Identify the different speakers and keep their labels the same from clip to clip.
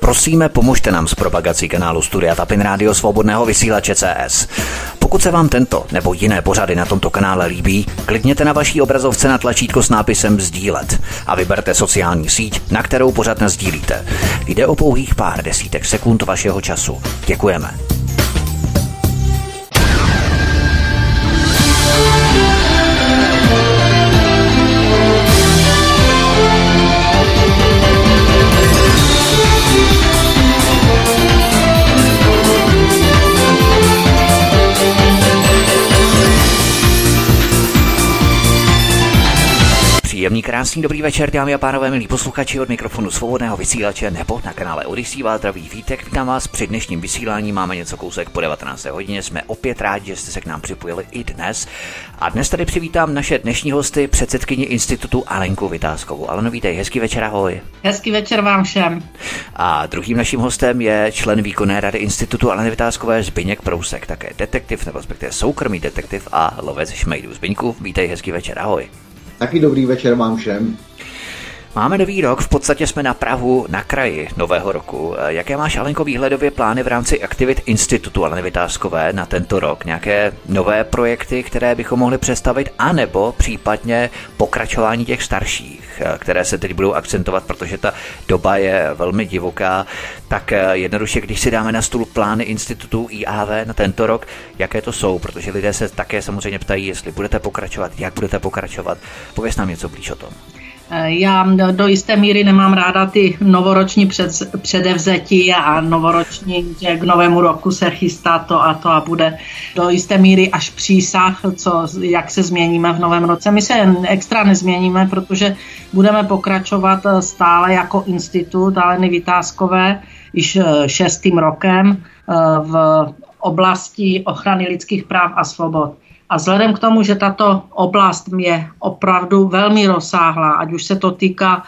Speaker 1: Prosíme, pomožte nám s propagací kanálu Studia Tapin Rádio Svobodného vysílače CS. Pokud se vám tento nebo jiné pořady na tomto kanále líbí, klikněte na vaší obrazovce na tlačítko s nápisem sdílet a vyberte sociální síť, na kterou pořad nasdílíte. Jde o pouhých pár desítek sekund vašeho času. Děkujeme. Příjemný, krásný, dobrý večer, dámy a pánové, milí posluchači, od mikrofonu Svobodného vysílače nebo na kanále Odyssey vás zdraví Vítek. Vítám vás při dnešním vysílání, máme něco kousek po 19. hodině, jsme opět rádi, že jste se k nám připojili i dnes. A dnes tady přivítám naše dnešní hosty, předsedkyni institutu Alenku Vitáskovou. Aleno, vítej, hezký večer, ahoj.
Speaker 2: Hezký večer vám všem.
Speaker 1: A druhým naším hostem je člen výkonné rady institutu Aleny Vitáskové Zbyněk Prousek, také detektiv, nebo respektive soukromý detektiv a lovec šmejdů. Zbyňku, vítej, hezký večer, ahoj.
Speaker 3: Taky dobrý večer vám všem.
Speaker 1: Máme nový rok, v podstatě jsme na prahu, na kraji nového roku. Jaké máš, Alenko, výhledově plány v rámci aktivit institutu Aleny Vitáskové na tento rok? Nějaké nové projekty, které bychom mohli představit, anebo případně pokračování těch starších, které se teď budou akcentovat, protože ta doba je velmi divoká. Tak jednoduše, když si dáme na stůl plány institutu IAV na tento rok, jaké to jsou? Protože lidé se také samozřejmě ptají, jestli budete pokračovat, jak budete pokračovat. Pověz nám něco blíž o tom.
Speaker 2: Já do jisté míry nemám ráda ty novoroční předevzetí a novoroční, že k novému roku se chystá to a bude do jisté míry až přísah, jak se změníme v novém roce. My se extra nezměníme, protože budeme pokračovat stále jako institut Aleny Vitáskové již 6. rokem v oblasti ochrany lidských práv a svobod. A vzhledem k tomu, že tato oblast je opravdu velmi rozsáhlá, ať už se to týká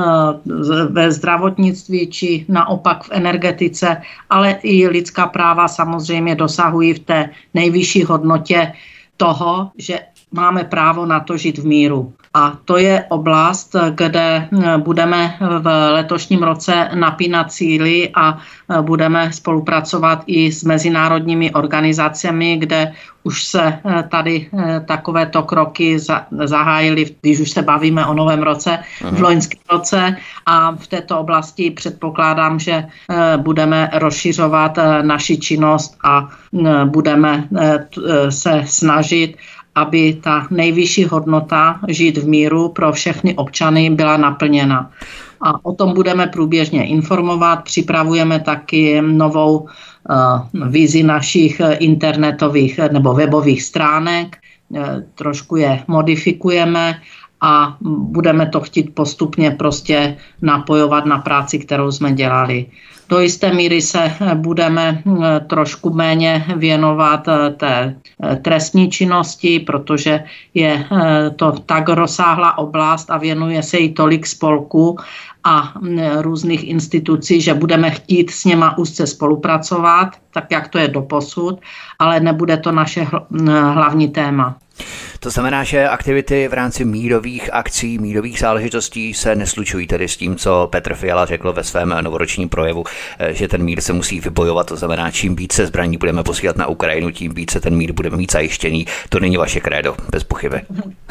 Speaker 2: ve zdravotnictví, či naopak v energetice, ale i lidská práva samozřejmě dosahují v té nejvyšší hodnotě toho, že máme právo na to žít v míru. A to je oblast, kde budeme v letošním roce napínat síly a budeme spolupracovat i s mezinárodními organizacemi, kde už se tady takovéto kroky zahájily, když už se bavíme o novém roce, v loňském roce, a v této oblasti předpokládám, že budeme rozšiřovat naši činnost a budeme se snažit, aby ta nejvyšší hodnota žít v míru pro všechny občany byla naplněna. A o tom budeme průběžně informovat. Připravujeme taky novou vizi našich internetových nebo webových stránek. Trošku je modifikujeme a budeme to chtít postupně prostě napojovat na práci, kterou jsme dělali. Do jisté míry se budeme trošku méně věnovat té trestní činnosti, protože je to tak rozsáhlá oblast a věnuje se jí tolik spolků a různých institucí, že budeme chtít s něma úzce spolupracovat, tak jak to je doposud, ale nebude to naše hlavní téma.
Speaker 1: To znamená, že aktivity v rámci mírových akcí, mírových záležitostí se neslučují tedy s tím, co Petr Fiala řekl ve svém novoročním projevu, že ten mír se musí vybojovat, to znamená, čím více zbraní budeme posílat na Ukrajinu, tím více ten mír budeme mít zajištěný. To není vaše krédo, bez pochyby.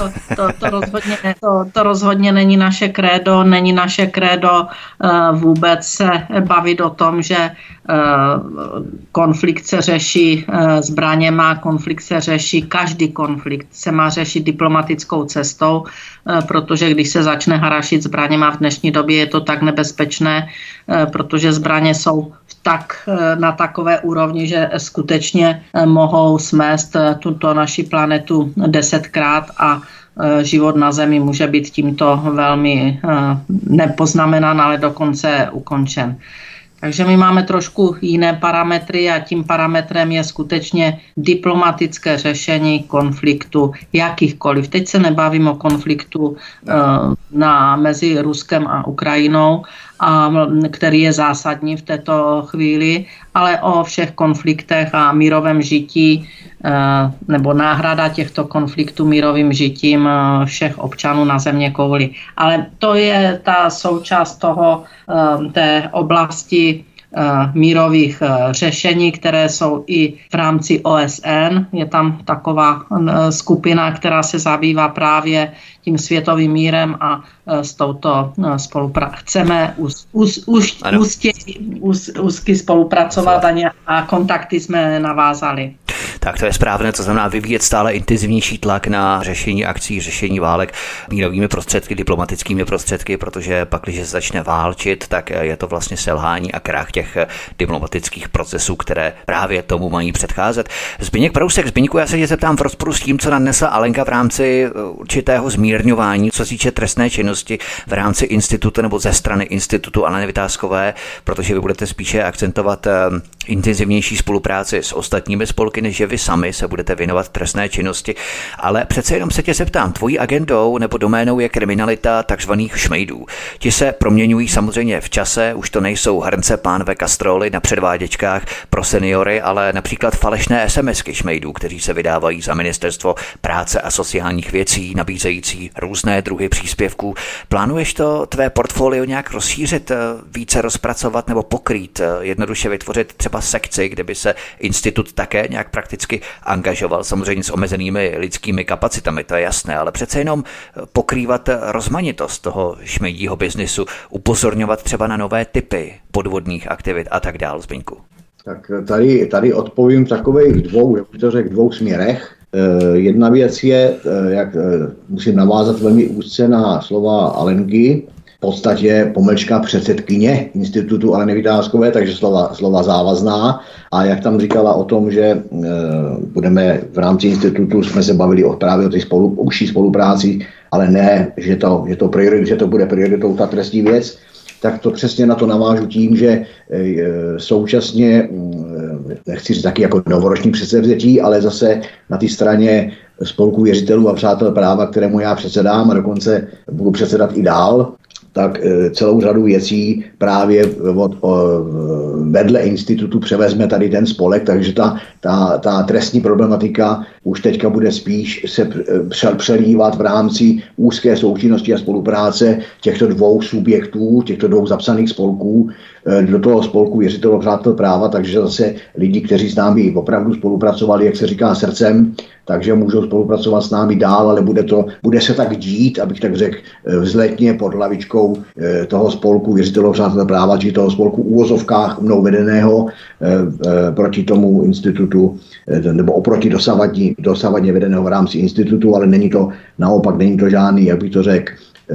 Speaker 2: To rozhodně není naše krédo, není naše krédo vůbec se bavit o tom, že konflikt se řeší zbraněma, konflikt se řeší, každý konflikt se má řešit diplomatickou cestou, protože když se začne harašit zbraněma v dnešní době, je to tak nebezpečné, protože zbraně jsou na takové úrovni, že skutečně mohou smést tuto naši planetu 10krát a život na Zemi může být tímto velmi nepoznamenán, ale dokonce ukončen. Takže my máme trošku jiné parametry a tím parametrem je skutečně diplomatické řešení konfliktu jakýchkoliv. Teď se nebavím o konfliktu mezi Ruskem a Ukrajinou, a který je zásadní v této chvíli, ale o všech konfliktech a mírovém žití nebo náhrada těchto konfliktů mírovým žitím všech občanů na země kouli. Ale to je ta součást té oblasti mírových řešení, které jsou i v rámci OSN. Je tam taková skupina, která se zabývá právě tím světovým mírem a s touto spolupráci. Chceme úzky spolupracovat a kontakty jsme navázali.
Speaker 1: Tak to je správné, to znamená vyvíjet stále intenzivnější tlak na řešení akcí, řešení válek mírovými prostředky, diplomatickými prostředky, protože pak, když se začne válčit, tak je to vlastně selhání a krach těch diplomatických procesů, které právě tomu mají předcházet. Zbyněk Prousek, Zbyňku, já se tě zeptám v rozporu s tím, co nadnesla Alenka v rámci určitého zmírňování, co se týče trestné činnosti v rámci institutu nebo ze strany institutu Aleny Vitáskové, protože vy budete spíše akcentovat intenzivnější spolupráci s ostatními spolky, než že vy sami se budete věnovat trestné činnosti. Ale přece jenom se tě zeptám, tvojí agendou nebo doménou je kriminalita takzvaných šmejdů. Ti se proměňují samozřejmě v čase, už to nejsou hrnce, pánve, kastroly na předváděčkách pro seniory, ale například falešné SMSky šmejdů, kteří se vydávají za Ministerstvo práce a sociálních věcí, nabízející různé druhy příspěvků. Plánuješ to tvé portfolio nějak rozšířit, více rozpracovat nebo pokrýt, jednoduše vytvořit třeba sekci, kde by se institut také nějak prakticky angažoval, samozřejmě s omezenými lidskými kapacitami, to je jasné, ale přece jenom pokrývat rozmanitost toho šmejdího biznisu, upozorňovat třeba na nové typy podvodných aktivit a tak dál, Zbyňku.
Speaker 3: Tak tady odpovím v takových dvou směrech. Jedna věc je, jak musím navázat velmi úzce na slova Alenky, v podstatě pomlčka předsedkyně institutu Aleny Vitáskové, takže slova závazná. A jak tam říkala o tom, že budeme v rámci institutu, jsme se bavili právě o té užší spolupráci, ale ne, že to bude prioritou ta trestní věc, tak to přesně na to navážu tím, že současně, nechci říct taky jako novoroční předsevzetí, ale zase na té straně spolku věřitelů a přátel práva, kterému já předsedám a dokonce budu předsedat i dál, tak celou řadu věcí právě vedle institutu převezme tady ten spolek, takže ta trestní problematika už teďka bude spíš se přelívat v rámci úzké součinnosti a spolupráce těchto dvou subjektů, těchto dvou zapsaných spolků do toho spolku věřitelů a přátel práva, takže zase lidi, kteří s námi opravdu spolupracovali, jak se říká, srdcem, takže můžou spolupracovat s námi dál, ale bude se tak dít, abych tak řekl, vzletně pod hlavičkou toho spolku věřitelů a přátel práva, či toho spolku uvozovkách mnou vedeného proti tomu institutu, nebo oproti dosavadně vedeného v rámci institutu, ale není to žádný, jak bych to řekl,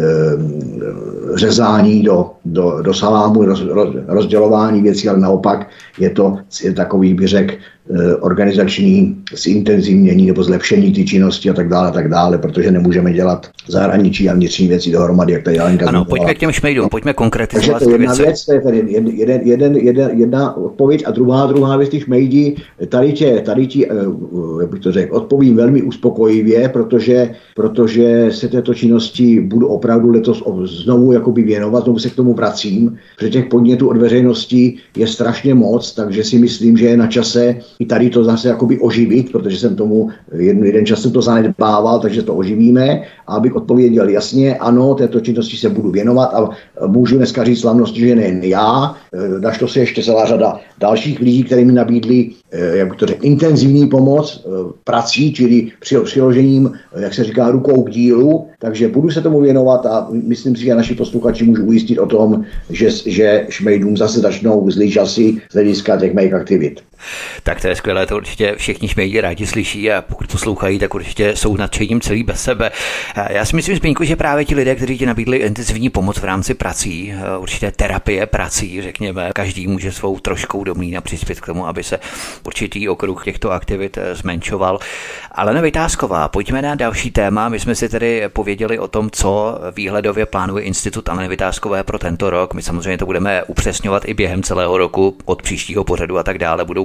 Speaker 3: řezání do salámu, rozdělování věcí, ale naopak je takový, bych řekl, organizační zintenzivnění nebo zlepšení té činnosti a tak dále, protože nemůžeme dělat zahraničí a vnitřní věci dohromady, jak tady Alenka
Speaker 1: zmiňovala. Ano, pojďme k těm šmejdům, pojďme konkretizovat.
Speaker 3: Takže to jedna věc, to je tady jedna odpověď a druhá věc, ty šmejdi, tady ti, jak bych to řekl, odpovím velmi uspokojivě, protože se této činnosti budu opravdu letos znovu jakoby věnovat, znovu se k tomu vracím, protože těch podnětů od veřejnosti je strašně moc, takže si myslím, že je na čase i tady to zase jakoby oživit, protože jsem tomu jeden čas jsem to zanedbával, takže to oživíme. A abych odpověděl jasně, ano, této činnosti se budu věnovat a můžu dneska říct slavnosti, že nejen já, našlo se ještě celá řada dalších lidí, kteří mi nabídli, jak bych to řekl, intenzivní pomoc prací, čili přiložením, jak se říká, rukou k dílu, takže budu se tomu věnovat a myslím si, že naši posluchači můžu ujistit o tom, že šmejdům zase začnou zlý časy z hlediska těch mých aktivit.
Speaker 1: Tak to je skvělé, to určitě všichni šmejdi rádi slyší a pokud poslouchají, tak určitě jsou nadšením celý bez sebe. Já si myslím, Zbyňku, že právě ti lidé, kteří ti nabídli intenzivní pomoc v rámci prací, určité terapie prací, řekněme, každý může svou troškou do mlýna přispět k tomu, aby se určitý okruh těchto aktivit zmenšoval. Alena Vitásková, pojďme na další téma. My jsme si tedy pověděli o tom, co výhledově plánuje Institut Aleny Vitáskové pro tento rok. My samozřejmě to budeme upřesňovat i během celého roku, od příštího pořadu a tak dále. Budou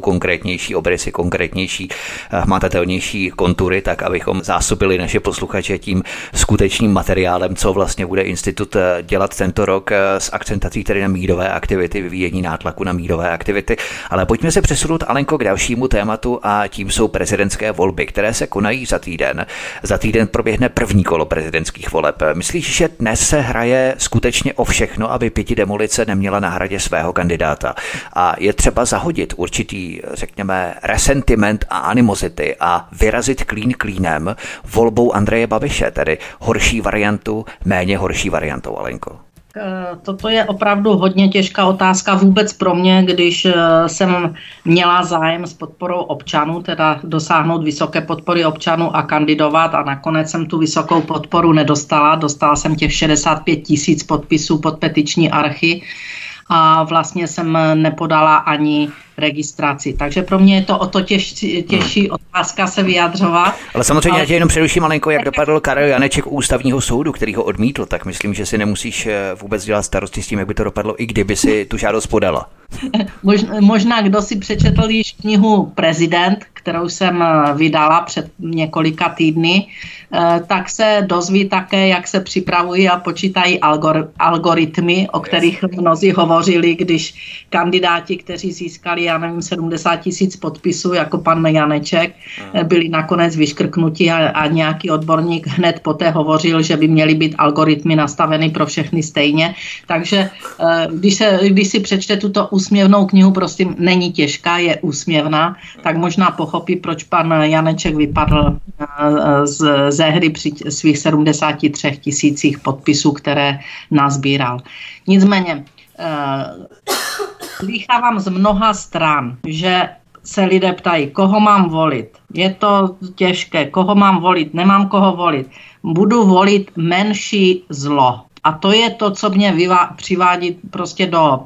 Speaker 1: konkrétnější obrysy, konkrétnější, hmatatelnější kontury, tak abychom zásobili naše posluchače tím skutečným materiálem, co vlastně bude institut dělat tento rok s akcentací tedy na mírové aktivity, vyvíjení nátlaku na mírové aktivity. Ale pojďme se přesunout, Alenko, k dalšímu tématu a tím jsou prezidentské volby, které se konají za týden. Za týden proběhne první kolo prezidentských voleb. Myslíš, že dnes se hraje skutečně o všechno, aby pětidemolice neměla na hradě svého kandidáta? A je třeba zahodit určitý, řekněme, resentiment a animozity a vyrazit klín klínem volbou Andreje Babiše, tedy horší variantu, méně horší variantou, Alenko?
Speaker 2: Toto je opravdu hodně těžká otázka vůbec pro mě, když jsem měla zájem s podporou občanů, teda dosáhnout vysoké podpory občanů a kandidovat a nakonec jsem tu vysokou podporu nedostala. Dostala jsem těch 65 000 podpisů pod petiční archy a vlastně jsem nepodala ani registraci. Takže pro mě je to o to těžší otázka se vyjadřovat.
Speaker 1: Ale samozřejmě já tě jenom přeruším, malinko, jak dopadl Karel Janeček u ústavního soudu, který ho odmítl, tak myslím, že si nemusíš vůbec dělat starosti s tím, jak by to dopadlo, i kdyby si tu žádost podala.
Speaker 2: Možná, kdo si přečetl již knihu Prezident, kterou jsem vydala před několika týdny, tak se dozví také, jak se připravují a počítají algoritmy, o kterých mnozí hovořili, když kandidáti, kteří získali, 70 000 podpisů, jako pan Janeček, byli nakonec vyškrknuti a nějaký odborník hned poté hovořil, že by měly být algoritmy nastaveny pro všechny stejně. Takže když si přečte tuto úsměvnou knihu, prostě není těžká, je úsměvná, tak možná pochopí, proč pan Janeček vypadl ze hry při svých 73 000 podpisů, které nazbíral. Nicméně, slýchávám z mnoha stran, že se lidé ptají, koho mám volit. Je to těžké, koho mám volit, nemám koho volit. Budu volit menší zlo. A to je to, co mě přivádí prostě do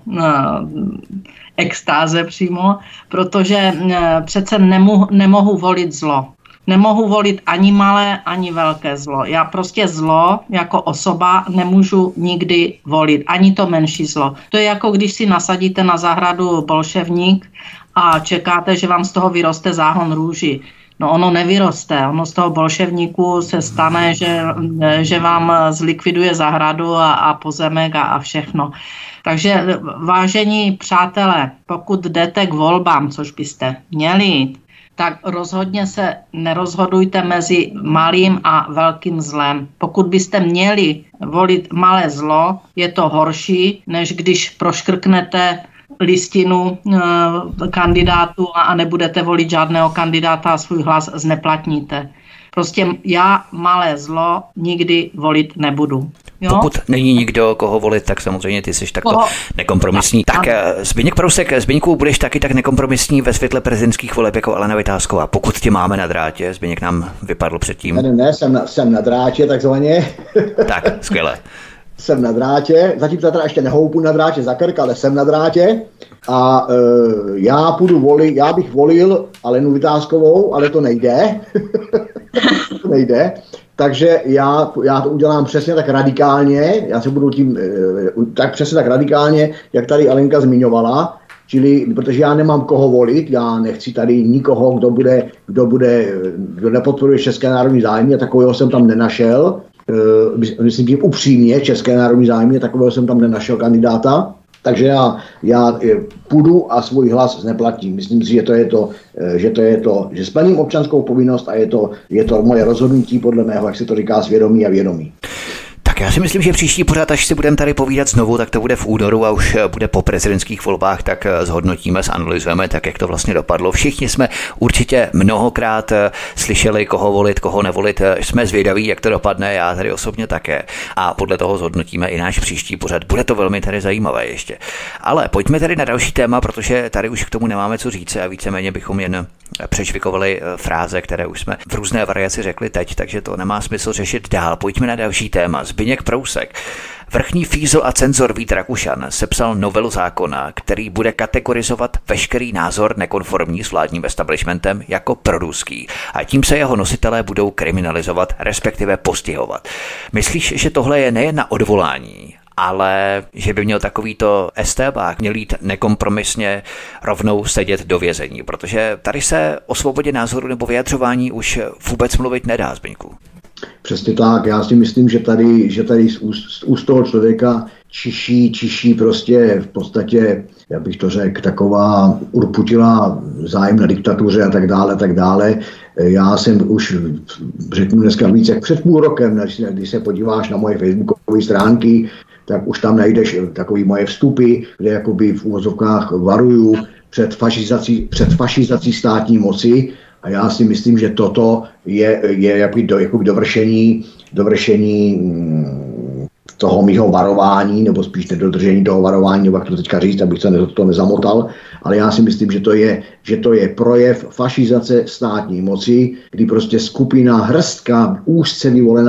Speaker 2: extáze přímo, protože přece nemohu volit zlo. Nemohu volit ani malé, ani velké zlo. Já prostě zlo jako osoba nemůžu nikdy volit, ani to menší zlo. To je jako když si nasadíte na zahradu bolševník a čekáte, že vám z toho vyroste záhon růží. No ono nevyroste, ono z toho bolševníku se stane, že vám zlikviduje zahradu a pozemek a všechno. Takže vážení přátelé, pokud jdete k volbám, což byste měli, tak rozhodně se nerozhodujte mezi malým a velkým zlem. Pokud byste měli volit malé zlo, je to horší, než když proškrknete listinu kandidátu a nebudete volit žádného kandidáta a svůj hlas zneplatníte. Prostě já malé zlo nikdy volit nebudu. Jo?
Speaker 1: Pokud není nikdo, koho volit, tak samozřejmě ty jsi takto nekompromisní. Tak Zbyněk Prousek, Zbyňku, budeš taky tak nekompromisní ve světle prezidentských voleb jako Alena Vitásková. Pokud tě máme na drátě, Zbyněk nám vypadl předtím.
Speaker 3: Ne, jsem na drátě takzvaně.
Speaker 1: Tak, skvěle.
Speaker 3: Jsem na drátě, zatím se teda ještě nehoupu na drátě za krk, ale jsem na drátě a já bych volil Alenu Vitáskovou, ale to nejde. To nejde. Takže já to udělám přesně tak radikálně, já se budu tím přesně tak radikálně, jak tady Alenka zmiňovala, čili protože já nemám koho volit, já nechci tady nikoho, kdo nepodporuje české národní zájmy, a takového jsem tam nenašel. Myslím tím upřímně, české národní zájmy, takového jsem tam nenašel kandidáta. Takže já půjdu a svůj hlas zneplatím. Myslím si, že splním občanskou povinnost a je to moje rozhodnutí podle mého, jak se to říká, svědomí a vědomí.
Speaker 1: Tak já si myslím, že příští pořad, až si budeme tady povídat znovu, tak to bude v únoru a už bude po prezidentských volbách, tak zhodnotíme, zanalyzujeme, tak jak to vlastně dopadlo. Všichni jsme určitě mnohokrát slyšeli, koho volit, koho nevolit. Jsme zvědaví, jak to dopadne, já tady osobně také. A podle toho zhodnotíme i náš příští pořad. Bude to velmi tady zajímavé ještě. Ale pojďme tady na další téma, protože tady už k tomu nemáme co říct a víceméně bychom jen přešvikovali fráze, které už jsme v různé variaci řekli teď, takže to nemá smysl řešit dál. Pojďme na další téma. Zbyněk Prousek. Vrchní fízl a cenzor Vít Rakušan sepsal novelu zákona, který bude kategorizovat veškerý názor nekonformní s vládním establishmentem jako proruský a tím se jeho nositelé budou kriminalizovat, respektive postihovat. Myslíš, že tohle je nejen na odvolání, ale že by měl takovýto estébák měl jít nekompromisně rovnou sedět do vězení, protože tady se o svobodě názoru nebo vyjadřování už vůbec mluvit nedá, Zbyňku.
Speaker 3: Přesně tak, já si myslím, že tady z úst toho člověka čiší prostě v podstatě, já bych to řekl, taková urputila zájem na diktatuře a tak dále. Já jsem už, řeknu dneska víc jak před půl rokem, když se podíváš na moje facebookové stránky, tak už tam najdeš takový moje vstupy, kde jakoby v úvozovkách varuju před fašizací státní moci. A já si myslím, že toto je jakoby dovršení toho mýho varování, nebo spíš nedodržení toho varování, nebo jak to teďka říct, abych se to nezamotal, ale já si myslím, že to je projev fašizace státní moci, kdy prostě skupina úzce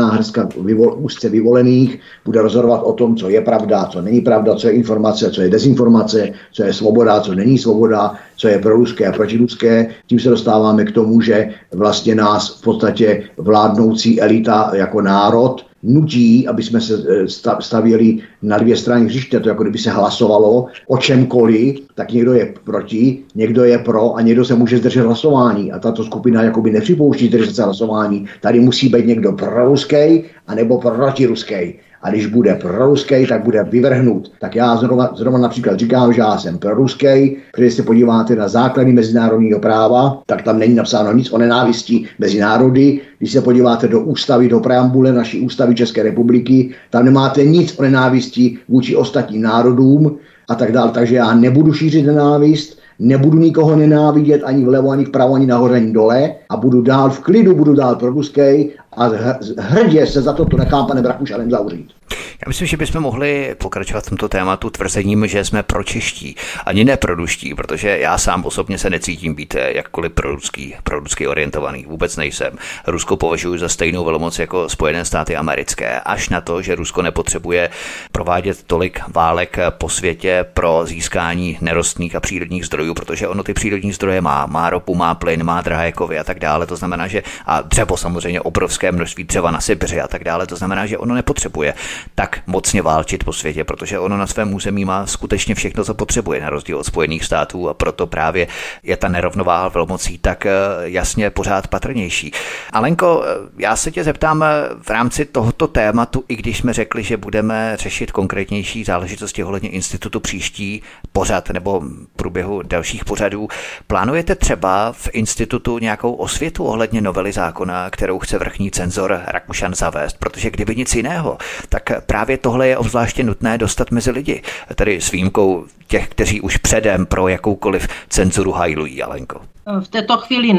Speaker 3: vyvolených bude rozhodovat o tom, co je pravda, co není pravda, co je informace, co je dezinformace, co je svoboda, co není svoboda, co je proruské a protiruské. Tím se dostáváme k tomu, že vlastně nás v podstatě vládnoucí elita jako národ nutí, aby jsme se stavěli na dvě strany hřiště. To jako kdyby se hlasovalo o čemkoliv, tak někdo je proti, někdo je pro a někdo se může zdržet hlasování. A tato skupina jakoby nepřipouští zdržet se hlasování. Tady musí být někdo proruský anebo protiruský. A když bude proruský, tak bude vyvrhnut. Tak já zrovna například říkám, že já jsem proruský, protože se podíváte na základy mezinárodního práva, tak tam není napsáno nic o nenávisti mezi národy. Když se podíváte do ústavy, do preambule naší ústavy České republiky, tam nemáte nic o nenávisti vůči ostatním národům a tak dále. Takže já nebudu šířit nenávist, nebudu nikoho nenávidět ani vlevo, ani vpravo, ani nahoře, ani dole a budu dál v klidu, budu dál proruský a hrdě se za to nechám panem Rakušanem zavřít.
Speaker 1: Já myslím, že bychom mohli pokračovat v tomto tématu tvrzením, že jsme pročeští, ani neproruští, protože já sám osobně se necítím být jakkoliv proruský orientovaný. Vůbec nejsem. Rusko považuji za stejnou velmoc jako Spojené státy americké, až na to, že Rusko nepotřebuje provádět tolik válek po světě pro získání nerostných a přírodních zdrojů, protože ono ty přírodní zdroje má ropu, má plyn, má drahé kovy a tak dále. To znamená, že a dřevo samozřejmě obrovské množství dřeva na Sibiři a tak dále. To znamená, že ono nepotřebuje tak mocně válčit po světě, protože ono na svém území má skutečně všechno, co potřebuje, na rozdíl od Spojených států, a proto právě je ta nerovnováha velmocí tak jasně pořád patrnější. Alenko, já se tě zeptám v rámci tohoto tématu, i když jsme řekli, že budeme řešit konkrétnější záležitosti ohledně institutu příští pořad nebo průběhu dalších pořadů, plánujete třeba v institutu nějakou osvětu ohledně novely zákona, kterou chce vrchní cenzor Rakušan zavést, protože kdyby nic jiného, tak právě tohle je obzvláště nutné dostat mezi lidi, tedy s výjimkou těch, kteří už předem pro jakoukoliv cenzuru hajlují, Alenko.
Speaker 2: V této chvíli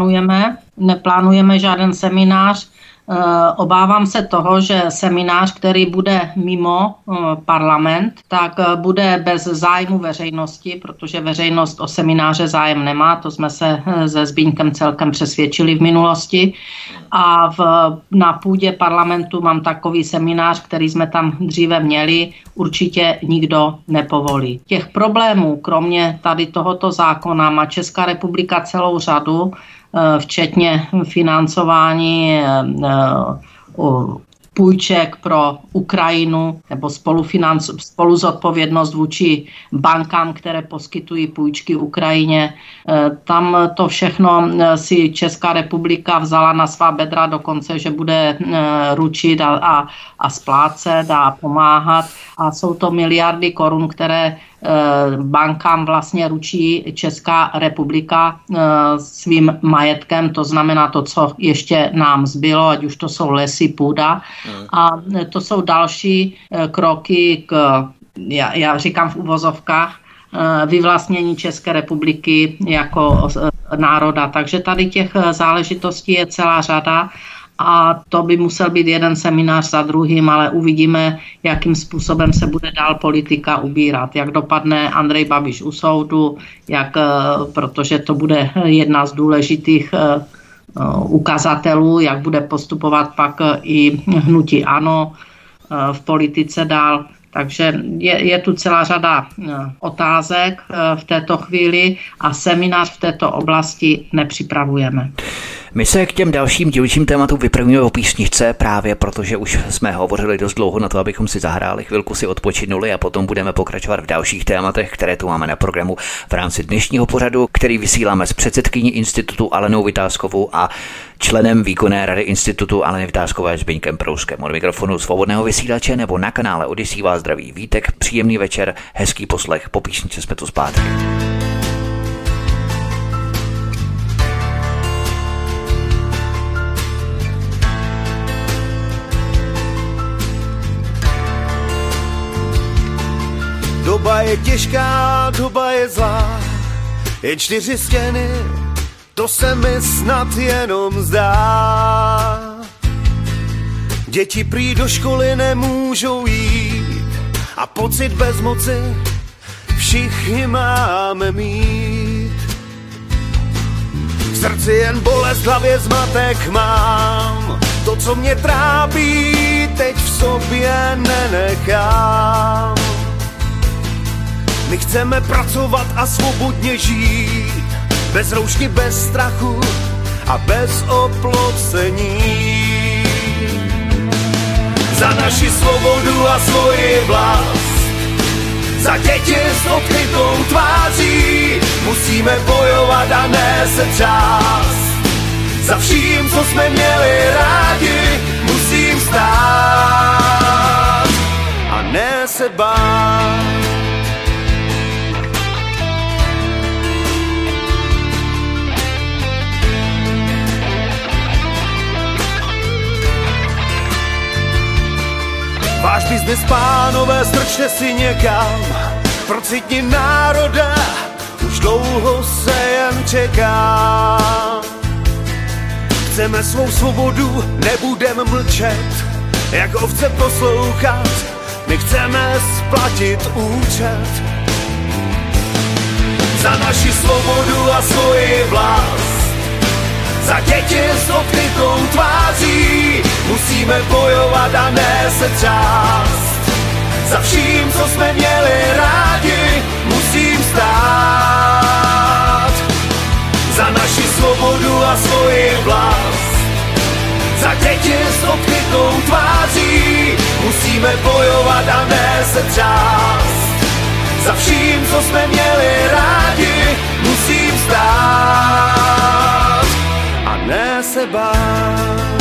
Speaker 2: neplánujeme žádný seminář. Obávám se toho, že seminář, který bude mimo parlament, tak bude bez zájmu veřejnosti, protože veřejnost o semináře zájem nemá, to jsme se se Zbyňkem celkem přesvědčili v minulosti. A na půdě parlamentu mám takový seminář, který jsme tam dříve měli, určitě nikdo nepovolí. Těch problémů, kromě tady tohoto zákona, má Česká republika celou řadu, včetně financování půjček pro Ukrajinu nebo spoluzodpovědnost vůči bankám, které poskytují půjčky Ukrajině. Tam to všechno si Česká republika vzala na svá bedra dokonce, že bude ručit a splácet a pomáhat. A jsou to miliardy korun, které bankám vlastně ručí Česká republika svým majetkem, to znamená to, co ještě nám zbylo, ať už to jsou lesy, půda. A to jsou další kroky já říkám v uvozovkách, vyvlastnění České republiky jako národa. Takže tady těch záležitostí je celá řada. A to by musel být jeden seminář za druhým, ale uvidíme, jakým způsobem se bude dál politika ubírat. Jak dopadne Andrej Babiš u soudu, protože to bude jedna z důležitých ukazatelů, jak bude postupovat pak i hnutí ANO v politice dál. Takže je tu celá řada otázek v této chvíli a seminář v této oblasti nepřipravujeme.
Speaker 1: My se k těm dalším dílčím tématům vypravíme o písničce právě protože už jsme hovořili dost dlouho na to, abychom si zahráli, chvilku si odpočinuli a potom budeme pokračovat v dalších tématech, které tu máme na programu v rámci dnešního pořadu, který vysíláme s předsedkyní institutu Alenou Vitáskovou a členem výkonné rady institutu Aleny Vitáskové Zbyňkem Prouskem. Od mikrofonu Svobodného vysílače nebo na kanále Odyssey vás zdraví Vítek, příjemný večer, hezký poslech, po písničce jsme tu zpátky.
Speaker 4: Doba je těžká, doba je zlá, je 4 stěny, to se mi snad jenom zdá. Děti prý do školy nemůžou jít a pocit bezmoci všichni máme mít. V srdci jen bolest, v hlavě zmatek mám, to, co mě trápí, teď v sobě nenechám. My chceme pracovat a svobodně žít, bez roušky, bez strachu a bez oplocení. Za naši svobodu a svoji vlast, za děti s odkrytou tváří, musíme bojovat a ne se třást. Za vším, co jsme měli rádi, musím stát a ne se bát. Váš biznes, pánové, strčte si někam, procitni národa, už dlouho se jen čeká. Chceme svou svobodu, nebudem mlčet, jak ovce poslouchat, my chceme splatit účet. Za naši svobodu a svoji vlast, za děti s odkrytou tváří, musíme bojovat a ne se třást. Za vším, co jsme měli rádi, musím stát. Za naši svobodu a svoji vlast, za děti s odkrytou tváří, musíme bojovat a ne se třást. Za vším, co jsme měli rádi, musím stát a ne se bát.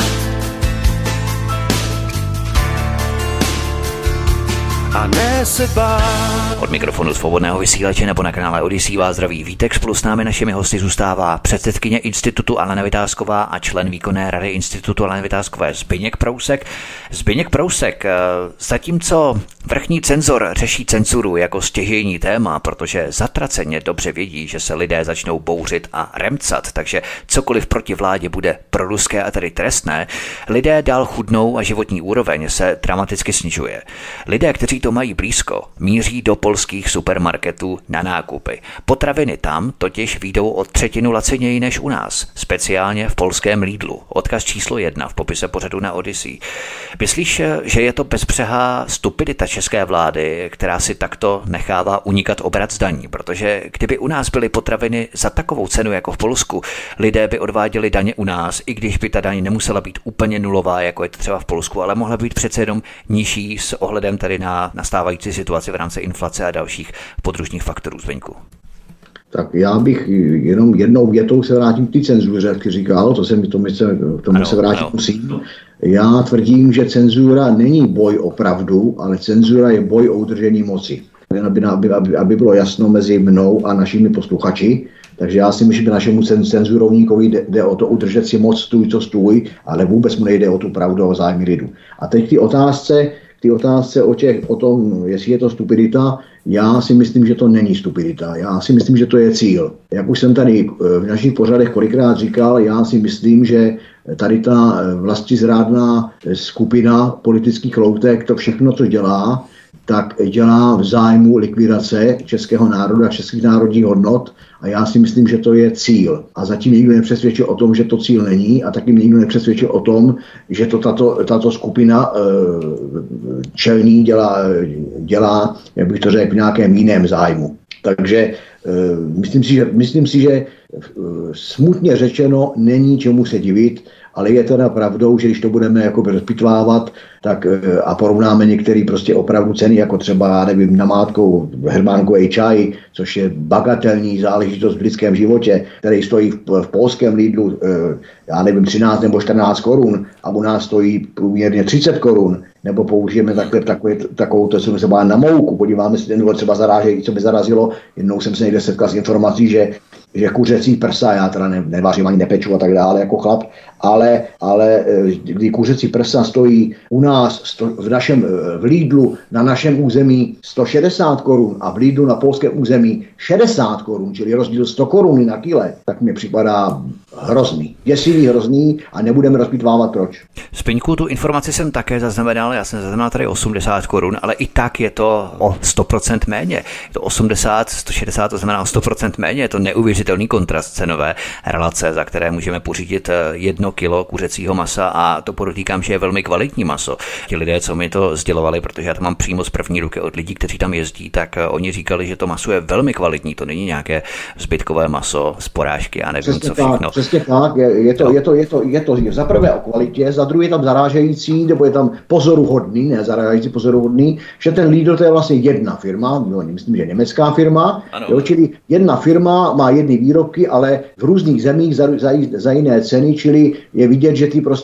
Speaker 4: A ne se bát.
Speaker 1: Od mikrofonu Svobodného vysílače nebo na kanále Odyssey vás zdraví Vítek. Spolu s námi našimi hosty zůstává předsedkyně institutu Alena Vitásková a člen výkonné rady institutu Aleny Vitáskové Zbyněk Prousek. Zbyněk Prousek, zatímco vrchní cenzor řeší cenzuru jako stěžejní téma, protože zatraceně dobře vědí, že se lidé začnou bouřit a remcat, takže cokoliv proti vládě bude proruské a tedy trestné, lidé dál chudnou a životní úroveň se dramaticky snižuje. Lidé, kteří to mají blízko, míří do polských supermarketů na nákupy. Potraviny tam totiž vyjdou o 1/3 laciněji než u nás, speciálně v polském Lidlu. Odkaz číslo 1 v popise pořadu na Odyssey. Myslíš, že je to bezbřehá stupidita české vlády, která si takto nechává unikat obrat z daní? Protože kdyby u nás byly potraviny za takovou cenu jako v Polsku, lidé by odváděli daně u nás, i když by ta daň nemusela být úplně nulová, jako je to třeba v Polsku, ale mohla být přece jenom nižší s ohledem tady na nastávající situaci v rámci inflace a dalších podružných faktorů. Zbyňku.
Speaker 3: Tak já bych jenom jednou větou se vrátím k té cenzuře, jak jsi říkal, tomu se vrátit musím. Já tvrdím, že cenzura není boj o pravdu, ale cenzura je boj o udržení moci. Aby bylo jasno mezi mnou a našimi posluchači. Takže já si myslím, že našemu cenzurovníkovi jde o to udržet si moc stůj, co stůj, ale vůbec mu nejde o tu pravdu a o zájmy lidu. A teď ty otázce o tom, jestli je to stupidita, já si myslím, že to není stupidita. Já si myslím, že to je cíl. Jak už jsem tady v našich pořadech kolikrát říkal, já si myslím, že tady ta vlastizrádná skupina politických loutek to všechno, co dělá, tak dělá v zájmu likvidace českého národa a českých národních hodnot a já si myslím, že to je cíl. A zatím nikdo nepřesvědčil o tom, že to cíl není a taky nikdo nepřesvědčil o tom, že to tato skupina čelní dělá, jak bych to řekl, v nějakém jiném zájmu. Takže myslím si, že smutně řečeno není čemu se divit, ale je teda pravdou, že když to budeme jako rozpitvávat, tak a porovnáme některé prostě opravdu ceny, jako třeba, já nevím, namátkou hermánkový čaj, což je bagatelní záležitost v lidském životě, který stojí v polském Lidlu, já nevím, 13 nebo 14 korun a u nás stojí průměrně 30 korun. Nebo použijeme takovou to, co se bále na mouku. Podíváme se, ten třeba zarážejí, co by zarazilo. Jednou jsem se někde setkal s informací, že kuřecí prsa, já teda nevařím ani nepeču a tak dále jako chlap, ale kdy kuřecí prsa stojí u nás v Lidlu na našem území 160 korun a v Lidlu na polském území 60 korun, čili rozdíl 100 korun na kile, tak mi připadá hrozný. Děsivý, hrozný a nebudeme rozpitvávat proč.
Speaker 1: Zbyňku, tu informaci jsem také zaznamenal, já jsem zaznamenal tady 80 korun, ale i tak je to o 100% méně. Je to 80, 160, to znamená 100% méně, je to neuvěřitelný kontrast cenové relace, za které můžeme pořídit 1 kilo kuřecího masa a to podotýkám, že je velmi kvalitní maso. Ti lidé, co mi to sdělovali, protože já to mám přímo z první ruky od lidí, kteří tam jezdí, tak oni říkali, že to maso je velmi kvalitní, to není nějaké zbytkové maso z porážky, já nevím, co všechno.
Speaker 3: Přesně tak, je to za prvé o kvalitě, za druhé je tam zarážející, nebo je tam pozoruhodný, ne zarážející, pozoruhodný, že ten Lidl to je vlastně jedna firma, myslím, že německá firma, jo, čili jedna firma má jedny výrobky, ale v různých zemích za jiné ceny, čili je vidět,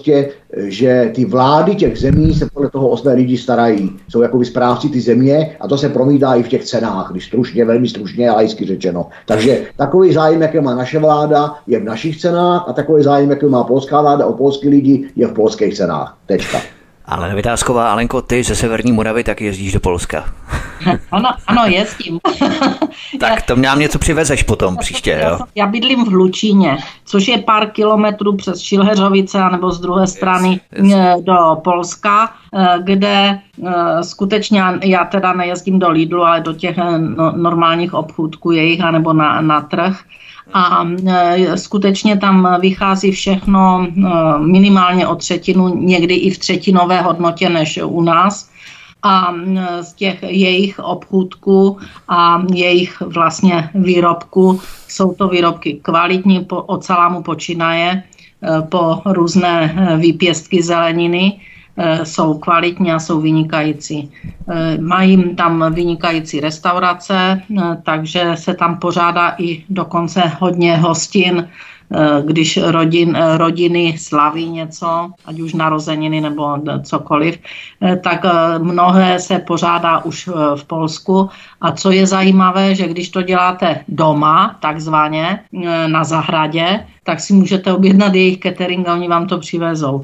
Speaker 3: že ty vlády těch zemí se podle toho o své lidi starají. Jsou jakoby správci ty země a to se promítá i v těch cenách, když velmi stručně a laicky řečeno. Takže takový zájem, jaký má naše vláda, je v našich cenách a takový zájem, jaký má polská vláda o polský lidi, je v polských cenách. Tečka.
Speaker 1: Ale Vytázková, Alenko, ty ze Severní Moravy tak jezdíš do Polska.
Speaker 2: Ano, jezdím.
Speaker 1: Tak to nám něco přivezeš potom příště, jo?
Speaker 2: Já bydlím v Hlučíně, což je pár kilometrů přes Šilheřovice, anebo z druhé strany do Polska, kde skutečně já teda nejezdím do Lidlu, ale do těch normálních obchůdků jejich, anebo na trh. A skutečně tam vychází všechno minimálně o třetinu, někdy i v třetinové hodnotě než u nás. A z těch jejich obchůdků a jejich vlastně výrobků jsou to výrobky kvalitní, od salámu počínaje po různé výpěstky zeleniny. Jsou kvalitní a jsou vynikající. Mají tam vynikající restaurace, takže se tam pořádá i dokonce hodně hostin, když rodiny slaví něco, ať už narozeniny nebo cokoliv, tak mnohé se pořádá už v Polsku. A co je zajímavé, že když to děláte doma, takzvaně na zahradě, tak si můžete objednat jejich catering a oni vám to přivezou.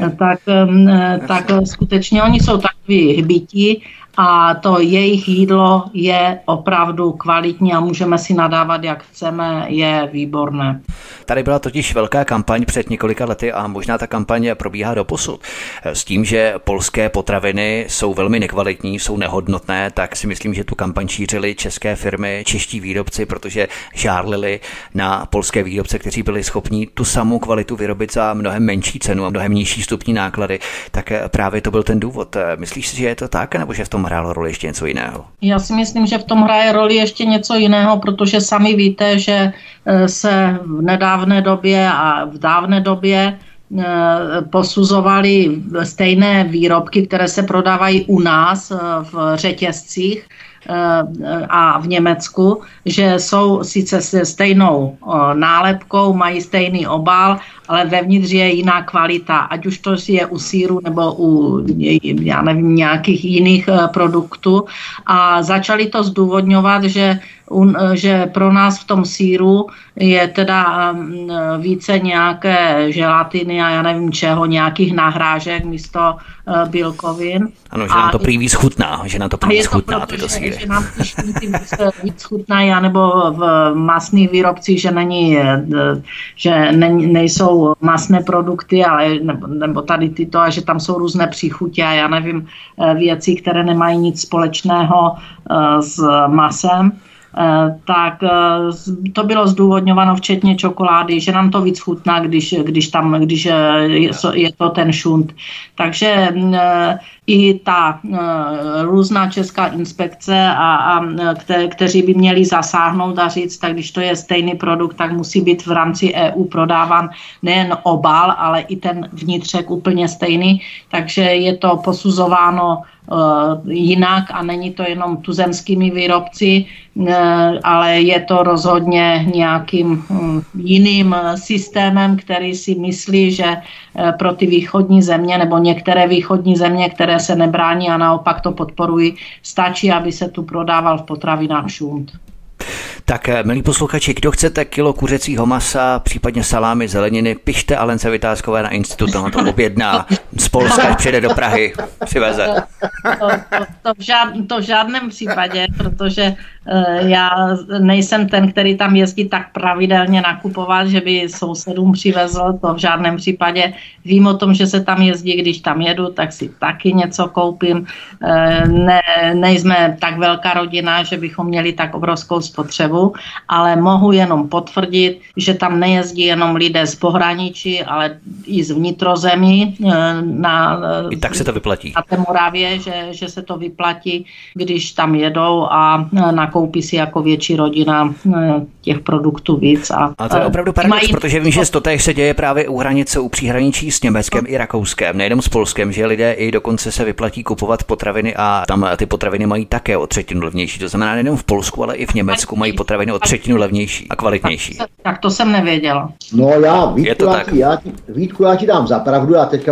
Speaker 2: Tak skutečně oni jsou takový hbití a to jejich jídlo je opravdu kvalitní a můžeme si nadávat, jak chceme, je výborné.
Speaker 1: Tady byla totiž velká kampaň před několika lety a možná ta kampaň probíhá doposud. S tím, že polské potraviny jsou velmi nekvalitní, jsou nehodnotné, tak si myslím, že tu kampaň šířily české firmy, čeští výrobci, protože žárlili na polské výrobce, kteří byli schopni tu samou kvalitu vyrobit za mnohem menší cenu a mnohem nižší vstupní náklady. Tak právě to byl ten důvod. Myslíš si, že je to tak, nebo že v tom hrálo roli ještě něco jiného?
Speaker 2: Já si myslím, že v tom hraje roli ještě něco jiného, protože sami víte, že se v nedávné době a v dávné době posuzovali stejné výrobky, které se prodávají u nás v řetězcích a v Německu, že jsou sice se stejnou nálepkou, mají stejný obal, ale vevnitř je jiná kvalita, ať už to je u sýru nebo u, já nevím, nějakých jiných produktů. A začali to zdůvodňovat, že pro nás v tom sýru je teda více nějaké želatiny a já nevím čeho, nějakých nahrážek místo bílkovin.
Speaker 1: Ano, že nám to prý víc chutná, že nám to prý víc chutná tyto sýry. Že nám
Speaker 2: víc chutnají, anebo v masných výrobcích, že nejsou masné produkty, ale nebo tady tyto, a že tam jsou různé příchutě a já nevím, věci, které nemají nic společného s masem. tak to bylo zdůvodňováno včetně čokolády, že nám to víc chutná, když je to ten šunt. Takže i ta různá česká inspekce kteří by měli zasáhnout a říct, tak když to je stejný produkt, tak musí být v rámci EU prodáván nejen obal, ale i ten vnitřek úplně stejný, takže je to posuzováno jinak a není to jenom tuzemskými výrobci, ale je to rozhodně nějakým jiným systémem, který si myslí, že pro ty východní země nebo některé východní země, které se nebrání a naopak to podporují, stačí, aby se tu prodával v potravinách šunt.
Speaker 1: Tak, milí posluchači, kdo chcete kilo kuřecího masa, případně salámy, zeleniny, pište Alence Vytázkové na institut, ona to objedná z Polska, přijde do Prahy, přiveze.
Speaker 2: To v žádném případě, protože já nejsem ten, který tam jezdí tak pravidelně nakupovat, že by sousedům přivezl, to v žádném případě. Vím o tom, že se tam jezdí, když tam jedu, tak si taky něco koupím. Nejsme tak velká rodina, že bychom měli tak obrovskou spotřebu, ale mohu jenom potvrdit, že tam nejezdí jenom lidé z pohraničí, ale i z vnitrozemí.
Speaker 1: I tak se to vyplatí.
Speaker 2: Na té Moravě, že se to vyplatí, když tam jedou a nakoupí si jako větší rodina těch produktů víc.
Speaker 1: A to je opravdu paradox, protože vím, že totéž se děje právě u hranice, u příhraničí s Německem i Rakouskem, nejenom s Polskem, že lidé i dokonce se vyplatí kupovat potraviny a tam ty potraviny mají také o třetinu levnější. To znamená nejenom v Polsku, ale i v Německu mají potraviny o třetinu levnější a kvalitnější.
Speaker 2: Tak to jsem nevěděla.
Speaker 3: No Vítku, já ti dám za pravdu,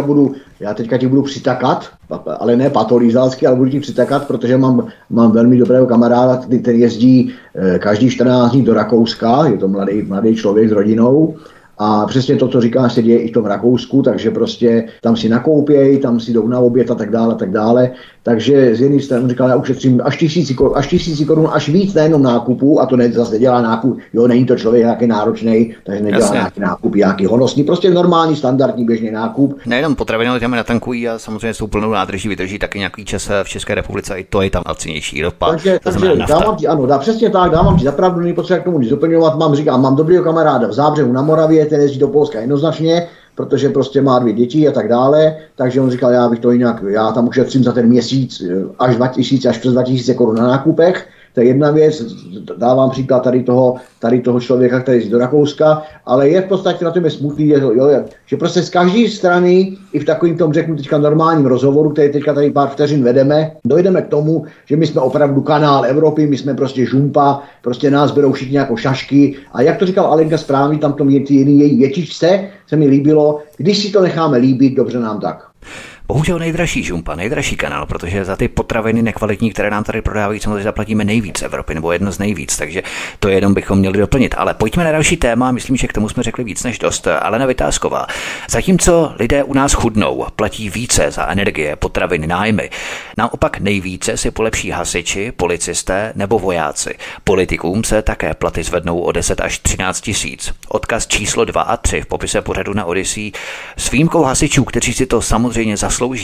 Speaker 3: já teďka ti budu přitakat, ale ne patolízalsky, ale budu ti přitakat, protože mám velmi dobrého kamaráda, který jezdí každý 14 dní do Rakouska, je to mladý člověk s rodinou. A přesně to, co říkáš, se děje i v tom Rakousku, takže prostě tam si nakoupěj, tam si jdou na oběd a tak dále. Takže z jedné strany říkal, já ušetřím až 1000 korun, až víc nejenom nákupu, a to zase nedělá nákup, jo, není to člověk nějaký náročný, takže nedělá nějaký nákup, nějaký honosný, prostě normální, standardní, běžný nákup.
Speaker 1: Nejenom potraviny, ale tam natankují a samozřejmě jsou plnou nádrží, vydrží taky nějaký čas v České republice, i to je tam lacinější ropa.
Speaker 3: Takže dávám ti, ano, přesně tak, dávám ti za pravdu, nepotřeba k tomu nic doplňovat, mám dobrýho kamaráda v Zábřehu na Moravě, ten jezdí do Polska jednoznačně, protože prostě má 2 děti a tak dále, takže on říkal, já tam ušetřím za ten měsíc až 2000, až přes 2000 korun na nákupech. To je jedna věc, dávám příklad tady toho člověka, který jezdí do Rakouska, ale je v podstatě na tom je smutný, že prostě z každé strany, i v takovým tom řeknu teďka normálním rozhovoru, který teďka tady pár vteřin vedeme, dojdeme k tomu, že my jsme opravdu kanál Evropy, my jsme prostě žumpa, prostě nás berou všichni jako šašky a jak to říkal Alenka správně, tam tom její větičce se mi líbilo, když si to necháme líbit, dobře nám tak.
Speaker 1: Bohužel nejdražší žumpa, nejdražší kanál, protože za ty potraviny nekvalitní, které nám tady prodávají, samozřejmě zaplatíme nejvíc Evropy, nebo jedno z nejvíc, takže to jenom bychom měli doplnit. Ale pojďme na další téma, myslím, že k tomu jsme řekli víc než dost. Alena Vytázková. Zatímco lidé u nás chudnou, platí více za energie, potraviny, nájmy, naopak nejvíce si polepší hasiči, policisté nebo vojáci. Politikům se také platy zvednou o 10 až 13 tisíc. Odkaz číslo 2 a 3 v popise pořadu na Odyssey. S výjimkou hasičů, kteří si to samozřejmě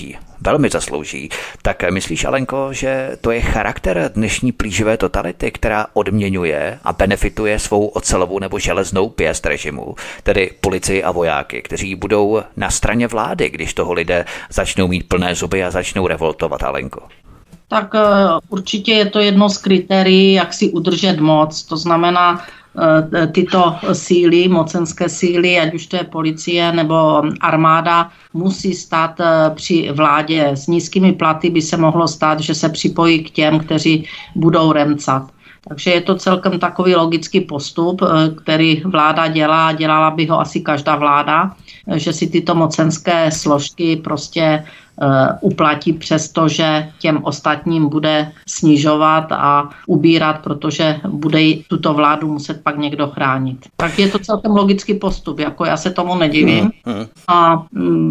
Speaker 1: velmi zaslouží. Tak myslíš, Alenko, že to je charakter dnešní plíživé totality, která odměňuje a benefituje svou ocelovou nebo železnou pěst režimu, tedy policii a vojáky, kteří budou na straně vlády, když toho lidé začnou mít plné zuby a začnou revoltovat, Alenko?
Speaker 2: Tak určitě je to jedno z kritérií, jak si udržet moc. To znamená, tyto síly, mocenské síly, ať už to je policie nebo armáda, musí stát při vládě. S nízkými platy by se mohlo stát, že se připojí k těm, kteří budou remcat. Takže je to celkem takový logický postup, který vláda dělala by ho asi každá vláda, že si tyto mocenské složky prostě uplatí, přestože těm ostatním bude snižovat a ubírat, protože bude tuto vládu muset pak někdo chránit. Tak je to celkem logický postup, jako já se tomu nedivím. A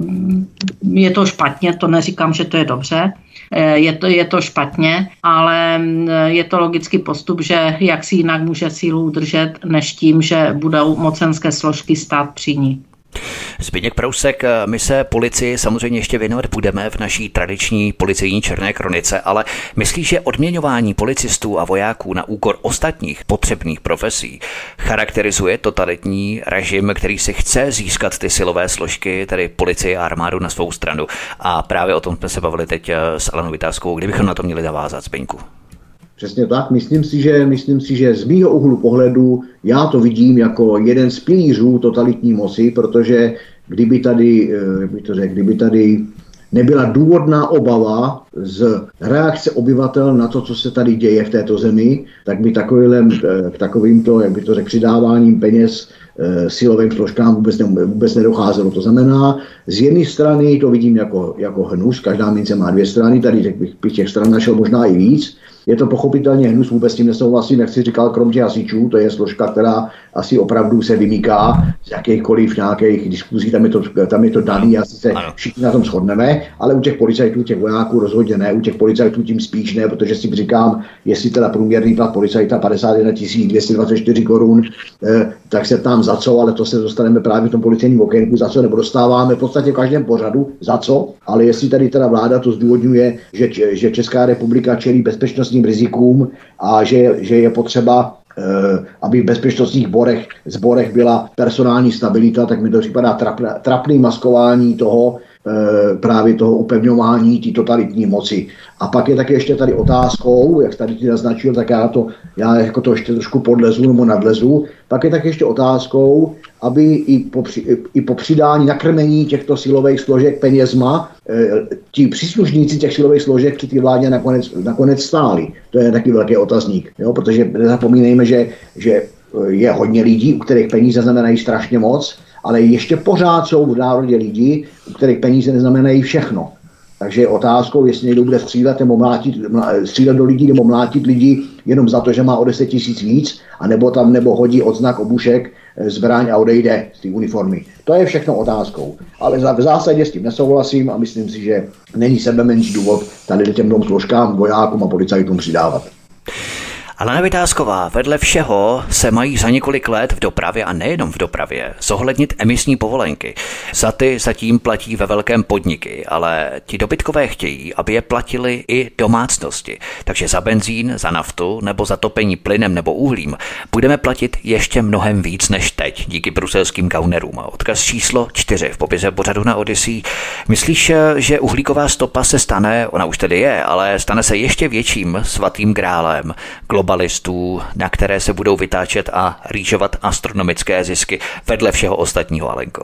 Speaker 2: je to špatně, to neříkám, že to je dobře. Je to špatně, ale je to logický postup, že jak si jinak může sílu udržet, než tím, že budou mocenské složky stát při ní.
Speaker 1: Zbyněk Prousek, my se policii samozřejmě ještě věnovat budeme v naší tradiční policejní černé kronice, ale myslíš, že odměňování policistů a vojáků na úkor ostatních potřebných profesí charakterizuje totalitní režim, který si chce získat ty silové složky, tedy policii a armádu na svou stranu? A právě o tom jsme se bavili teď s Alenou Vytázkovou. Kdybychom na to měli navázat, Zbyňku?
Speaker 3: Přesně tak. Myslím si, že z mýho úhlu pohledu já to vidím jako jeden z pilířů totalitní moci, protože kdyby tady nebyla důvodná obava z reakce obyvatel na to, co se tady děje v této zemi, tak by takovýmto, jak by to řekl, přidáváním peněz silovým složkám vůbec nedocházelo. To znamená, z jedné strany to vidím jako hnus, každá mince má dvě strany, tady bych těch stran našel možná i víc. Je to pochopitelně hnus, vůbec s tím nesouhlasím, jak si říkal, kromě hasičů, to je složka, která asi opravdu se vymýká z jakýchkoliv nějakých diskuzí, tam je to daný, asi se všichni na tom shodneme, ale u těch policajtů, těch vojáků rozhodně ne, u těch policajtů tím spíš ne, protože si říkám, jestli teda průměrný plat policajta 51 224 korun, tak se tam za co, ale to se dostaneme právě v tom policejním okénku, za co, nebo dostáváme v podstatě v každém pořadu, za co, ale jestli tady teda vláda to zdůvodňuje, že Česká republika čelí bezpečnostním rizikům a že je potřeba, aby v bezpečnostních sborech byla personální stabilita, tak mi to připadá trapný maskování toho, právě toho upevňování té totalitní moci. A pak je taky ještě tady otázkou, jak tady ty naznačil, tak já jako to ještě trošku podlezu nebo nadlezu, pak je taky ještě otázkou, aby i po přidání nakrmení těchto silových složek penězma, ti příslušníci těch silových složek při té vládě nakonec stáli. To je taky velký otazník, jo? Protože nezapomínejme, že je hodně lidí, u kterých peníze znamenají strašně moc, ale ještě pořád jsou v národě lidi, u kterých peníze neznamenají všechno. Takže je otázkou, jestli někdo bude střílet do lidí nebo mlátit lidi jenom za to, že má o 10 000 víc, nebo hodí odznak obušek, zbraň a odejde z té uniformy. To je všechno otázkou. Ale v zásadě s tím nesouhlasím a myslím si, že není sebemenší důvod tady těm dvou složkám, vojákům a policajtům přidávat.
Speaker 1: Alena Vytázková, vedle všeho se mají za několik let v dopravě a nejenom v dopravě zohlednit emisní povolenky. Za ty zatím platí ve velkém podniky, ale ti dobytkové chtějí, aby je platili i domácnosti. Takže za benzín, za naftu nebo za topení plynem nebo uhlím budeme platit ještě mnohem víc než teď díky bruselským gaunerům. Odkaz číslo 4 v popise pořadu na Odyssey. Myslíš, že uhlíková stopa se stane, ona už tedy je, ale stane se ještě větším svatým grálem globalistů, na které se budou vytáčet a rýžovat astronomické zisky vedle všeho ostatního, Alenko?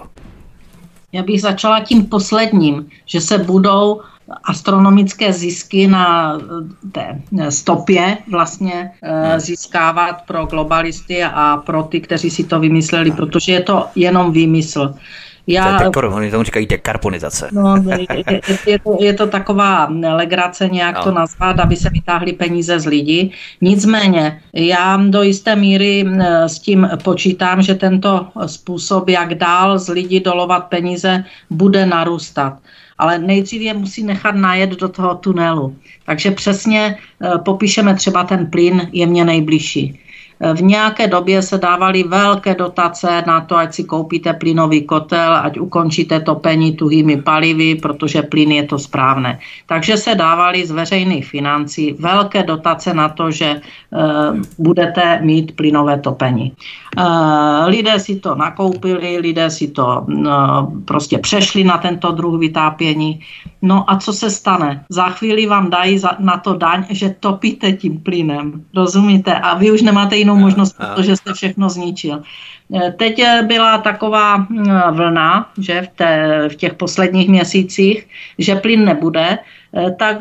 Speaker 2: Já bych začala tím posledním, že se budou astronomické zisky na té stopě vlastně získávat pro globalisty a pro ty, kteří si to vymysleli, protože je to jenom výmysl.
Speaker 1: Oni tomu říkají dekarbonizace.
Speaker 2: No, je to taková legrace, nějak to nazvat, aby se vytáhly peníze z lidí. Nicméně, já do jisté míry s tím počítám, že tento způsob, jak dál z lidí dolovat peníze, bude narůstat. Ale nejdřív je musí nechat najet do toho tunelu. Takže přesně popíšeme třeba ten plyn, je mně nejbližší. V nějaké době se dávaly velké dotace na to, ať si koupíte plynový kotel, ať ukončíte topení tuhými palivy, protože plyn je to správné. Takže se dávaly z veřejných financí velké dotace na to, že budete mít plynové topení. Lidé si to nakoupili, lidé si to prostě přešli na tento druh vytápění. No a co se stane? Za chvíli vám dají na to daň, že topíte tím plynem. Rozumíte? A vy už nemáte jinou možnost, protože jste všechno zničil. Teď byla taková vlna, že v těch posledních měsících, že plyn nebude, tak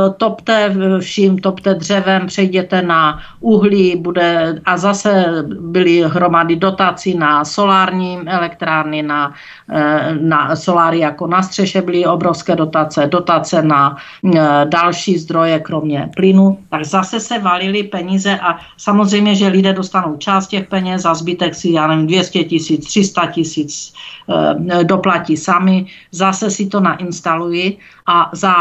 Speaker 2: topte dřevem, přejděte na uhlí, a zase byly hromady dotací na solární elektrárny, na soláry jako na střeše byly obrovské dotace na další zdroje, kromě plynu, tak zase se valily peníze a samozřejmě, že lidé dostanou část těch peněz a zbytek si, 200 000, 300 000 doplatí sami, zase si to nainstalují a za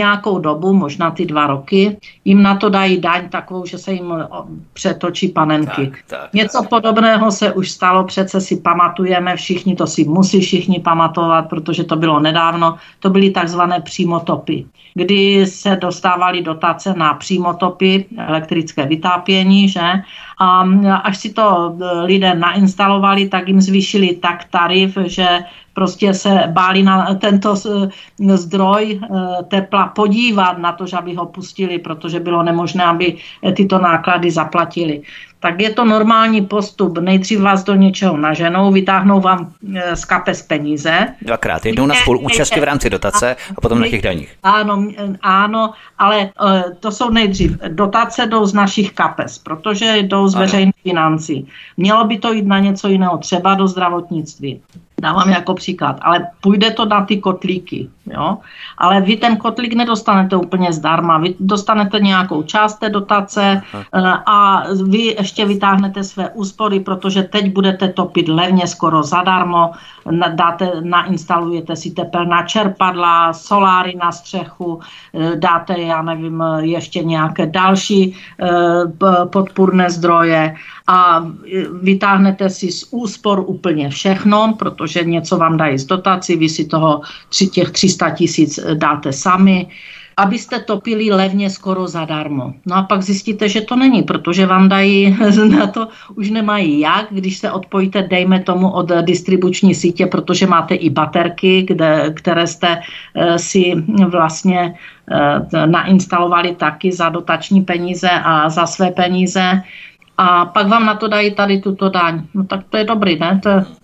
Speaker 2: nějakou dobu, možná ty 2 roky, jim na to dají daň takovou, že se jim přetočí panenky. Něco podobného se už stalo, přece si pamatujeme všichni, to si musí všichni pamatovat, protože to bylo nedávno, to byly takzvané přímotopy, kdy se dostávaly dotace na přímotopy, elektrické vytápění, že? A až si to lidé nainstalovali, tak jim zvýšili tak tarif, že prostě se báli na tento zdroj tepla podívat na to, že aby ho pustili, protože bylo nemožné, aby tyto náklady zaplatili. Tak je to normální postup. Nejdřív vás do něčeho naženou, vytáhnou vám z kapes peníze.
Speaker 1: 2krát. Jednou na spoluúčasti v rámci dotace a potom na těch daních.
Speaker 2: Ano, ale to jsou nejdřív. Dotace jdou z našich kapes, protože jdou z veřejných financí. Mělo by to jít na něco jiného, třeba do zdravotnictví. Dávám jako příklad, ale půjde to na ty kotlíky, jo? Ale vy ten kotlík nedostanete úplně zdarma, vy dostanete nějakou část té dotace a vy ještě vytáhnete své úspory, protože teď budete topit levně, skoro zadarmo, nainstalujete si tepelná čerpadla, soláry na střechu, dáte, já nevím, ještě nějaké další podpůrné zdroje a vytáhnete si z úspor úplně všechno, protože něco vám dají z dotací, vy si těch 300 000 dáte sami, abyste topili levně skoro zadarmo. No a pak zjistíte, že to není, protože vám dají, na to už nemají jak, když se odpojíte, dejme tomu, od distribuční sítě, protože máte i baterky, které jste si vlastně nainstalovali taky za dotační peníze a za své peníze. A pak vám na to dají tady tuto daň. No tak to je dobrý, ne?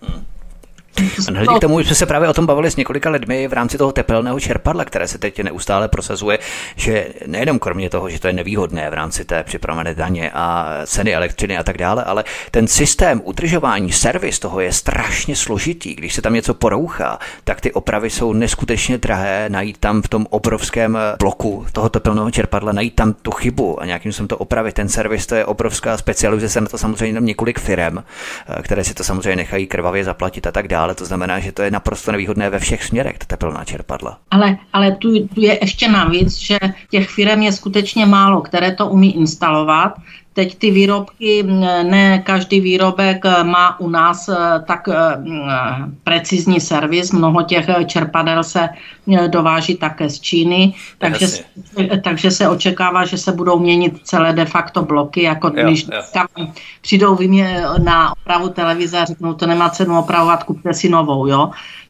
Speaker 1: K tomu jsme se právě o tom bavili s několika lidmi v rámci toho tepelného čerpadla, které se teď neustále prosazuje, že nejenom kromě toho, že to je nevýhodné v rámci té připravené daně a ceny elektřiny a tak dále, ale ten systém udržování, servis toho je strašně složitý. Když se tam něco porouchá, tak ty opravy jsou neskutečně drahé, najít tam v tom obrovském bloku toho tepelného čerpadla, najít tam tu chybu a nějakým způsobem to opravit. Ten servis, to je obrovská, specializuje se na to samozřejmě tam několik firem, které si to samozřejmě nechají krvavě zaplatit a tak dále. Ale to znamená, že to je naprosto nevýhodné ve všech směrech, ta tepelná čerpadla.
Speaker 2: Ale tu je ještě navíc, že těch firem je skutečně málo, které to umí instalovat. Teď ty výrobky, ne každý výrobek má u nás tak precizní servis. Mnoho těch čerpadel se dováží také z Číny, takže se očekává, že se budou měnit celé de facto bloky, jako když přijdou na opravu televize a řeknou, to nemá cenu opravovat, kupte si novou, jo.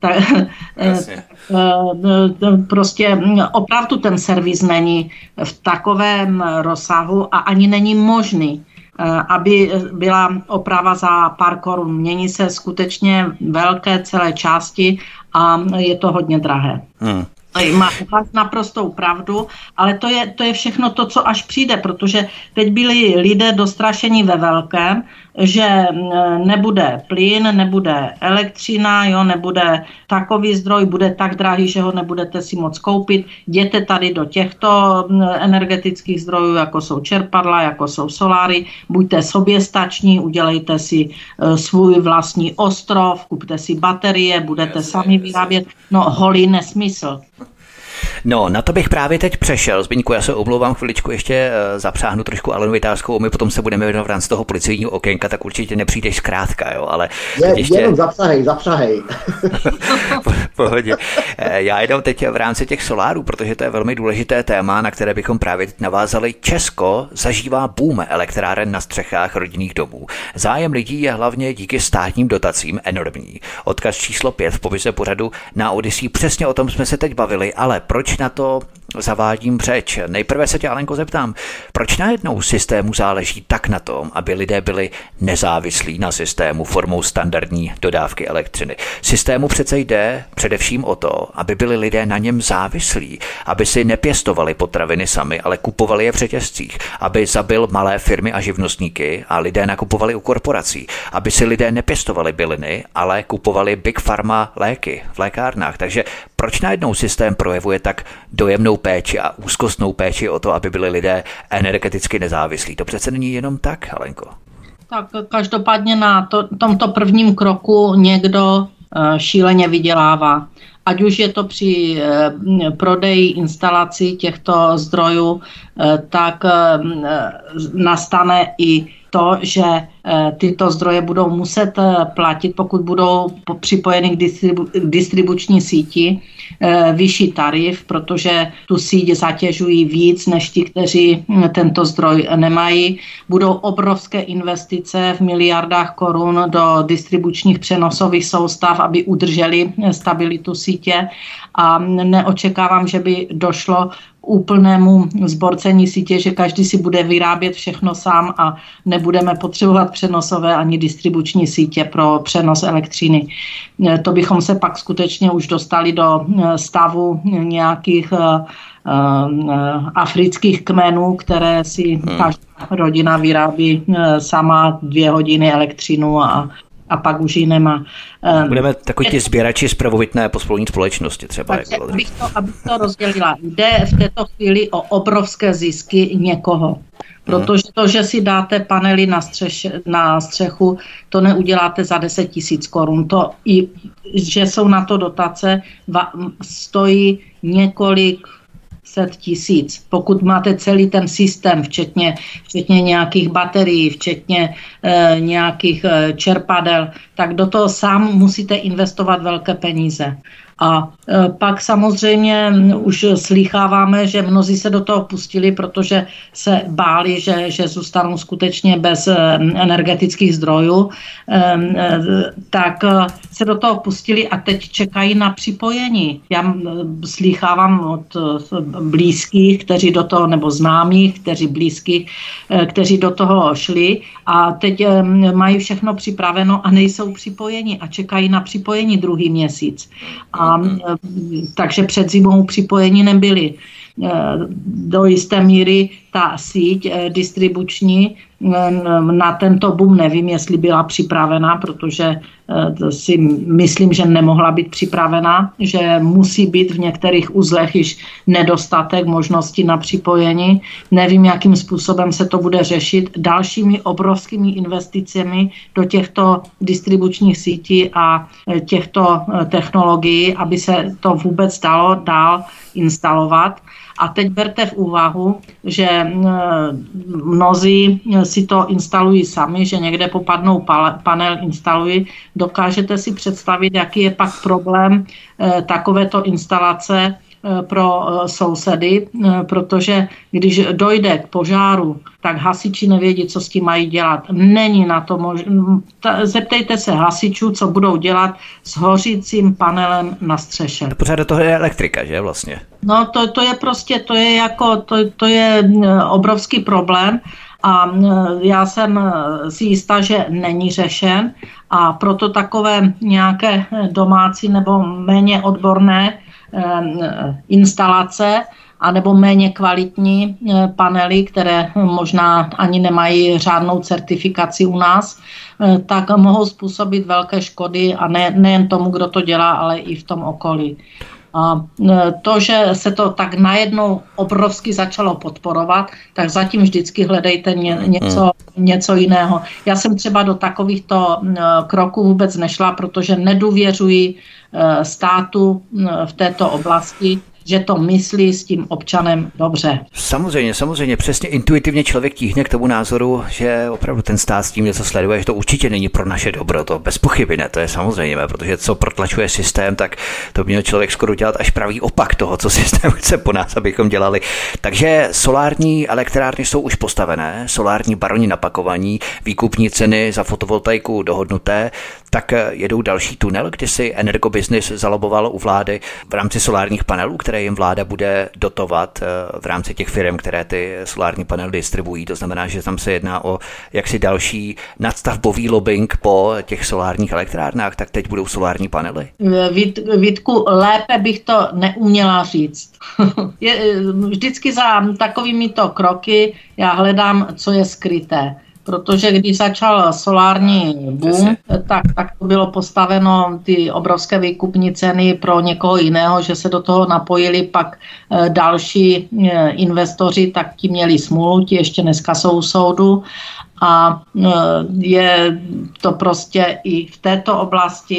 Speaker 2: Prostě opravdu ten servis není v takovém rozsahu a ani není možný, aby byla oprava za pár korun. Mění se skutečně velké celé části a je to hodně drahé. Má naprostou pravdu, ale to je všechno to, co až přijde, protože teď byli lidé dostrašení ve velkém, že nebude plyn, nebude elektřina, jo, nebude takový zdroj, bude tak drahý, že ho nebudete si moc koupit. Jděte tady do těchto energetických zdrojů, jako jsou čerpadla, jako jsou soláry, buďte soběstační, udělejte si svůj vlastní ostrov, kupte si baterie, budete sami vyrábět. No, holý nesmysl.
Speaker 1: No, na to bych právě teď přešel. Zbyňku, já se omlouvám, chviličku ještě zapřáhnu trošku Alenu Vytázkovou, my potom se budeme věnovat v rámci toho policejního okénka, tak určitě nepřijdeš zkrátka, jo, ale...
Speaker 3: Jenom zapřahej.
Speaker 1: Pohodě. Já jenom teď v rámci těch solárů, protože to je velmi důležité téma, na které bychom právě navázali. Česko zažívá boom elektráren na střechách rodinných domů. Zájem lidí je hlavně díky státním dotacím enormní. Odkaz číslo 5 v popise pořadu na Odyssey, přesně o tom jsme se teď bavili, ale proč na to zavádím řeč? Nejprve se tě, Alenko, zeptám, proč najednou systému záleží tak na tom, aby lidé byli nezávislí na systému formou standardní dodávky elektřiny? Systému přece jde především o to, aby byli lidé na něm závislí, aby si nepěstovali potraviny sami, ale kupovali je v řetězcích, aby zabil malé firmy a živnostníky a lidé nakupovali u korporací, aby si lidé nepěstovali byliny, ale kupovali Big Pharma léky v lékárnách. Takže proč najednou systém projevuje tak dojemnou péči a úzkostnou péči o to, aby byli lidé energeticky nezávislí? To přece není jenom tak, Alenko.
Speaker 2: Tak každopádně na tomto prvním kroku někdo šíleně vydělává. Ať už je to při prodeji instalací těchto zdrojů, tak nastane i to, že tyto zdroje budou muset platit, pokud budou připojeny k distribuční síti, vyšší tarif, protože tu síť zatěžují víc než ti, kteří tento zdroj nemají. Budou obrovské investice v miliardách korun do distribučních přenosových soustav, aby udrželi stabilitu sítě, a neočekávám, že by došlo úplnému zborcení sítě, že každý si bude vyrábět všechno sám a nebudeme potřebovat přenosové ani distribuční sítě pro přenos elektřiny. To bychom se pak skutečně už dostali do stavu nějakých afrických kmenů, které si každá rodina vyrábí sama 2 hodiny elektřinu a pak už ji nemá.
Speaker 1: Budeme takový ti sběrači z pravovitné pospolní společnosti třeba.
Speaker 2: Takže abych to rozdělila. Jde v této chvíli o obrovské zisky někoho. Protože to, že si dáte panely na střechu, to neuděláte za 10 000 korun. To, že jsou na to dotace, stojí několik set tisíc. Pokud máte celý ten systém, včetně nějakých baterií, včetně nějakých čerpadel, tak do toho sám musíte investovat velké peníze. A pak samozřejmě už slýcháváme, že mnozí se do toho pustili, protože se báli, že zůstanou skutečně bez energetických zdrojů, tak se do toho pustili a teď čekají na připojení. Já slýchávám od blízkých, kteří do toho, nebo známých, kteří do toho šli a teď mají všechno připraveno a nejsou připojeni a čekají na připojení druhý měsíc. Takže před zimou připojení nebyli. Do jisté míry ta síť distribuční na tento boom nevím, jestli byla připravená, protože si myslím, že nemohla být připravená, že musí být v některých uzlech již nedostatek možností na připojení. Nevím, jakým způsobem se to bude řešit dalšími obrovskými investicemi do těchto distribučních sítí a těchto technologií, aby se to vůbec dalo dál instalovat. A teď berte v úvahu, že mnozí si to instalují sami, že někde popadnou panel, instalují. Dokážete si představit, jaký je pak problém takovéto instalace pro sousedy, protože když dojde k požáru, tak hasiči nevědí, co s tím mají dělat. Není na to možné. Zeptejte se hasičů, co budou dělat s hořícím panelem na střeše.
Speaker 1: Pořád do toho je elektrika, že vlastně?
Speaker 2: No to je prostě, to je obrovský problém. A já jsem si jistá, že není řešen, a proto takové nějaké domácí nebo méně odborné instalace anebo méně kvalitní panely, které možná ani nemají řádnou certifikaci u nás, tak mohou způsobit velké škody, a nejen tomu, kdo to dělá, ale i v tom okolí. A to, že se to tak najednou obrovsky začalo podporovat, tak zatím vždycky hledejte něco jiného. Já jsem třeba do takovýchto kroků vůbec nešla, protože nedůvěřuji státu v této oblasti, že to myslí s tím občanem dobře.
Speaker 1: Samozřejmě, přesně intuitivně člověk tíhne k tomu názoru, že opravdu ten stát s tím něco sleduje, že to určitě není pro naše dobro, to bez pochyby ne, to je samozřejmé, protože co protlačuje systém, tak to měl člověk skoro dělat až pravý opak toho, co systém chce po nás, abychom dělali. Takže solární elektrárny jsou už postavené, solární baroni napakovaní, výkupní ceny za fotovoltaiku dohodnuté, tak jedou další tunel, kdy si Energobiznis zaloboval u vlády v rámci solárních panelů, které jim vláda bude dotovat v rámci těch firm, které ty solární panely distribuují. To znamená, že tam se jedná o jaksi další nadstavbový lobbying po těch solárních elektrárnách, tak teď budou solární panely.
Speaker 2: Vítku, lépe bych to neuměla říct. Vždycky za takovýmito kroky já hledám, co je skryté. Protože když začal solární boom, tak to bylo postaveno ty obrovské výkupní ceny pro někoho jiného, že se do toho napojili pak další investoři, tak ti měli smůlu, ti ještě dneska jsou u soudu. A je to prostě i v této oblasti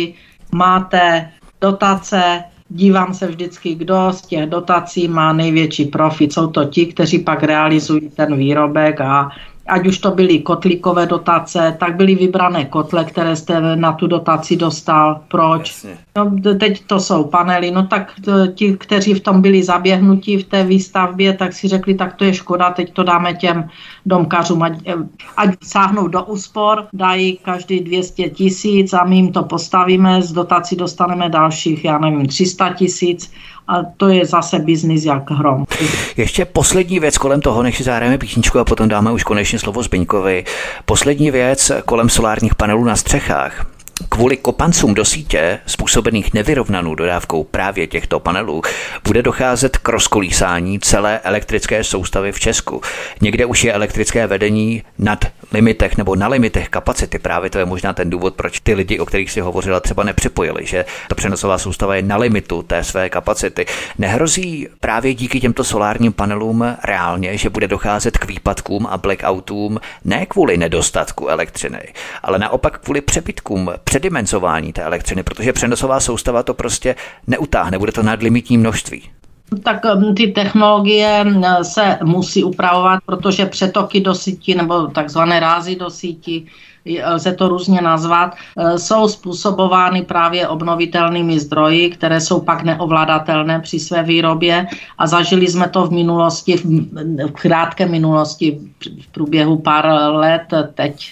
Speaker 2: máte dotace, dívám se vždycky, kdo z těch dotací má největší profit. Jsou to ti, kteří pak realizují ten výrobek a ať už to byly kotlíkové dotace, tak byly vybrané kotle, které jste na tu dotaci dostal. Proč? No, teď to jsou panely, no tak ti, kteří v tom byli zaběhnutí v té výstavbě, tak si řekli, tak to je škoda, teď to dáme těm domkařům, ať sáhnou do úspor, dají každý 200 000 a my jim to postavíme, z dotací dostaneme dalších, 300 000 a to je zase biznis jak hrom.
Speaker 1: Ještě poslední věc kolem toho, než si zahrajeme písničku a potom dáme už konečně slovo Zbyňkovi. Poslední věc kolem solárních panelů na střechách. Kvůli kopancům do sítě, způsobených nevyrovnanou dodávkou právě těchto panelů, bude docházet k rozkolísání celé elektrické soustavy v Česku. Někde už je elektrické vedení nad limitech nebo na limitech kapacity. Právě to je možná ten důvod, proč ty lidi, o kterých si hovořila, třeba nepřipojili, že ta přenosová soustava je na limitu té své kapacity. Nehrozí právě díky těmto solárním panelům reálně, že bude docházet k výpadkům a blackoutům ne kvůli nedostatku elektřiny, ale naopak kvůli přebytkům, předimenzování té elektřiny, protože přenosová soustava to prostě neutáhne, bude to nadlimitní množství.
Speaker 2: Tak ty technologie se musí upravovat, protože přetoky do sítí nebo takzvané rázy do sítí, lze to různě nazvat, jsou způsobovány právě obnovitelnými zdroji, které jsou pak neovladatelné při své výrobě a zažili jsme to v minulosti, v krátké minulosti, v průběhu pár let teď,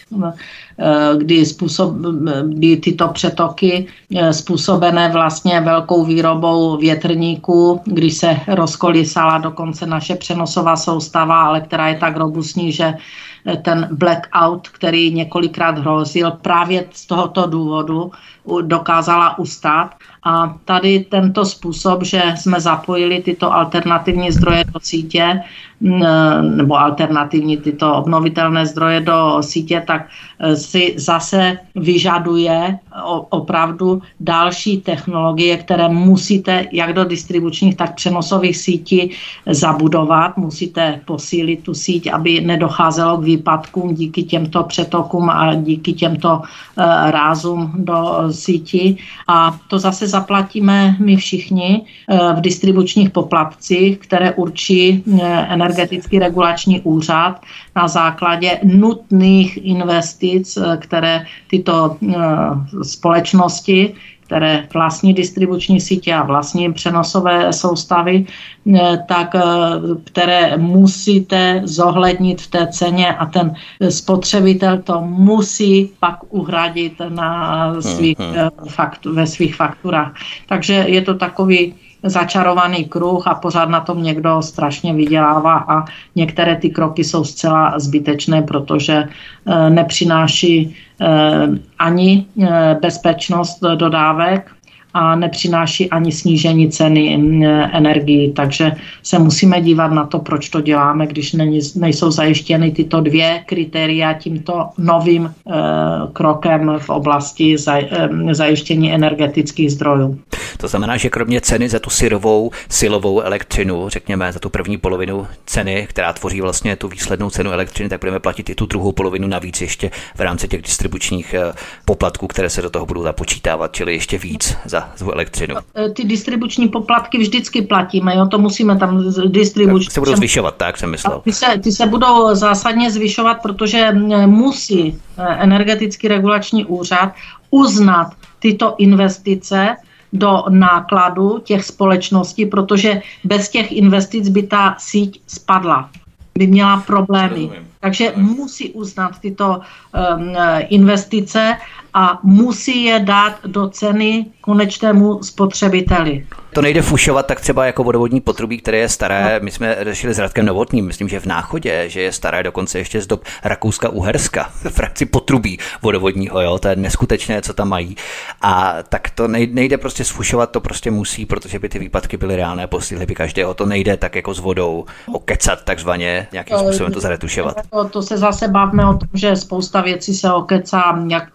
Speaker 2: kdy tyto přetoky způsobené vlastně velkou výrobou větrníků, kdy se rozkolísala dokonce naše přenosová soustava, ale která je tak robustní, že ten blackout, který několikrát hrozil, právě z tohoto důvodu dokázala ustát. A tady tento způsob, že jsme zapojili tyto alternativní zdroje do sítě, nebo alternativní tyto obnovitelné zdroje do sítě, tak si zase vyžaduje opravdu další technologie, které musíte jak do distribučních, tak přenosových sítí zabudovat. Musíte posílit tu síť, aby nedocházelo k výpadkům díky těmto přetokům a díky těmto rázům do síti. A to zase zaplatíme my všichni v distribučních poplatcích, které určí Energetický regulační úřad na základě nutných investic, které tyto společnosti, které vlastní distribuční sítě a vlastní přenosové soustavy, tak které musíte zohlednit v té ceně a ten spotřebitel to musí pak uhradit ve svých fakturách. Takže je to takový začarovaný kruh a pořád na tom někdo strašně vydělává a některé ty kroky jsou zcela zbytečné, protože nepřináší ani bezpečnost dodávek a nepřináší ani snížení ceny energii. Takže se musíme dívat na to, proč to děláme, když nejsou zajištěny tyto dvě kritéria tímto novým krokem v oblasti zajištění energetických zdrojů.
Speaker 1: To znamená, že kromě ceny za tu silovou elektřinu, řekněme za tu první polovinu ceny, která tvoří vlastně tu výslednou cenu elektřiny, tak budeme platit i tu druhou polovinu navíc ještě v rámci těch distribučních poplatků, které se do toho budou započítávat, čili ještě víc za tu elektřinu.
Speaker 2: Ty distribuční poplatky vždycky platíme, jo, to musíme tam distribučně.
Speaker 1: Se budou zvyšovat, tak jsem myslel.
Speaker 2: Ty se budou zásadně zvyšovat, protože musí Energetický regulační úřad uznat tyto investice do nákladu těch společností, protože bez těch investic by ta síť spadla, by měla problémy. Takže musí uznat tyto investice a musí je dát do ceny konečnému spotřebiteli.
Speaker 1: To nejde fušovat tak třeba jako vodovodní potrubí, které je staré. My jsme řešili s Radkem Novotným, myslím, že v Náchodě, že je staré dokonce ještě z dob Rakouska-Uherska, v rámci potrubí vodovodního, jo, to je neskutečné, co tam mají. A tak to nejde prostě sfušovat, to prostě musí, protože by ty výpadky byly reálné, postihly by každého. To nejde tak jako s vodou okecat takzvaně, nějakým způsobem to zaretušovat.
Speaker 2: To se zase bavíme o tom, že spousta věcí se okecá, jak plynárenství,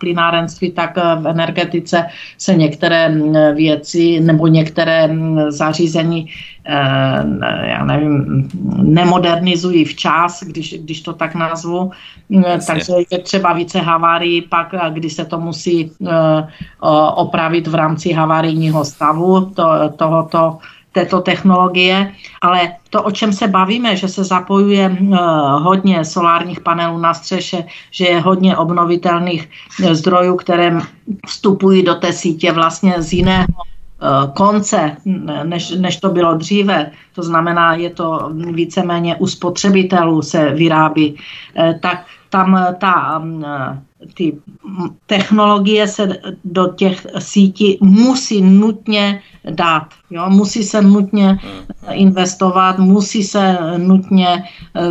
Speaker 2: poradenství, tak v energetice se některé věci nebo některé zařízení já nevím, nemodernizují včas, když to tak nazvu. Takže je třeba více havárií, pak když se to musí opravit v rámci havarijního stavu této technologie, ale to, o čem se bavíme, že se zapojuje hodně solárních panelů na střeše, že je hodně obnovitelných zdrojů, které vstupují do té sítě vlastně z jiného konce, než to bylo dříve, to znamená, je to víceméně u spotřebitelů se vyrábí, tak tam ty technologie se do těch sítí musí nutně dát. Jo? Musí se nutně investovat, musí se nutně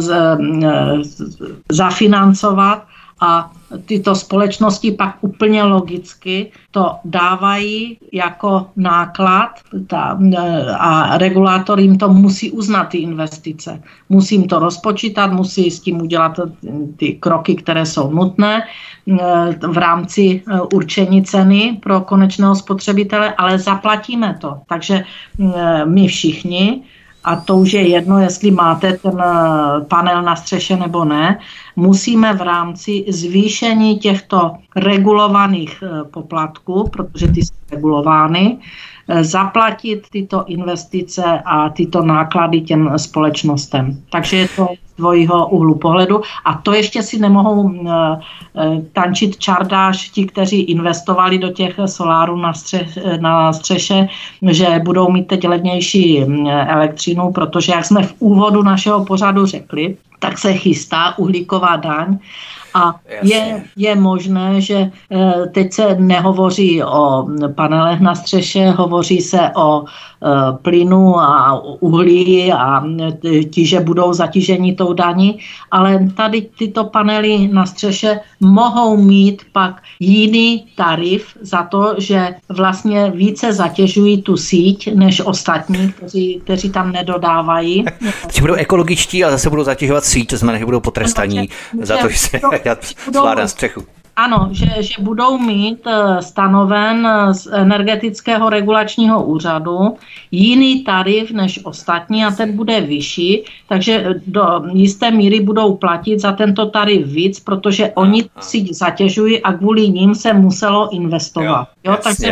Speaker 2: zafinancovat a tyto společnosti pak úplně logicky to dávají jako náklad a regulátor jim to musí uznat, ty investice. Musí jim to rozpočítat, musí s tím udělat ty kroky, které jsou nutné v rámci určení ceny pro konečného spotřebitele, ale zaplatíme to. Takže my všichni, a to už je jedno, jestli máte ten panel na střeše nebo ne, musíme v rámci zvýšení těchto regulovaných poplatků, protože ty jsou regulovány, zaplatit tyto investice a tyto náklady těm společnostem. Takže je to z dvojího úhlu pohledu a to ještě si nemohou tančit čardáš ti, kteří investovali do těch solárů na střeše, že budou mít teď levnější elektřinu, protože jak jsme v úvodu našeho pořadu řekli, tak se chystá uhlíková daň a je možné, že teď se nehovoří o panelech na střeše, hovoří se o plynu a uhlí a ti, že budou zatíženi tou daní, ale tady tyto panely na střeše mohou mít pak jiný tarif za to, že vlastně více zatěžují tu síť než ostatní, kteří tam nedodávají.
Speaker 1: Že budou ekologičtí, ale zase budou zatěžovat síť, to znamená, že budou potrestaní za to, že se zvládá střechu.
Speaker 2: Ano, že budou mít stanoven z energetického regulačního úřadu jiný tarif než ostatní a ten bude vyšší, takže do jisté míry budou platit za tento tarif víc, protože oni si zatěžují a kvůli ním se muselo investovat. Jo, takže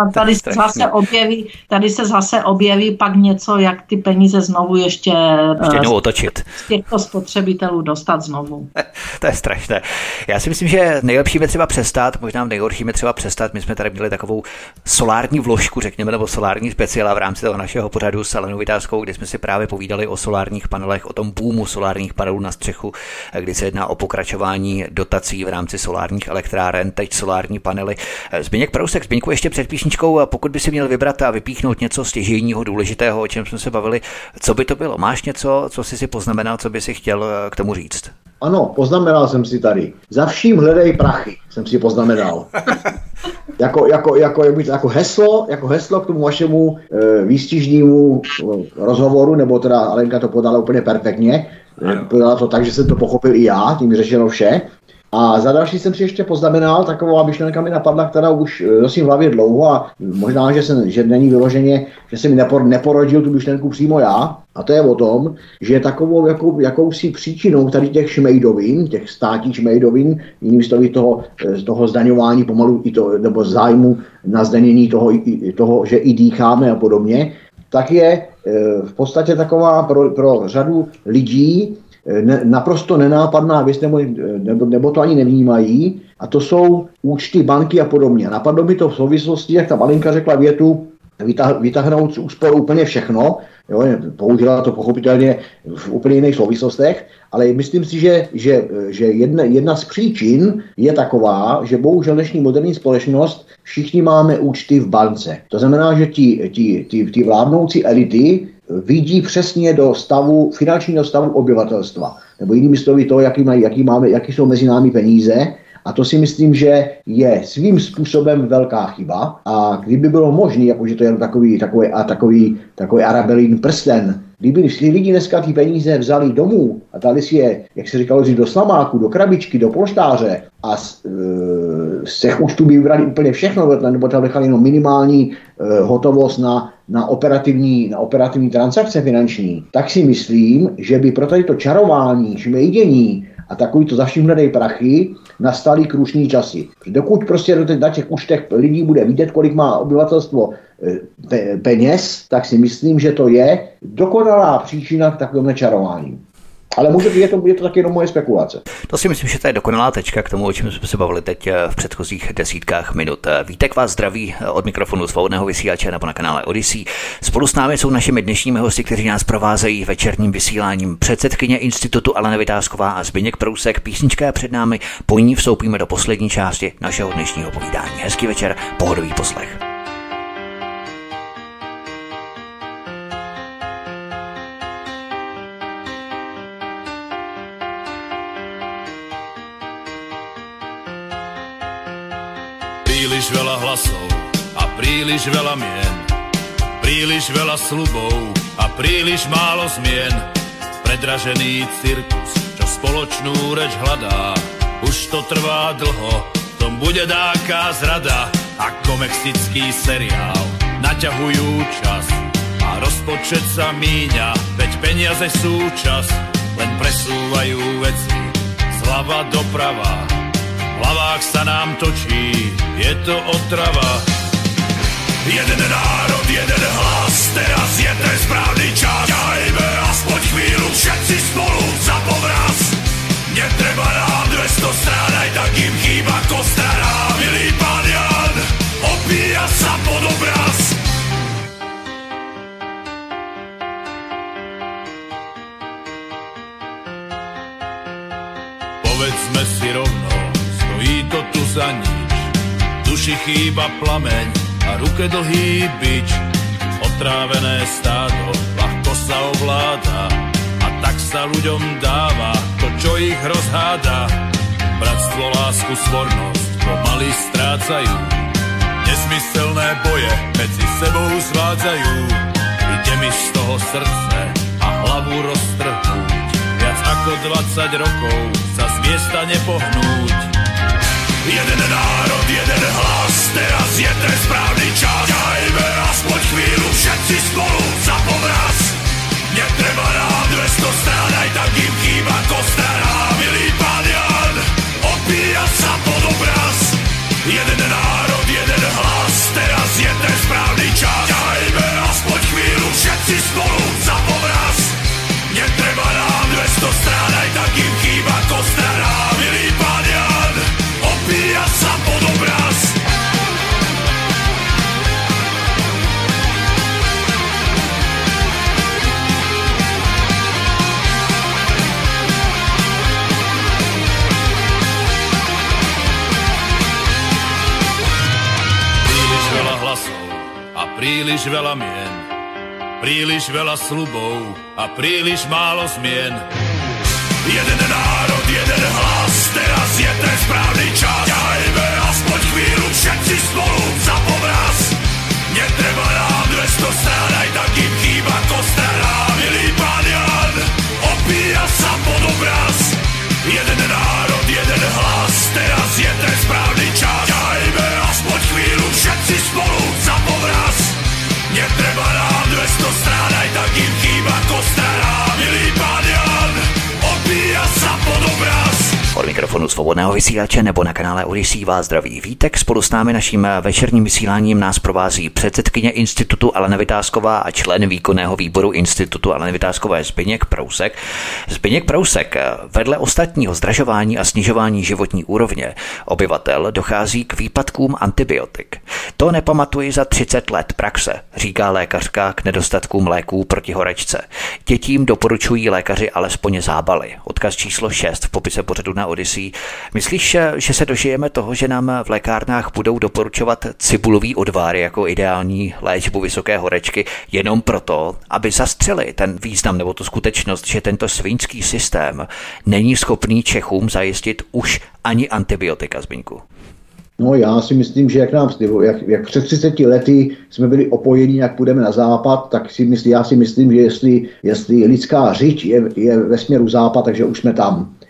Speaker 2: tady se zase objeví pak něco, jak ty peníze znovu ještě
Speaker 1: otočit.
Speaker 2: Z těchto spotřebitelů dostat znovu.
Speaker 1: To je strašné. Já si myslím, že nejlepší je třeba přestat, možná nejhorší je třeba přestat. My jsme tady měli takovou solární vložku, řekněme, nebo solární speciál v rámci toho našeho pořadu s Alenou Vytázkovou, kde jsme si právě povídali o solárních panelech, o tom boomu solárních panelů na střechu, kdy se jedná o pokračování dotací v rámci solárních elektráren, teď solární panely. Zbyněk Prousek, Zbyňku, ještě před píšničkou, pokud by si měl vybrat a vypíchnout něco stěžejního, důležitého, o čem jsme se bavili, co by to bylo? Máš něco, co jsi si poznamenal, co by si chtěl k tomu říct?
Speaker 3: Ano, poznamenal jsem si tady. Za vším hledej prachy, jsem si poznamenal. Jako heslo k tomu vašemu výstižnímu rozhovoru, nebo teda Alenka to podala úplně perfektně. Podala to tak, že jsem to pochopil i já, tím řešeno vše. A za další jsem si ještě poznamenal, taková myšlenka mi napadla, která už nosím v hlavě dlouho a možná, že není vyloženě, že jsem mi neporodil tu myšlenku přímo já. A to je o tom, že takovou jakousi příčinou tady těch šmejdovin, těch státních šmejdovin, jinými slovy toho zdaňování pomalu, nebo zájmu na zdanění toho, že i dýcháme a podobně, tak je v podstatě taková pro řadu lidí naprosto nenápadná věc, nebo to ani nevnímají, a to jsou účty banky a podobně. Napadlo mi to v souvislosti, jak ta malinka řekla větu, vytáhnout z úsporu úplně všechno, jo, použila to pochopitelně v úplně jiných souvislostech, ale myslím si, že jedna z příčin je taková, že bohužel dnešní moderní společnost všichni máme účty v bance. To znamená, že ti vládnoucí elity vidí přesně do finančního stavu obyvatelstva. Nebo jinými slovy to, jaký jsou mezi námi peníze. A to si myslím, že je svým způsobem velká chyba. A kdyby bylo možné, jakože to je takový Arabelín prsten, kdyby si lidi dneska ty peníze vzali domů a dali si je, jak se říkalo, do slamáku, do krabičky, do polštáře a z těch účtů by vybrali úplně všechno, nebo tam nechali jenom minimální hotovost na operativní transakce finanční, tak si myslím, že by pro tady to čarování, šmejdění a takovýto zašimhledej prachy nastaly krušní časy. Dokud prostě na těch účtech lidí bude vidět, kolik má obyvatelstvo peněz, tak si myslím, že to je dokonalá příčina k takovému čarování. Ale je to taky jenom moje spekulace.
Speaker 1: To si myslím, že to je dokonalá tečka k tomu, o čem jsme se bavili teď v předchozích desítkách minut. Vítek vás zdraví od mikrofonu Svobodného vysílače nebo na kanále Odyssey. Spolu s námi jsou našimi dnešními hosti, kteří nás provázejí večerním vysíláním, předsedkyně institutu Alena Vytázková a Zbyněk Prousek. Písnička je před námi, po ní vstoupíme do poslední části našeho dnešního povídání. Hezký večer, pohodový poslech.
Speaker 4: Príliš veľa hlasov a príliš veľa mien, príliš veľa slubov a príliš málo zmien. Predražený cirkus, čo spoločnú reč hľadá, už to trvá dlho, v tom bude dáká zrada. Ako mexický seriál, naťahujú čas a rozpočet sa míňa, veď peniaze sú čas, len presúvajú veci zľava doprava. V hlavách sa nám točí, je to otrava. Jeden národ, jeden hlas, teraz je ten správny čas. Ťahajme aspoň chvíľu všetci spolu za povraz. Netreba nám 200 strán, aj tak im chýba kostrana. Milý pán Jan, opíja sa pod obraz. Povedzme si rovno, stojí to tu za nič. Duši chýba plameň a ruke dlhý bič. Otrávené stádo ľahko sa ovláda a tak sa ľuďom dáva to, čo ich rozháda. Bratstvo, lásku, svornosť pomaly strácajú. Nezmyselné boje medzi sebou zvádzajú. Ide mi z toho srdce a hlavu roztrhnúť. Viac ako 20 rokov sa z miesta nepohnúť. Jeden národ, jeden hlas, teraz je ten správny čas. Ťahajme aspoň chvíľu všetci spolu za povraz. Netreba nám 200 strán, aj tak im chýba kostrana. Milý pán Jan, opíja sa pod obraz. Jeden národ, jeden hlas, teraz je ten správny čas. Ťahajme aspoň chvíľu všetci spolu za povraz. Netreba nám 200 strán, aj tak im chýba kostrana. Milý pán Jan, opíja sa pod obraz. Príliš veľa hlasov a príliš veľa mien, príliš veľa slubov a príliš málo zmien. Jeden národ, jeden hlas, teraz je ten správny čas. Ťahajme aspoň chvíľu všetci spolu za povraz. Netreba nám 200 strán, aj tak im chýba kostrana. Milý pán Jan, opíja sa pod obraz. Jeden národ, jeden hlas, teraz je ten správny čas. Ťahajme aspoň chvíľu všetci spolu za povraz. Netreba nám 200 strán, aj tak im chýba kostrana. Milý pán Jan, opíja sa pod obraz.
Speaker 1: Od mikrofonu Svobodného vysílače nebo na kanále Odyssey vás zdraví Vítek. Spolu s námi naším večerním vysíláním nás provází předsedkyně institutu Alena Vytázková a člen výkonného výboru institutu Aleny Vytázkové Zbyněk Prousek. Zbyněk Prousek, vedle ostatního zdražování a snižování životní úrovně obyvatel dochází k výpadkům antibiotik. To nepamatuji za 30 let praxe, říká lékařka k nedostatkům léků proti horečce. Dětím doporučují lékaři alespoň zábaly. Odkaz číslo 6 v popise pořadu na Odyssey. Myslíš, že se dožijeme toho, že nám v lékárnách budou doporučovat cibulový odvár jako ideální léčbu vysoké horečky jenom proto, aby zastřeli ten význam nebo tu skutečnost, že tento svinský systém není schopný Čechům zajistit už ani antibiotika, Zbyňku?
Speaker 3: No já si myslím, že jak před 30 lety jsme byli opojeni, jak půjdeme na západ, tak já si myslím, že jestli lidská řiď je ve směru západ, takže už jsme tam.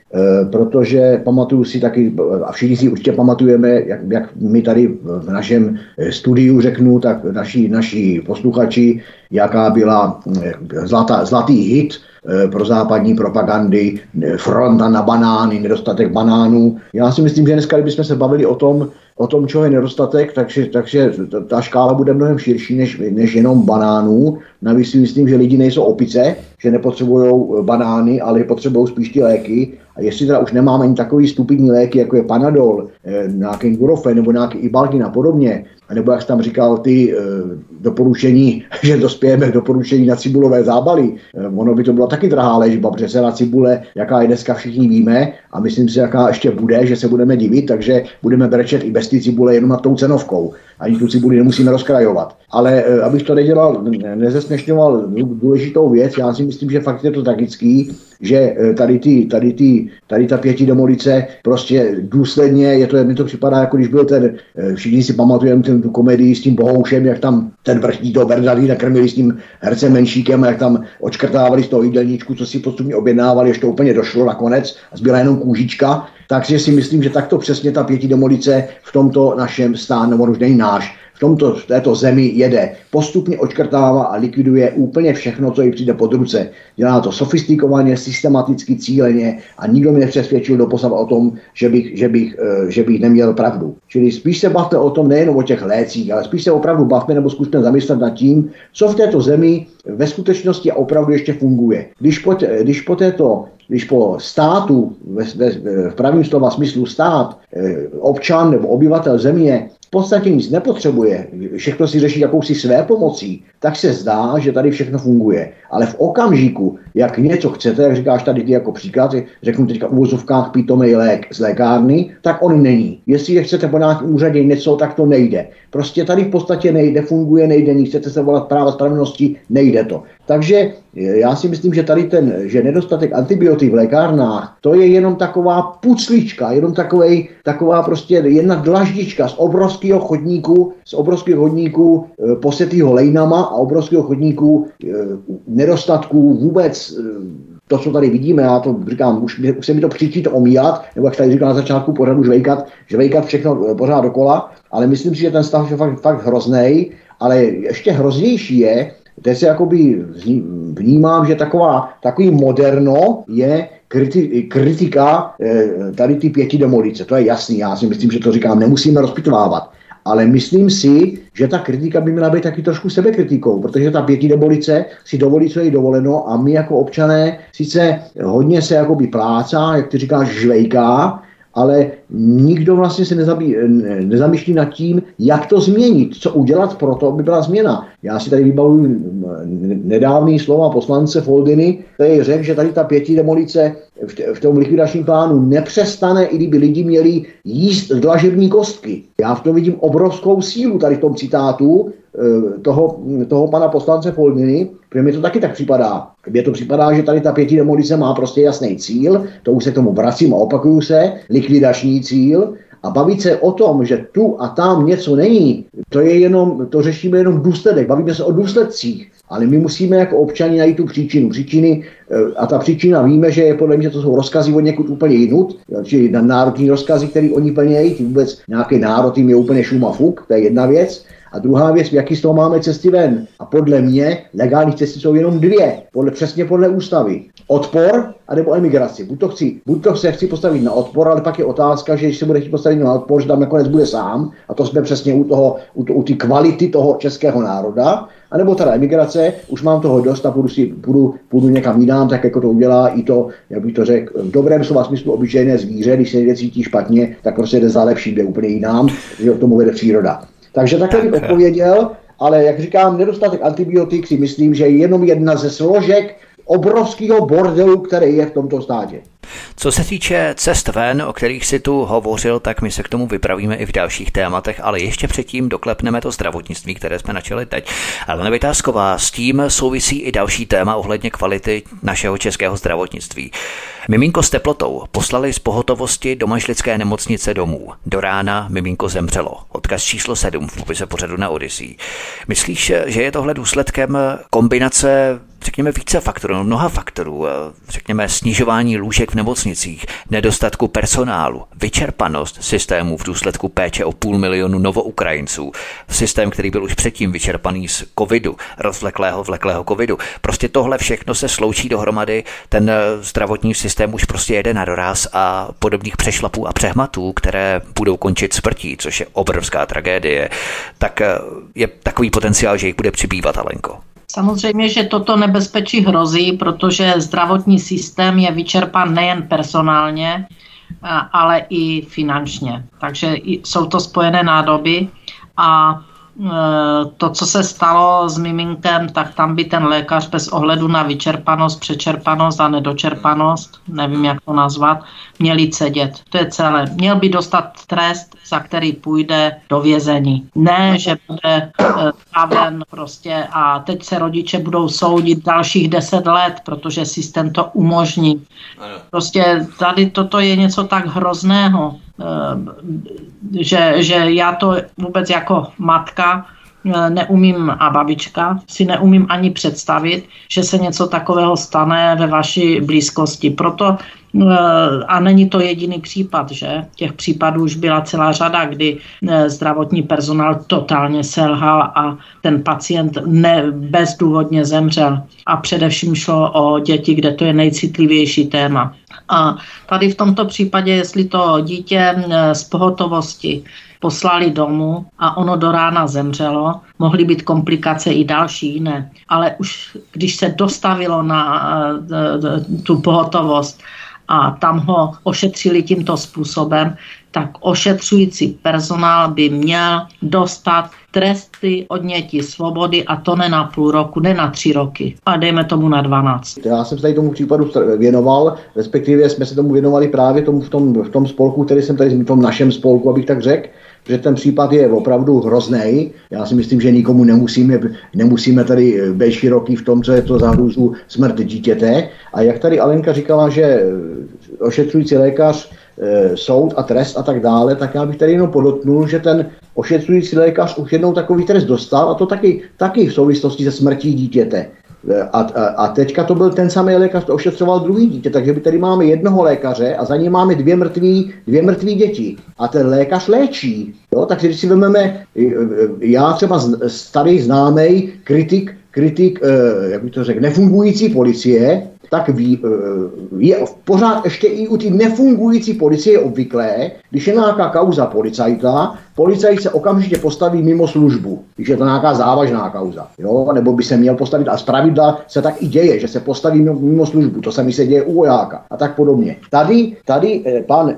Speaker 3: protože pamatuju si taky, a všichni si určitě pamatujeme, jak my tady v našem studiu řeknu, tak naši posluchači, jaká byla zlatý hit pro západní propagandy, fronta na banány, nedostatek banánů. Já si myslím, že dneska, kdybychom se bavili o tom, čeho je nedostatek, takže ta škála bude mnohem širší než jenom banánů. Navíc si myslím, že lidi nejsou opice, že nepotřebují banány, ale potřebují spíš ty léky. A jestli teda už nemáme ani takový stupidní léky, jako je Panadol, nějaký Nurofen nebo nějaký Ibalgin a podobně, nebo jak jsi tam říkal ty doporučení, že dospějeme k doporučení na cibulové zábaly. Ono by to byla taky drahá léčba, protože se na cibule, jaká je dneska, všichni víme, a myslím si, jaká ještě bude, že se budeme divit, takže budeme brečet i bez ty cibule jenom nad tou cenovkou. Ani tu cibuli nemusíme rozkrajovat. Ale abych to nezesměšňoval důležitou věc, já si myslím, že fakt je to tragický, že tady ta pětidemolice prostě důsledně, mi to připadá, jako když byl všichni si pamatujeme tu komedii s tím Bohoušem, jak tam ten vrchní toho Bernardína krmili s tím hercem Menšíkem, jak tam odškrtávali z toho jídelníčku, co si postupně objednávali, až to úplně došlo nakonec a zbyla jenom kůžička. Takže si myslím, že takto přesně ta pětidemolice v tomto našem stánu, nebo už není náš, v této zemi jede. Postupně odškrtává a likviduje úplně všechno, co jí přijde pod ruce. Dělá to sofistikovaně, systematicky, cíleně a nikdo mě nepřesvědčil doposud o tom, že bych neměl pravdu. Čili spíš se bavme o tom nejen o těch lécích, ale spíš se opravdu bavme nebo zkusme zamyslet nad tím, co v této zemi ve skutečnosti opravdu ještě funguje. Když po státu, v pravém slova smyslu stát, občan nebo obyvatel země v podstatě nic nepotřebuje, všechno si řeší jakousi své pomocí, tak se zdá, že tady všechno funguje. Ale v okamžiku, jak něco chcete, jak říkáš tady ty jako příklad, řeknu teďka v uvozovkách pitomej lék z lékárny, tak on není. Jestli chcete po nějakém úřadě něco, tak to nejde. Prostě tady v podstatě nejde, nejde nic, chcete se volat práva spravedlnosti, nejde to. Takže já si myslím, že tady že nedostatek antibiotik v lékárnách, to je jenom taková puclička, jenom taková prostě jedna dlaždička z obrovského chodníku posetýho lejnama a obrovského chodníku nedostatků vůbec. To, co tady vidíme, já to říkám, už se mi to přičí to omílat, nebo jak tady říkal na začátku pořadu, žvejkat všechno pořád dokola, ale myslím si, že ten stav je fakt hroznej, ale ještě hroznější je, teď se jakoby vnímám, že takový moderno je kritika tady ty pětidemolice. To je jasný, já si myslím, že to říkám, nemusíme rozpitvávat. Ale myslím si, že ta kritika by měla být taky trošku sebekritikou, protože ta pětidemolice si dovolí, co je dovoleno, a my jako občané sice hodně se jakoby plácá, jak ty říkáš, žvejká, ale nikdo vlastně se nezamýšlí nad tím, jak to změnit, co udělat pro to, aby byla změna. Já si tady vybavuju nedávný slova poslance Foldiny, který řekl, že tady ta pětidemolice v tom likvidačním plánu nepřestane, i kdyby lidi měli jíst dlažební kostky. Já v tom vidím obrovskou sílu tady v tom citátu toho pana poslance Foldiny, protože mi to taky tak připadá. Mně to připadá, že tady ta pětidemolice má prostě jasný cíl, to už se k tomu vracím a opakuju se, likvidační cíl, a bavit se o tom, že tu a tam něco není, to řešíme jenom důsledek, bavíme se o důsledcích. Ale my musíme jako občani najít tu příčiny. A ta příčina víme, že podle mě to jsou rozkazy od někud úplně jinut, čili národní rozkazy, které oni plnějí, ty vůbec nějaký národ jim je úplně šum a fuk, to je jedna věc. A druhá věc, jaký z toho máme cesty ven. A podle mě legální cesty jsou jenom dvě, přesně podle ústavy. Odpor anebo emigraci. Buď to se chci postavit na odpor, ale pak je otázka, že když se bude chtít postavit na odpor, že tam nakonec bude sám, a to jsme přesně u té kvality toho českého národa, anebo teda emigrace, už mám toho dost a půjdu někam jinam, tak jako to udělá i to, jak bych to řekl, v dobrém slova smyslu obyčejné zvíře, když se někde cítí špatně, tak prostě jde za lepším, jde úplně jinam, že k tomu vede příroda. Takže takhle bych odpověděl, ale jak říkám, nedostatek antibiotik si myslím, že je jenom jedna ze složek obrovského bordelu, který je v tomto státě.
Speaker 1: Co se týče cest ven, o kterých si tu hovořil, tak my se k tomu vypravíme i v dalších tématech, ale ještě předtím doklepneme to zdravotnictví, které jsme načali teď. Alena Vytázková, s tím souvisí i další téma ohledně kvality našeho českého zdravotnictví. Miminko s teplotou poslali z pohotovosti do Mažlické nemocnice domů. Do rána miminko zemřelo. Odkaz číslo 7 v popise pořadu na Odyssey. Myslíš, že je tohle důsledkem kombinace řekněme, více faktorů, mnoha faktorů, řekněme snižování lůžek v nemocnicích, nedostatku personálu, vyčerpanost systému v důsledku péče o 500 000 Novoukrajinců, systém, který byl už předtím vyčerpaný z covidu, vleklého covidu. Prostě tohle všechno se sloučí dohromady, ten zdravotní systém už prostě jede na doraz a podobných přešlapů a přehmatů, které budou končit smrtí, což je obrovská tragédie, tak je takový potenciál, že jich bude přibývat, Alenko.
Speaker 2: Samozřejmě, že toto nebezpečí hrozí, protože zdravotní systém je vyčerpán nejen personálně, ale i finančně. Takže jsou to spojené nádoby a to, co se stalo s miminkem, tak tam by ten lékař bez ohledu na vyčerpanost, přečerpanost a nedočerpanost, nevím, jak to nazvat, měl jít sedět. To je celé. Měl by dostat trest, za který půjde do vězení. Ne, že bude staven prostě a teď se rodiče budou soudit dalších 10 let, protože systém to umožní. Prostě tady toto je něco tak hrozného, že já to vůbec jako matka neumím a babička si neumím ani představit, že se něco takového stane ve vaší blízkosti. Proto a není to jediný případ, že? Těch případů už byla celá řada, kdy zdravotní personál totálně selhal a ten pacient bezdůvodně zemřel. A především šlo o děti, kde to je nejcitlivější téma. A tady v tomto případě, jestli to dítě z pohotovosti poslali domů a ono do rána zemřelo, mohly být komplikace i další jiné. Ale už když se dostavilo na tu pohotovost a tam ho ošetřili tímto způsobem, tak ošetřující personál by měl dostat tresty odnětí svobody a to ne na půl roku, ne na 3 roky, a dejme tomu na 12.
Speaker 3: Já jsem se tady tomu případu věnoval, respektive jsme se tomu věnovali právě v tom spolku, který jsem tady v tom našem spolku, abych tak řekl, že ten případ je opravdu hrozný. Já si myslím, že nikomu nemusíme tady být široký v tom, co je to za hrůzu smrt dítěte. A jak tady Alenka říkala, že ošetřující lékař, soud a trest a tak dále, tak já bych tady jenom podotknul, že ten ošetřující lékař už jednou takový trest dostal, a to taky v souvislosti se smrtí dítěte. A teďka to byl ten samý lékař, to ošetřoval druhý dítě, takže my tady máme jednoho lékaře a za ním máme dvě mrtví děti. A ten lékař léčí. Jo? Takže když si vezmeme, já třeba starý známý kritik, jak bych to řekl, nefungující policie, tak je pořád ještě i u té nefungující policie je obvyklé, když je nějaká kauza policajt se okamžitě postaví mimo službu, když je to nějaká závažná kauza, jo? Nebo by se měl postavit, a zpravidla se tak i děje, že se postaví mimo službu, to samé se děje u vojáka a tak podobně. Tady pan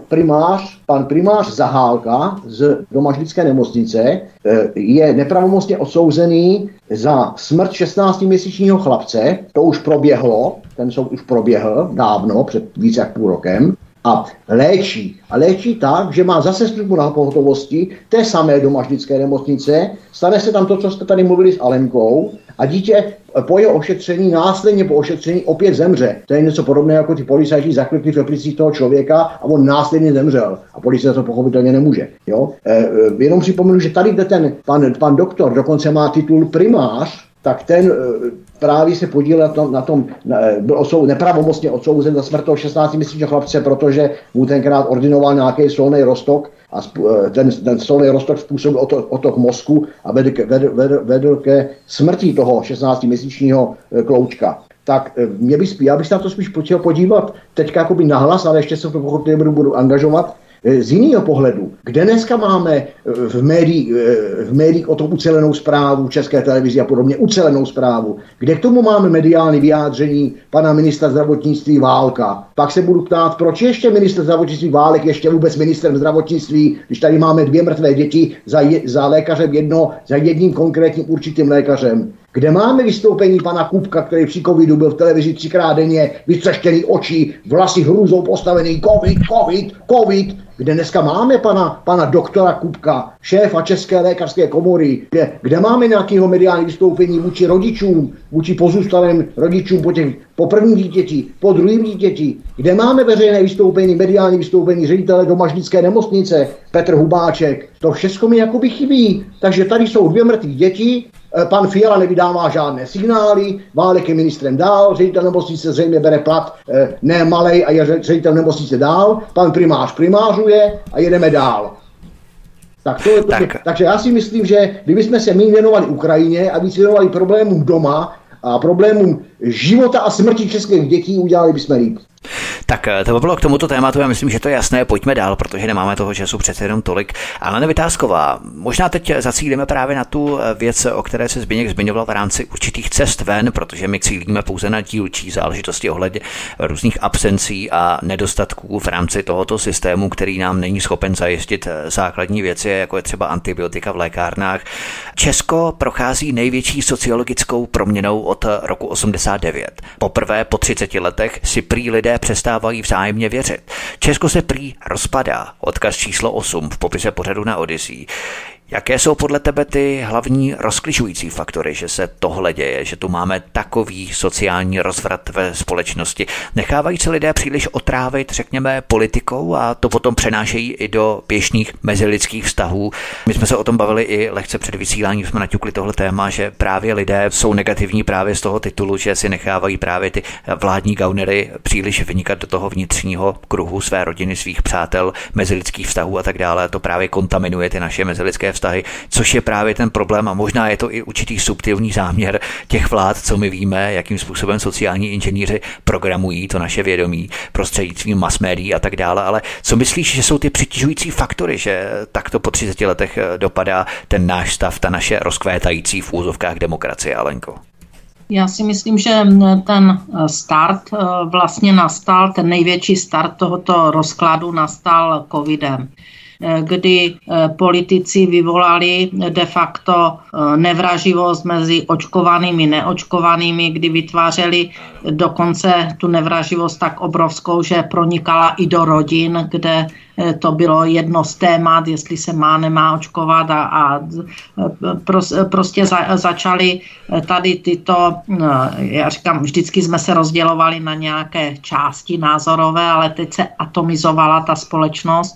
Speaker 3: primář Zahálka z Domažlické nemocnice je nepravomocně odsouzený za smrt 16měsíčního chlapce, to už proběhlo, ten soud už proběhl dávno, před více jak půl rokem, a léčí tak, že má zase službu na pohotovosti té samé Domažlické nemocnice, stane se tam to, co jste tady mluvili s Alenkou, a dítě po jeho ošetření, následně po ošetření opět zemře. To je něco podobného, jako ty policajti zaklekli v replicích toho člověka a on následně zemřel. A policie to pochopitelně nemůže. Jo? Jenom připomenu, že tady, kde ten pan doktor dokonce má titul primář, tak ten právě se podílel na tom byl nepravomocně odsouzen za smrt toho 16měsíčního chlapce, protože mu tenkrát ordinoval nějaký solný roztok a ten solný roztok způsobil otok mozku a vedl ke smrti toho 16měsíčního kloučka. Tak já bych se na to spíš chtěl podívat teďka jakoby nahlas, ale ještě se v tom budu angažovat z jiného pohledu. Kde dneska máme v médiích o tom ucelenou zprávu, České televizi a podobně, ucelenou zprávu, kde k tomu máme mediální vyjádření pana ministra zdravotnictví Válka. Pak se budu ptát, proč ještě ministr zdravotnictví Válek ještě vůbec ministrem zdravotnictví, když tady máme 2 mrtvé děti za lékařem za jedním konkrétním určitým lékařem. Kde máme vystoupení pana Kupka, který při covidu byl v televizi 3krát denně, vystřeštěný oči, vlasy hrůzou postavený, covid, kde dneska máme pana doktora Kupka, šéfa České lékařské komory, kde máme nějakého mediální vystoupení vůči rodičům, vůči pozůstalým rodičům po prvním dítěti, po druhém dítěti, kde máme veřejné vystoupení, mediální vystoupení ředitele Domažlické nemocnice, Petr Hubáček. To všechno mi jakoby chybí. Takže tady jsou 2 mrtví děti, pan Fiala nevydává žádné signály, Válek je ministrem dál, ředitel nemocnice zřejmě bere plat ne malej a je ředitel nemocnice dál, pan primář primářuje a jedeme dál. Takže já si myslím, že kdybychom se méně věnovali Ukrajině a víc věnovali problémům doma a problémům života a smrti českých dětí, udělali bychom líp.
Speaker 1: Tak to by bylo k tomuto tématu, já myslím, že to je jasné, pojďme dál, protože nemáme toho času přece jenom tolik. Alena Vytázková, možná teď zacílíme právě na tu věc, o které se Zbyněk zmiňoval v rámci určitých cest ven, protože my cílíme pouze na dílčí záležitosti ohledně různých absencí a nedostatků v rámci tohoto systému, který nám není schopen zajistit základní věci, jako je třeba antibiotika v lékárnách. Česko prochází největší sociologickou proměnou od roku 89. Poprvé po 30 letech si prý lidé přestávají vzájemně věřit. Česko se prý rozpadá. Odkaz číslo 8 v popise pořadu na Odyssey. Jaké jsou podle tebe ty hlavní rozkližující faktory, že se tohle děje, že tu máme takový sociální rozvrat ve společnosti? Nechávají se lidé příliš otrávit, řekněme, politikou a to potom přenášejí i do běžných mezilidských vztahů? My jsme se o tom bavili i lehce před vysíláním, jsme naťukli tohle téma, že právě lidé jsou negativní právě z toho titulu, že si nechávají právě ty vládní gaunery příliš vynikat do toho vnitřního kruhu své rodiny, svých přátel, mezilidských vztahů a tak dále. To právě kontaminuje ty naše mezilidské vztahy, což je právě ten problém a možná je to i určitý subtilní záměr těch vlád, co my víme, jakým způsobem sociální inženýři programují to naše vědomí prostřednictvím mass médií a tak dále, ale co myslíš, že jsou ty přitěžující faktory, že takto po 30 letech dopadá ten náš stav, ta naše rozkvétající v úzovkách demokracie, Alenko?
Speaker 2: Já si myslím, že ten start vlastně nastal, ten největší start tohoto rozkladu nastal covidem, kdy politici vyvolali de facto nevraživost mezi očkovanými, neočkovanými, kdy vytvářeli dokonce tu nevraživost tak obrovskou, že pronikala i do rodin, kde to bylo jedno z témat, jestli se má, nemá očkovat a prostě začali tady tyto, já říkám, vždycky jsme se rozdělovali na nějaké části názorové, ale teď se atomizovala ta společnost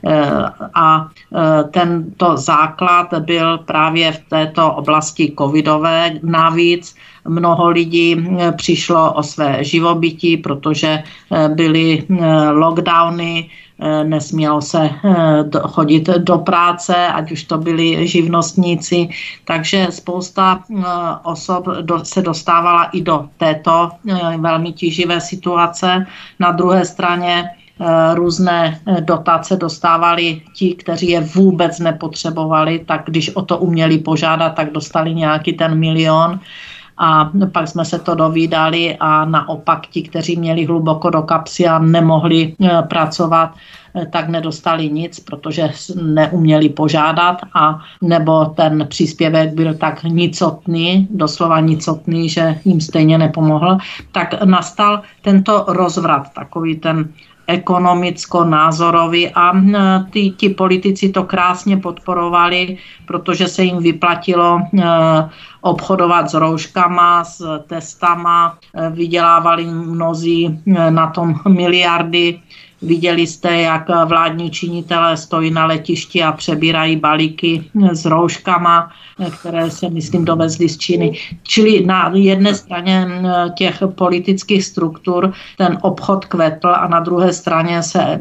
Speaker 2: a tento základ byl právě v této oblasti covidové. Navíc mnoho lidí přišlo o své živobytí, protože byly lockdowny, nesmělo se chodit do práce, ať už to byli živnostníci, takže spousta osob se dostávala i do této velmi tíživé situace. Na druhé straně různé dotace dostávali ti, kteří je vůbec nepotřebovali, tak když o to uměli požádat, tak dostali nějaký ten 1 000 000. A pak jsme se to dovídali a naopak ti, kteří měli hluboko do kapsy a nemohli pracovat, tak nedostali nic, protože neuměli požádat a nebo ten příspěvek byl tak nicotný, doslova nicotný, že jim stejně nepomohl, tak nastal tento rozvrat, takový ten ekonomicko-názorový a ti politici to krásně podporovali, protože se jim vyplatilo obchodovat s rouškama, s testama, vydělávali mnozí na tom miliardy. Viděli jste, jak vládní činitelé stojí na letišti a přebírají balíky s rouškama, které se, myslím, dovezly z Číny. Čili na jedné straně těch politických struktur ten obchod kvetl a na druhé straně se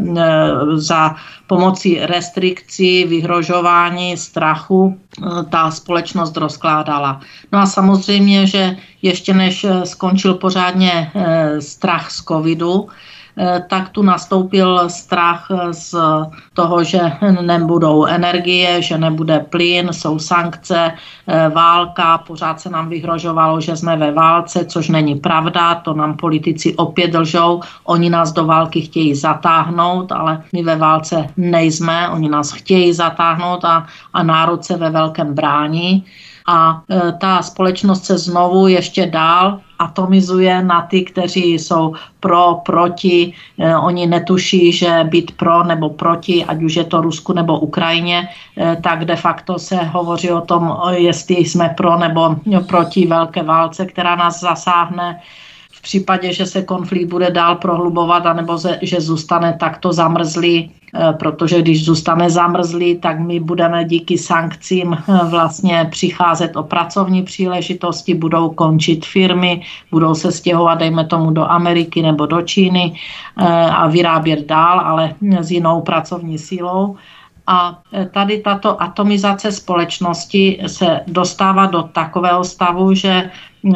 Speaker 2: za pomocí restrikcí, vyhrožování, strachu ta společnost rozkládala. No a samozřejmě, že ještě než skončil pořádně strach z covidu, tak tu nastoupil strach z toho, že nebudou energie, že nebude plyn, jsou sankce, válka, pořád se nám vyhrožovalo, že jsme ve válce, což není pravda, to nám politici opět lžou, oni nás do války chtějí zatáhnout, ale my ve válce nejsme, oni nás chtějí zatáhnout a národ se ve velkém brání. A ta společnost se znovu ještě dál atomizuje na ty, kteří jsou pro, proti. Oni netuší, že být pro nebo proti, ať už je to Rusku nebo Ukrajině, tak de facto se hovoří o tom, jestli jsme pro nebo proti velké válce, která nás zasáhne v případě, že se konflikt bude dál prohlubovat, anebo že zůstane takto zamrzlý, protože když zůstane zamrzlý, tak my budeme díky sankcím vlastně přicházet o pracovní příležitosti, budou končit firmy, budou se stěhovat, dejme tomu, do Ameriky nebo do Číny a vyrábět dál, ale s jinou pracovní sílou. A tady tato atomizace společnosti se dostává do takového stavu, že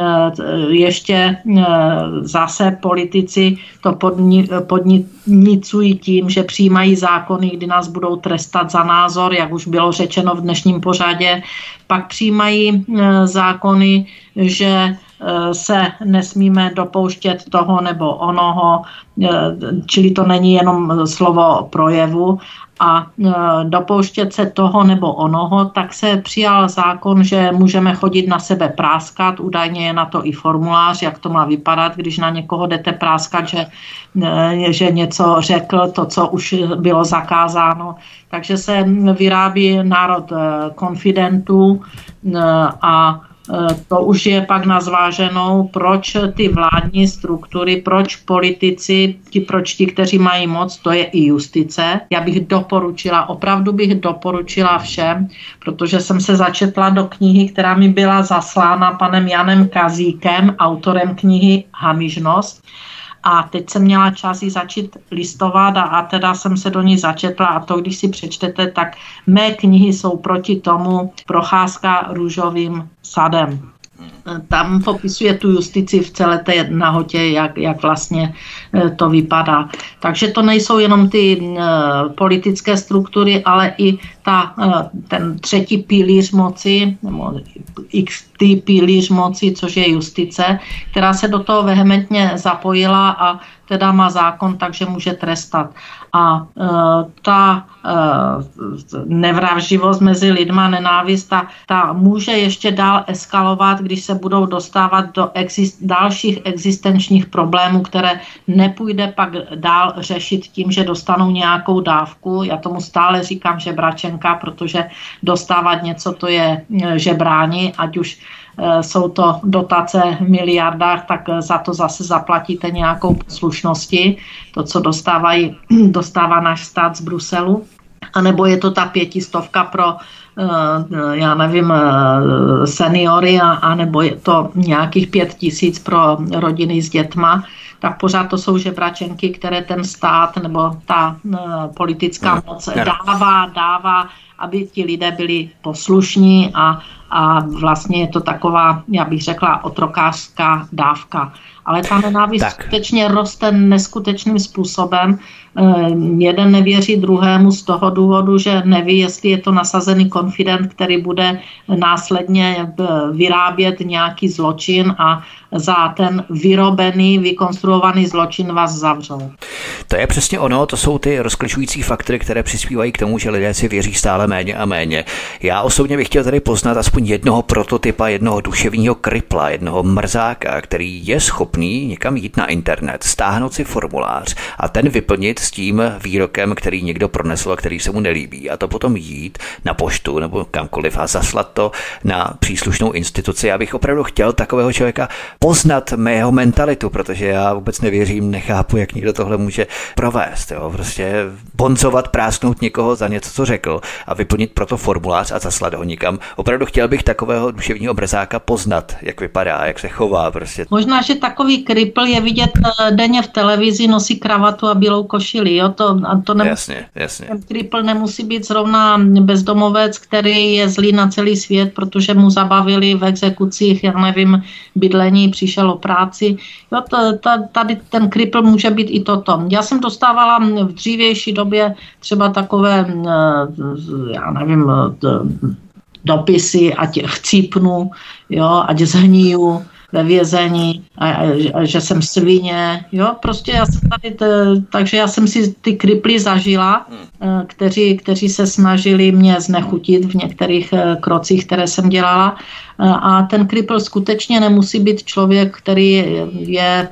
Speaker 2: ještě zase politici to podnicují tím, že přijímají zákony, kdy nás budou trestat za názor, jak už bylo řečeno v dnešním pořadě. Pak přijímají zákony, že se nesmíme dopouštět toho nebo onoho, čili to není jenom slovo projevu, a dopouštět se toho nebo onoho, tak se přijal zákon, že můžeme chodit na sebe práskat, údajně je na to i formulář, jak to má vypadat, když na někoho jdete práskat, že něco řekl, to, co už bylo zakázáno. Takže se vyrábí národ konfidentů a to už je pak na zváženou, proč ty vládní struktury, proč politici, proč ti, kteří mají moc, to je i justice. Já bych doporučila, opravdu bych doporučila všem, protože jsem se začetla do knihy, která mi byla zaslána panem Janem Kazíkem, autorem knihy Hamižnost. A teď jsem měla čas ji začít listovat a teda jsem se do ní začetla a to, když si přečtete, tak mé knihy jsou proti tomu procházka růžovým sadem. Tam popisuje tu justici v celé té nahotě, jak vlastně to vypadá. Takže to nejsou jenom ty politické struktury, ale i ten třetí pilíř moci, nebo XT pilíř moci, což je justice, která se do toho vehementně zapojila a teda má zákon, takže může trestat. A ta nevraživost mezi lidma, nenávist, ta může ještě dál eskalovat, když se budou dostávat do dalších existenčních problémů, které nepůjde pak dál řešit tím, že dostanou nějakou dávku. Já tomu stále říkám žebračenka, protože dostávat něco, to je žebrání, ať už jsou to dotace v miliardách, tak za to zase zaplatíte nějakou poslušnosti, to, co dostává náš stát z Bruselu. A nebo je to ta 500 pro, já nevím, seniory, a nebo je to nějakých 5 000 pro rodiny s dětma, tak pořád to jsou žebračenky, které ten stát nebo ta politická moc dává, aby ti lidé byli poslušní a vlastně je to taková, já bych řekla, otrokářská dávka. Ale ta nenávist skutečně roste neskutečným způsobem. Jeden nevěří druhému z toho důvodu, že neví, jestli je to nasazený konfident, který bude následně vyrábět nějaký zločin a za ten vyrobený, vykonstruovaný zločin vás zavřou.
Speaker 1: To je přesně ono, to jsou ty rozkličující faktory, které přispívají k tomu, že lidé si věří stále méně a méně. Já osobně bych chtěl tady poznat aspoň jednoho prototypa, jednoho duševního kripla, jednoho mrzáka, který je schopný někam jít na internet, stáhnout si formulář a ten vyplnit s tím výrokem, který někdo pronesl a který se mu nelíbí, a to potom jít na poštu nebo kamkoliv a zaslat to na příslušnou instituci. Já bych opravdu chtěl takového člověka poznat mého mentalitu, protože já vůbec nevěřím, nechápu, jak někdo tohle může provést. Jo? Prostě bonzovat, prásknout někoho za něco, co řekl a vyplnit proto formulář a zaslat ho nikam. Opravdu chtěl bych takového duševního mrzáka poznat, jak vypadá, jak se chová. Prostě.
Speaker 2: Možná, že takový kripl je vidět denně v televizi, nosí kravatu a bílou košili. Jo? To
Speaker 1: jasně.
Speaker 2: Ten kripl nemusí být zrovna bezdomovec, který je zlý na celý svět, protože mu zabavili v exekucích, já nevím, bydlení, přišel o práci. Jo, tady ten kripl může být i toto. Já jsem dostávala v dřívější době třeba takové, já nevím, dopisy, ať chcípnu, jo, ať zhniju ve vězení, a že jsem svině, jo, prostě já jsem tady, takže já jsem si ty kriply zažila, kteří se snažili mě znechutit v některých krocích, které jsem dělala, a ten kripl skutečně nemusí být člověk, který je,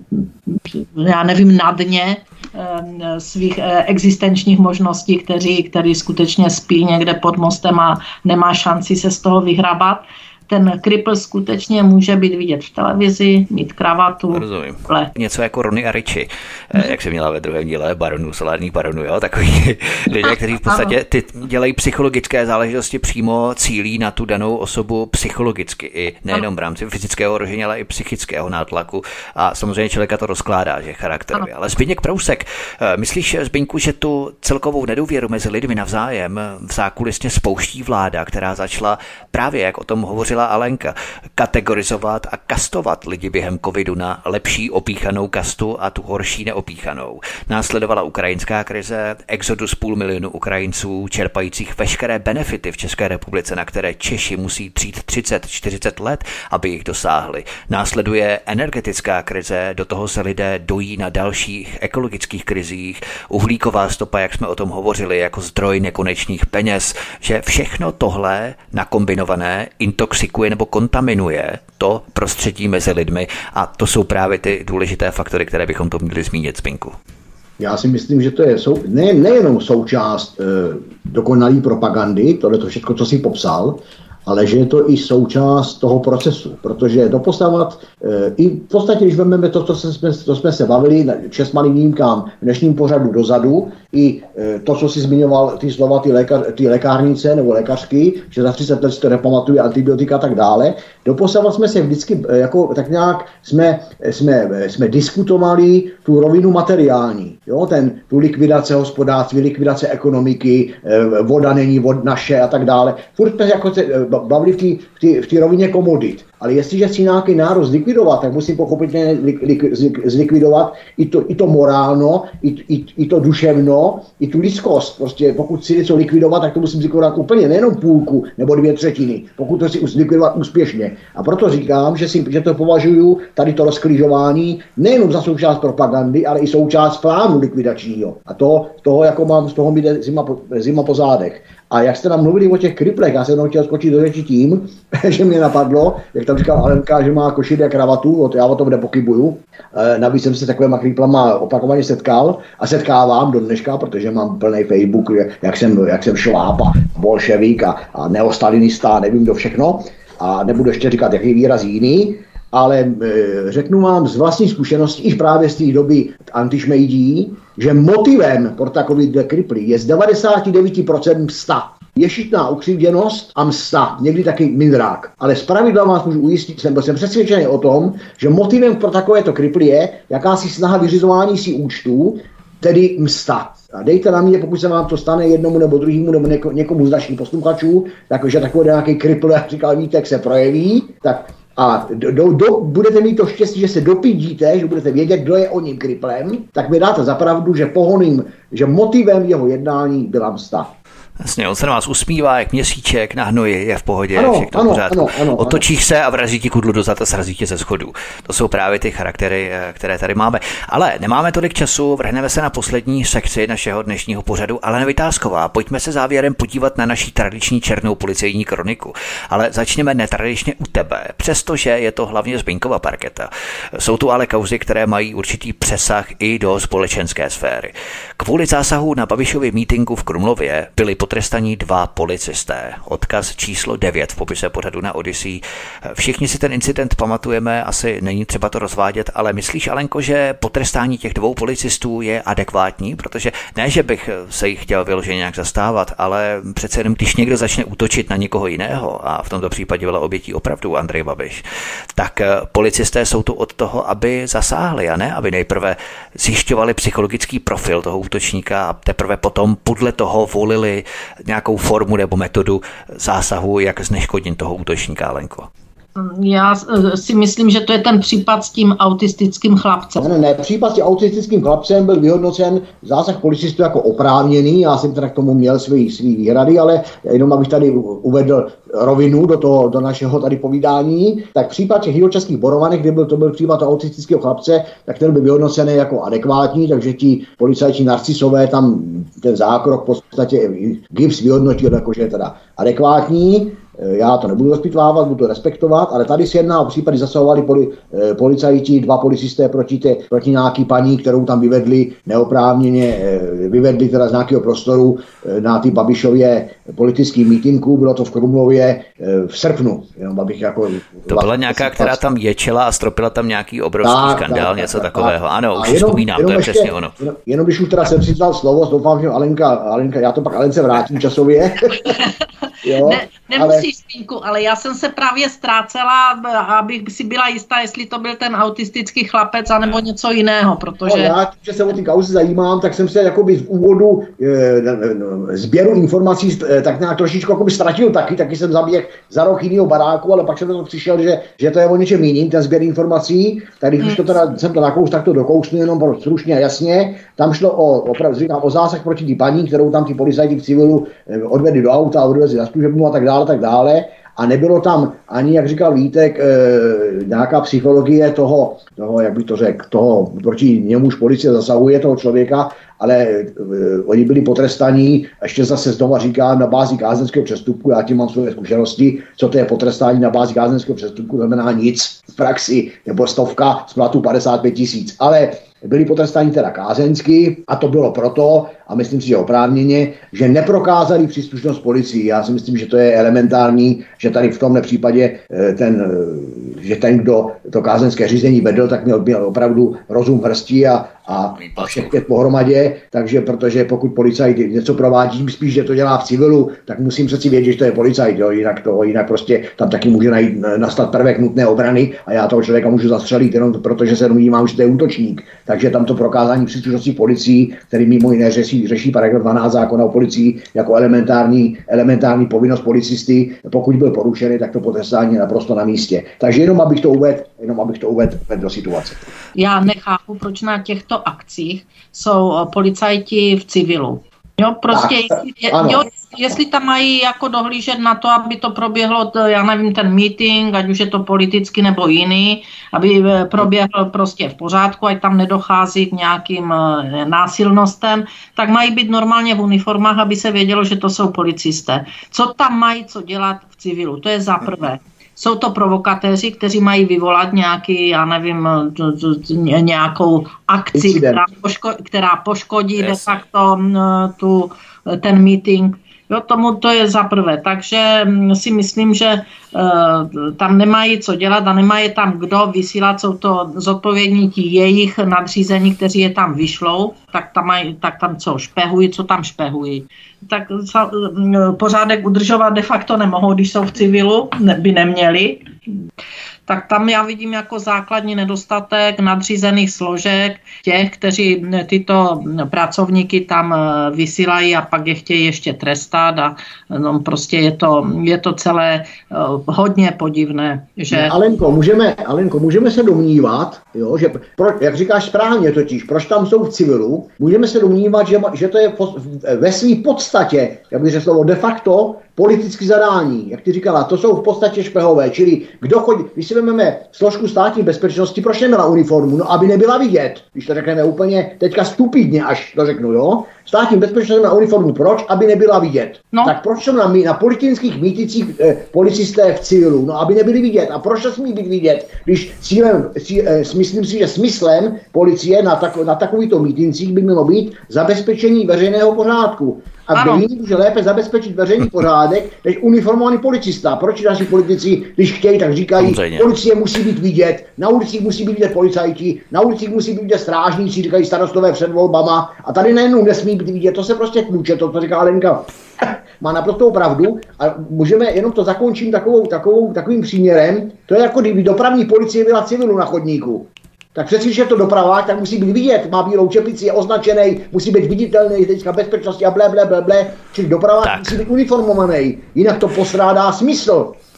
Speaker 2: já nevím, na dně svých existenčních možností, který skutečně spí někde pod mostem a nemá šanci se z toho vyhrabat. ten kripl skutečně může být vidět v televizi, mít kravatu.
Speaker 1: Rozumím. Něco jako Ronny a Richie, jak se měla ve druhém díle baronů, solárních baronů, jo? Takový lidé, kteří v podstatě ty dělají psychologické záležitosti, přímo cílí na tu danou osobu psychologicky, i nejenom v rámci fyzického ohrožení, ale i psychického nátlaku. A samozřejmě člověka to rozkládá, že charakterově. Ale Zbyněk Prousek, myslíš, Zbyňku, že tu celkovou nedůvěru mezi lidmi navzájem v zákulisně spouští vláda, která začala právě, jak o tom hovořila Alenka, kategorizovat a kastovat lidi během covidu na lepší opíchanou kastu a tu horší neopíchanou. Následovala ukrajinská krize, exodus 500 000 Ukrajinců, čerpajících veškeré benefity v České republice, na které Češi musí třít 30-40 let, aby jich dosáhli. Následuje energetická krize, do toho se lidé dojí na dalších ekologických krizích, uhlíková stopa, jak jsme o tom hovořili, jako zdroj nekonečných peněz, že všechno tohle nakombinované intoxikuje nebo kontaminuje to prostředí mezi lidmi a to jsou právě ty důležité faktory, které bychom to měli zmínit, Zbyňku.
Speaker 3: Já si myslím, že to je nejenom součást dokonalé propagandy, tohle všechno, co si popsal, ale že je to i součást toho procesu, protože doposavat, i v podstatě, když vezmeme to, co jsme se bavili, 6 malým výjimkám v dnešním pořadu dozadu, i to, co si zmiňoval, ty slova, ty lékárnice nebo lékařky, že za 30 let si to nepamatují, antibiotika a tak dále, doposavat jsme se vždycky, jako tak nějak jsme diskutovali tu rovinu materiální, jo, tu likvidace hospodářství, likvidace ekonomiky, voda není naše a tak dále. Furt jsme jako bavili v té rovině komodit. Ale jestliže si nějaký národ zlikvidovat, tak musím pochopitelně zlikvidovat i to morálno, i to duševno, i tu lidskost. Prostě pokud si něco likvidovat, tak to musím zlikvidovat úplně, nejenom půlku nebo 2/3, pokud to si zlikvidovat úspěšně. A proto říkám, že to považuju tady to rozklížování nejenom za součást propagandy, ale i součást plánu likvidačního. A toho jako mám, z toho mi jde zima po zádech. A jak jste nám mluvili o těch kriplech, já jsem jenom chtěl skočit do řeči tím, že mě napadlo, jak tam říkal Alenka, že má košili a kravatu, já o tom nepochybuju. Navíc jsem se takovýma kriplama opakovaně setkal a setkávám do dneška, protože mám plný Facebook, jak jsem šláp a bolševik a neostalinista, nevím do všechno. A nebudu ještě říkat, jaký výraz jiný, ale řeknu vám z vlastní zkušenosti, i právě z té doby antišmejdí, že motivem pro takovýhle kriply je z 99% msta. Ješitná ukřivděnost a msta, někdy taky mindrák. Ale zpravidla vás můžu ujistit, jsem přesvědčený o tom, že motivem pro takovéto kriply je jakási snaha vyřizování si účtů, tedy msta. A dejte na mě, pokud se vám to stane jednomu nebo druhému nebo někomu z našich posluchačů, takže takový nějaký kripl, jak říkal Vítek, se projeví, tak a budete mít to štěstí, že se dopídíte, že budete vědět, kdo je o ním kriplem, tak mi dáte za pravdu, že motivem jeho jednání byla msta.
Speaker 1: Jasně, on se na vás usmívá, jak měsíček na hnoji, je v pohodě, všechno v pořádku. Otočíš se a vrazí ti kudlu do zad a srazí tě ze schodů. To jsou právě ty charaktery, které tady máme. Ale nemáme tolik času, vrhneme se na poslední sekci našeho dnešního pořadu, ale Nevytázková. Pojďme se závěrem podívat na naší tradiční černou policejní kroniku. Ale začněme netradičně u tebe, přestože je to hlavně Zbyňkova parketa. Jsou tu ale kauzy, které mají určitý přesah i do společenské sféry. Kvůli zásahu na Babišově mítinku v Krumlově byli potrestaní 2 policisté. Odkaz číslo 9 v popise pořadu na Odyssey. Všichni si ten incident pamatujeme, asi není třeba to rozvádět, ale myslíš, Alenko, že potrestání těch 2 policistů je adekvátní? Protože ne, že bych se jich chtěl vyloženě nějak zastávat, ale přece jenom, když někdo začne útočit na někoho jiného, a v tomto případě byla obětí opravdu Andrej Babiš, tak policisté jsou tu od toho, aby zasáhli, a ne, aby nejprve zjišťovali psychologický profil toho útočníka a teprve potom podle toho volili nějakou formu nebo metodu zásahu, jak zneškodnit toho útočníka, Alenko.
Speaker 2: Já si myslím, že to je ten případ s tím autistickým chlapcem.
Speaker 3: Ne, případ s tím autistickým chlapcem byl vyhodnocen zásah policistů jako oprávněný, já jsem teda k tomu měl svý výhrady, ale jenom abych tady uvedl rovinu do našeho tady povídání, tak případ těch jihočeských Borovanech, kde to byl případ autistického chlapce, tak ten byl vyhodnocený jako adekvátní, takže ti policajti narcisové tam ten zákrok v podstatě GIBS vyhodnotil jako, že je teda adekvátní. já to nebudu rozpitvávat, budu to respektovat, ale tady se jedná o případy, zasahovali policajti, 2 policisté proti nějaký paní, kterou tam vyvedli neoprávněně, vyvedli teda z nějakého prostoru na ty Babišově politický mítinku, bylo to v Krumlově v srpnu, jenom abych jako...
Speaker 1: To byla nějaká, která tam ječela a stropila tam nějaký obrovský skandál, něco takového. Ano, už vzpomínám, to je přesně ono.
Speaker 3: Jenom když už teda jsem si vzal slovo, doufám, že Alenka, já to pak Alence vrátím časově.
Speaker 2: Jo, nemusíš, Spínku, ale já jsem se právě ztrácela, abych si byla jistá, jestli to byl ten autistický chlapec, anebo něco jiného, protože... No,
Speaker 3: já, že se o ty kauzy zajímám, tak jsem se jakoby v úvodu sběru informací tak nějak trošičku jakoby ztratil taky jsem zaběhl za roh jinýho baráku, ale pak jsem to přišel, že to je o něčem jiným, ten sběr informací, tak když už to teda jsem to nakous, tak to dokousnu jenom stručně a jasně. Tam šlo o zásah proti té paní, kterou tam ty policajti v civilu odvedli do auta, odvezli na služebnu a tak dále. A nebylo tam ani, jak říkal Vítek, nějaká psychologie toho, jak bych to řekl, toho, proti němuž policie zasahuje toho člověka, ale oni byli potrestaní, ještě zase znova říkám, na bázi kázeňského přestupku, já tím mám své zkušenosti, co to je potrestání na bázi kázeňského přestupku, znamená nic v praxi, nebo 100 z platu 55 000, ale byli potrestáni teda kázeňsky a to bylo proto, a myslím si, že oprávněně, že neprokázali příslušnost policii. Já si myslím, že to je elementární, že tady v tomhle případě ten, kdo to kázeňské řízení vedl, tak měl opravdu rozum v hrsti a všech 5 pohromadě, takže protože pokud policajt něco provádí, spíš, že to dělá v civilu, tak musím přeci vědět, že to je policajt, jo? Jinak prostě tam taky může nastat prvek nutné obrany a já toho člověka můžu zastřelit jenom protože se domnívám, že to je útočník. Takže tam to prokázání příslušnosti policii, který mimo jiné řeší paragraf 12 zákona o policii jako elementární povinnost policisty, pokud byl porušený, tak to potrestání je naprosto na místě. Takže jenom abych to uvedl do situace.
Speaker 2: Já nechápu, proč na těchto akcích jsou policajti v civilu. Jo, prostě jestli tam mají jako dohlížet na to, aby to proběhlo, já nevím, ten meeting, ať už je to politicky nebo jiný, aby proběhl prostě v pořádku, ať tam nedochází k nějakým násilnostem, tak mají být normálně v uniformách, aby se vědělo, že to jsou policisté. Co tam mají co dělat v civilu? To je za prvé. Jsou to provokatéři, kteří mají vyvolat nějaký, já nevím, nějakou akci, která poškodí de facto ten meeting. Jo, tomu to je za prvé. Takže si myslím, že tam nemají co dělat a nemají tam kdo vysílat, jsou to zodpovědní ti jejich nadřízení, kteří je tam vyšlou, tak tam co špehují, co tam špehují. Tak pořádek udržovat de facto nemohou, když jsou v civilu, by neměli. Tak tam já vidím jako základní nedostatek nadřízených složek, těch, kteří tyto pracovníky tam vysílají a pak je chtějí ještě trestat a no, prostě je to celé hodně podivné. Že...
Speaker 3: Alenko, můžeme se domnívat, jo, že jak říkáš správně totiž, proč tam jsou v civilu, můžeme se domnívat, že to je ve své podstatě, jak bych řekl slovo, de facto politické zadání, jak ty říkala, to jsou v podstatě špehové, čili kdo chodí, když si vezmeme složku státní bezpečnosti, proč neměla uniformu? No, aby nebyla vidět, když to řekneme úplně teďka stupidně, až to řeknu, jo? Státní bezpečnost má uniformu, proč? Aby nebyla vidět. No. Tak proč jsou na politických míticích policisté v civilu? No, aby nebyli vidět. A proč to smí být vidět? Když myslím si, že smyslem policie na takovýchto mítincích by mělo být zabezpečení veřejného pořádku. A kdo jiný může lépe zabezpečit veřejný pořádek než uniformovaný policista. Proč naši politici, když chtějí, tak říkají, policie musí být vidět, na ulicích musí být vidět policajti, na ulicích musí být vidět strážníci, říkají starostové před volbama a tady nejenom nesmí být vidět, to se prostě tluče, to říká Alenka. Má naprostou pravdu a můžeme, jenom to zakončím takovým příměrem, to je jako kdyby dopravní policie byla civilu na chodníku. Tak přeci, když je to doprava, tak musí být vidět, má bílou čepici, je označený, musí být viditelný, teďka bezpečnosti a ble, čili doprava musí být uniformovaný, jinak to postrádá smysl.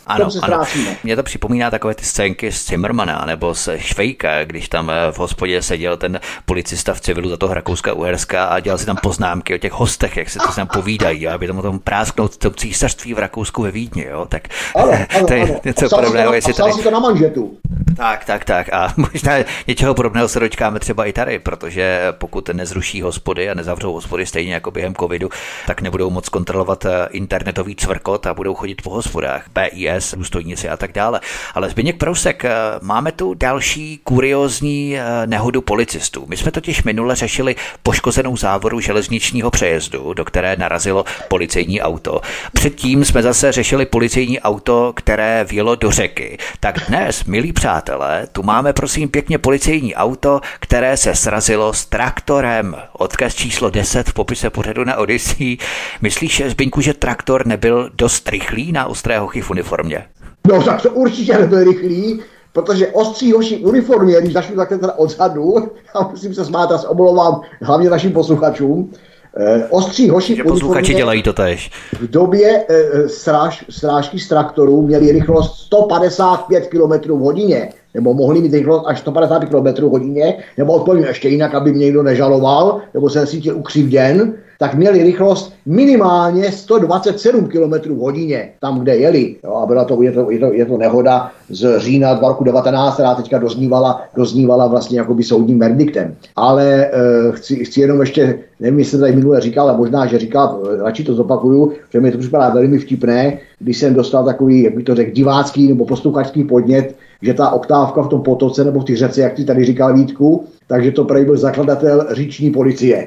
Speaker 1: Ano. Mě to připomíná takové ty scénky z Zimmermana nebo z Švejka, když tam v hospodě seděl ten policista v civilu za toho Rakouska-Uherska a dělal si tam poznámky o těch hostech, jak se to tam povídají, aby tam o tom prásknout v tom císařství v Rakousku ve Vídni, jo? Tak ano, to je něco podobného.
Speaker 3: Psal si to na manžetu.
Speaker 1: Tak. A možná něčeho podobného se dočkáme třeba i tady, protože pokud nezruší hospody a nezavřou hospody stejně jako během covidu, tak nebudou moc kontrolovat internetový cvrkot a budou chodit po hospodách, BIS, důstojníci a tak dále. Ale Zbyněk Prousek, máme tu další kuriózní nehodu policistů. My jsme totiž minule řešili poškozenou závoru železničního přejezdu, do které narazilo policejní auto. Předtím jsme zase řešili policejní auto, které vjelo do řeky. Tak dnes, milí přátelé, tu máme prosím pěkně policejní auto, které se srazilo s traktorem. Odkaz číslo 10 v popise pořadu na Odyssey. Myslíš, Zbyňku, že traktor nebyl dost rychlý na ostré hochy v uniformě?
Speaker 3: No tak to určitě nebyl rychlý, protože ostří hoši v uniformě, když začnu takhle teda odzadu, a musím se smát a se omlouvám hlavně našim posluchačům, ostří hoši v
Speaker 1: uniformě dělají to též.
Speaker 3: V době srážky z traktorů měli rychlost 155 km v hodině, nebo mohli mít rychlost až 150 km v hodině, nebo odpovím ještě jinak, aby mě někdo nežaloval, nebo se cítil ukřivděn, tak měli rychlost minimálně 127 km v hodině, tam, kde jeli. Jo, a byla je to nehoda z října roku 19, která teďka doznívala vlastně jakoby soudním verdiktem. Ale chci jenom ještě, nevím, jestli jsem tady minule říkal, ale možná, že říkal, radši to zopakuju, že mi to připadá velmi vtipné, když jsem dostal takový, jak bych to řekl, divácký nebo posluchačský podnět, že ta oktávka v tom potoce nebo v těch řece, jak ty tady říkal Vítku, takže to prej byl zakladatel říční policie.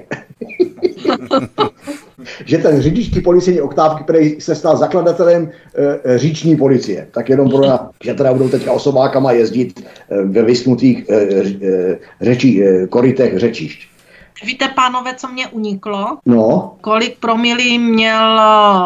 Speaker 3: Že ten řidič policejní oktávky prej se stal zakladatelem říční policie. Tak jenom pro že teda budou teďka osobákama jezdit ve vyschnutých korytech řečišť.
Speaker 2: Víte, pánové, co mě uniklo?
Speaker 3: No.
Speaker 2: Kolik promilí měl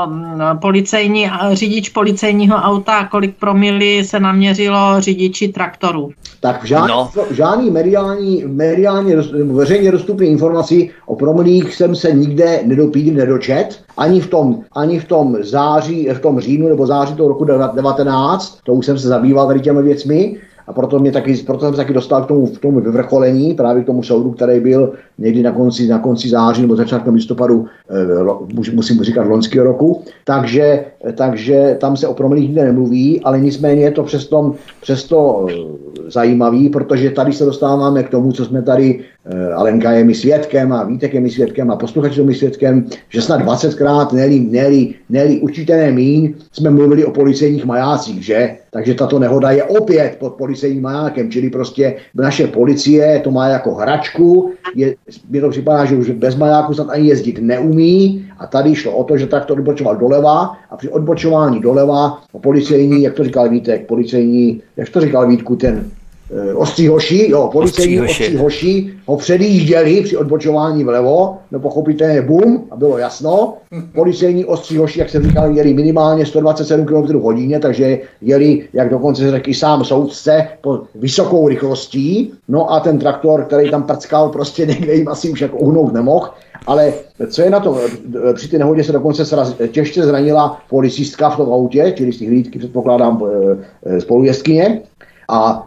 Speaker 2: řidič policejního auta a kolik promilí se naměřilo řidiči traktoru?
Speaker 3: Tak žádný mediálně veřejně dostupné informací o promilích jsem se nikde nedočet. Ani v tom říjnu nebo září toho roku 19, to už jsem se zabýval tady těmi věcmi. A proto jsem taky dostal k tomu vyvrcholení, právě k tomu soudu, který byl někdy na konci září nebo začátkem listopadu, musím říkat, loňského roku. Takže tam se o promilích nikde nemluví, ale nicméně je to přesto zajímavý, protože tady se dostáváme k tomu, co jsme tady, Alenka je mi svědkem a Vítek je mi svědkem a posluchač je mi svědkem, že snad 20krát, ne-li určitě ne míň, jsme mluvili o policejních majácích, že? Takže tato nehoda je opět pod policejním majákem, čili prostě naše policie to má jako hračku, mně to připadá, že už bez majáku snad ani jezdit neumí a tady šlo o to, že traktor odbočoval doleva a při odbočování doleva policejní, jak to říkal Vítek, jak to říkal Vítku, ten ostří hoši ho předjížděli při odbočování vlevo, no pochopitelně bum a bylo jasno. Policejní ostří hoši, jak jsem říkal, jeli minimálně 127 km v hodině, takže jeli, jak dokonce řekl i sám soudce, po vysokou rychlostí. No a ten traktor, který tam prckal, prostě někde jim asi už jako uhnout nemohl. Ale co je na tom, při té nehodě se dokonce těžce zranila policistka v tom autě, čili z těch hlídky předpokládám spolujezdkyně. A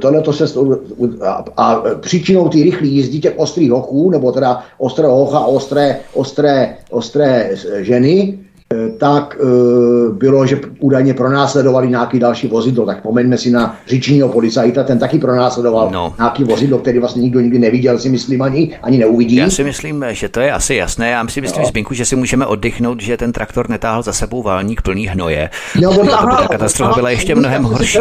Speaker 3: příčinou té rychlé jízdy těch ostrých hochů, nebo teda ostrého hocha a ostré ženy, tak bylo, že údajně pronásledovali nějaký další vozidlo. Tak pomeňme si na říčního policajta, ten taky pronásledoval nějaký vozidlo, který vlastně nikdo nikdy neviděl, si myslím, ani neuvidí.
Speaker 1: Já si myslím, že to je asi jasné. Já si myslím, Zbyňku, že si můžeme oddychnout, že ten traktor netáhl za sebou válník plný hnoje. Ta katastrofa byla ještě mnohem horší.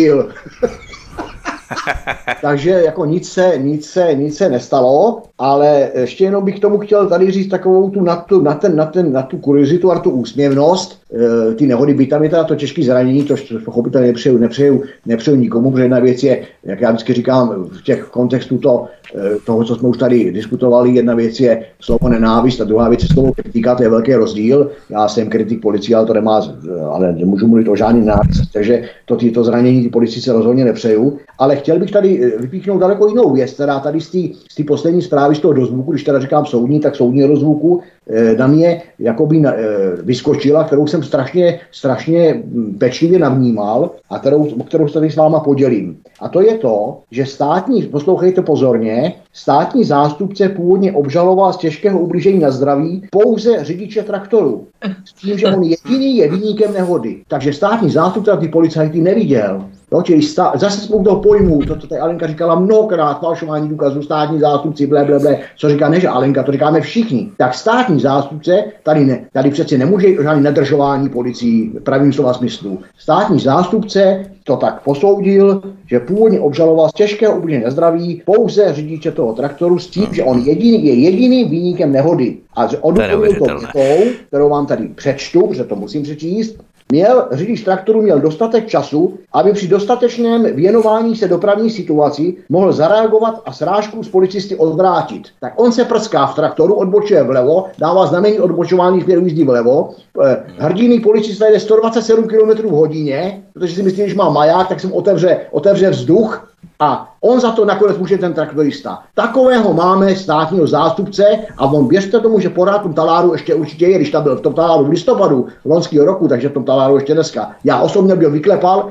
Speaker 3: Takže jako nic se nestalo, ale ještě jenom bych tomu chtěl tady říct takovou na tu kuriozitu a tu úsměvnost. Ty nehody, byť tam je teda to těžké zranění, to pochopitelně nepřeju nikomu, protože jedna věc je, jak já vždycky říkám, v těch kontextu toho, co jsme už tady diskutovali, jedna věc je slovo nenávist a druhá věc je slovo kritika, to je velký rozdíl. Já jsem kritik policie, ale to ale nemůžu mluvit o žádný nenávist, takže to zranění ty policii se rozhodně nepřeju. Ale chtěl bych tady vypíchnout daleko jinou věc, teda tady z té poslední zprávy z toho dozvuku, když teda říkám soudní, tak soudního dozvuku, na mě jakoby vyskočila, kterou jsem strašně pečlivě navnímal a kterou se tady s váma podělím. A to je to, že poslouchejte pozorně, státní zástupce původně obžaloval z těžkého ublížení na zdraví pouze řidiče traktoru. S tím, že on jediný je viníkem nehody. Takže státní zástupce ty policajty neviděl. No, čili zase spolu toho pojmu, to tady Alenka říkala mnohokrát, falšování důkazů, státní zástupci, blablabla, co říká ne, že Alenka, to říkáme všichni. Tak státní zástupce tady přece nemůže žádný nedržování policií v pravým slova smyslu. Státní zástupce to tak posoudil, že původně obžaloval z těžkého ublížení na zdraví pouze řidiče toho traktoru s tím, že on je jediným viníkem nehody. A odůvodnil to větou, kterou vám tady přečtu, protože to musím přečíst. Řidič traktoru měl dostatek času, aby při dostatečném věnování se dopravní situaci mohl zareagovat a srážku z policisty odvrátit. Tak on se prská v traktoru, odbočuje vlevo, dává znamení odbočování směru jízdy vlevo. Hrdinný policista jede 127 km v hodině, protože si myslí, že má maják, tak se mu otevře vzduch. A on za to nakonec může ten traktorista. Takového máme státního zástupce a on věřte tomu, že pořád v tom taláru ještě určitě je, když tam byl v tom taláru v listopadu loňského roku, takže v tom taláru ještě dneska. Já osobně byl vyklepal,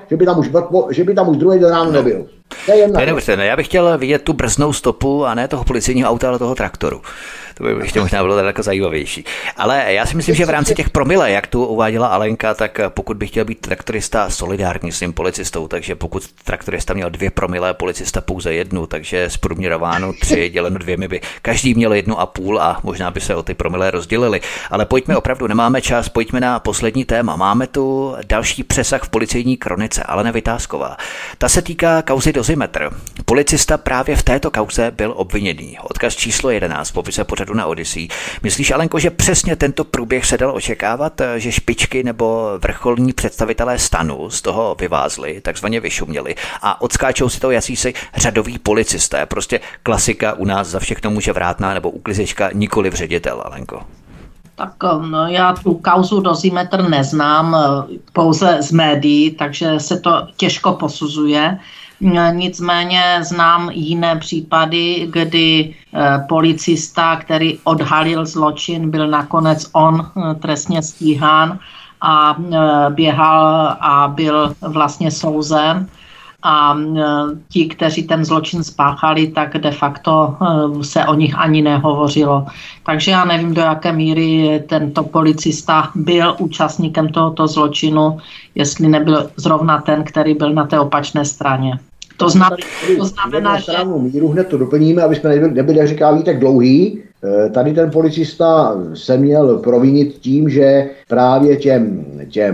Speaker 3: že by tam už druhý den ráno nebyl.
Speaker 1: To je dobře, já bych chtěl vidět tu brzdnou stopu a ne toho policejního auta, ale toho traktoru. To by ještě možná bylo daleko zajímavější. Ale já si myslím, že v rámci těch promile, jak tu uváděla Alenka, tak pokud by chtěl být traktorista solidární s tím policistou, takže pokud traktorista měl 2 promile, policista pouze 1, takže zprůměrováno 3 děleno 2 by každý měl 1,5 a možná by se o ty promile rozdělili. Ale pojďme opravdu, nemáme čas, pojďme na poslední téma. Máme tu další přesah v policejní kronice, Alena Vytázková. Ta se týká kauzy Dozimetr. Policista právě v této kauze byl obviněný. Odkaz číslo 11 v popise pořadu na Odyssey. Myslíš, Alenko, že přesně tento průběh se dal očekávat, že špičky nebo vrcholní představitelé stanu z toho vyvázli, takzvaně vyšuměli a odskáčou si to jakýsi řadoví policisté. Prostě klasika u nás za všechno může vrátná nebo uklizečka, nikoliv ředitel, Alenko.
Speaker 2: Tak já tu kauzu Dozimetr neznám, pouze z médií, takže se to těžko posuzuje. Nicméně znám jiné případy, kdy policista, který odhalil zločin, byl nakonec on trestně stíhán a běhal a byl vlastně souzen. A ti, kteří ten zločin spáchali, tak de facto se o nich ani nehovořilo. Takže já nevím, do jaké míry tento policista byl účastníkem tohoto zločinu, jestli nebyl zrovna ten, který byl na té opačné straně. To znamená, že...
Speaker 3: míru hned to doplníme, aby jsme nebyli, jak říká, tak dlouhý. Tady ten policista se měl provinit tím, že právě těm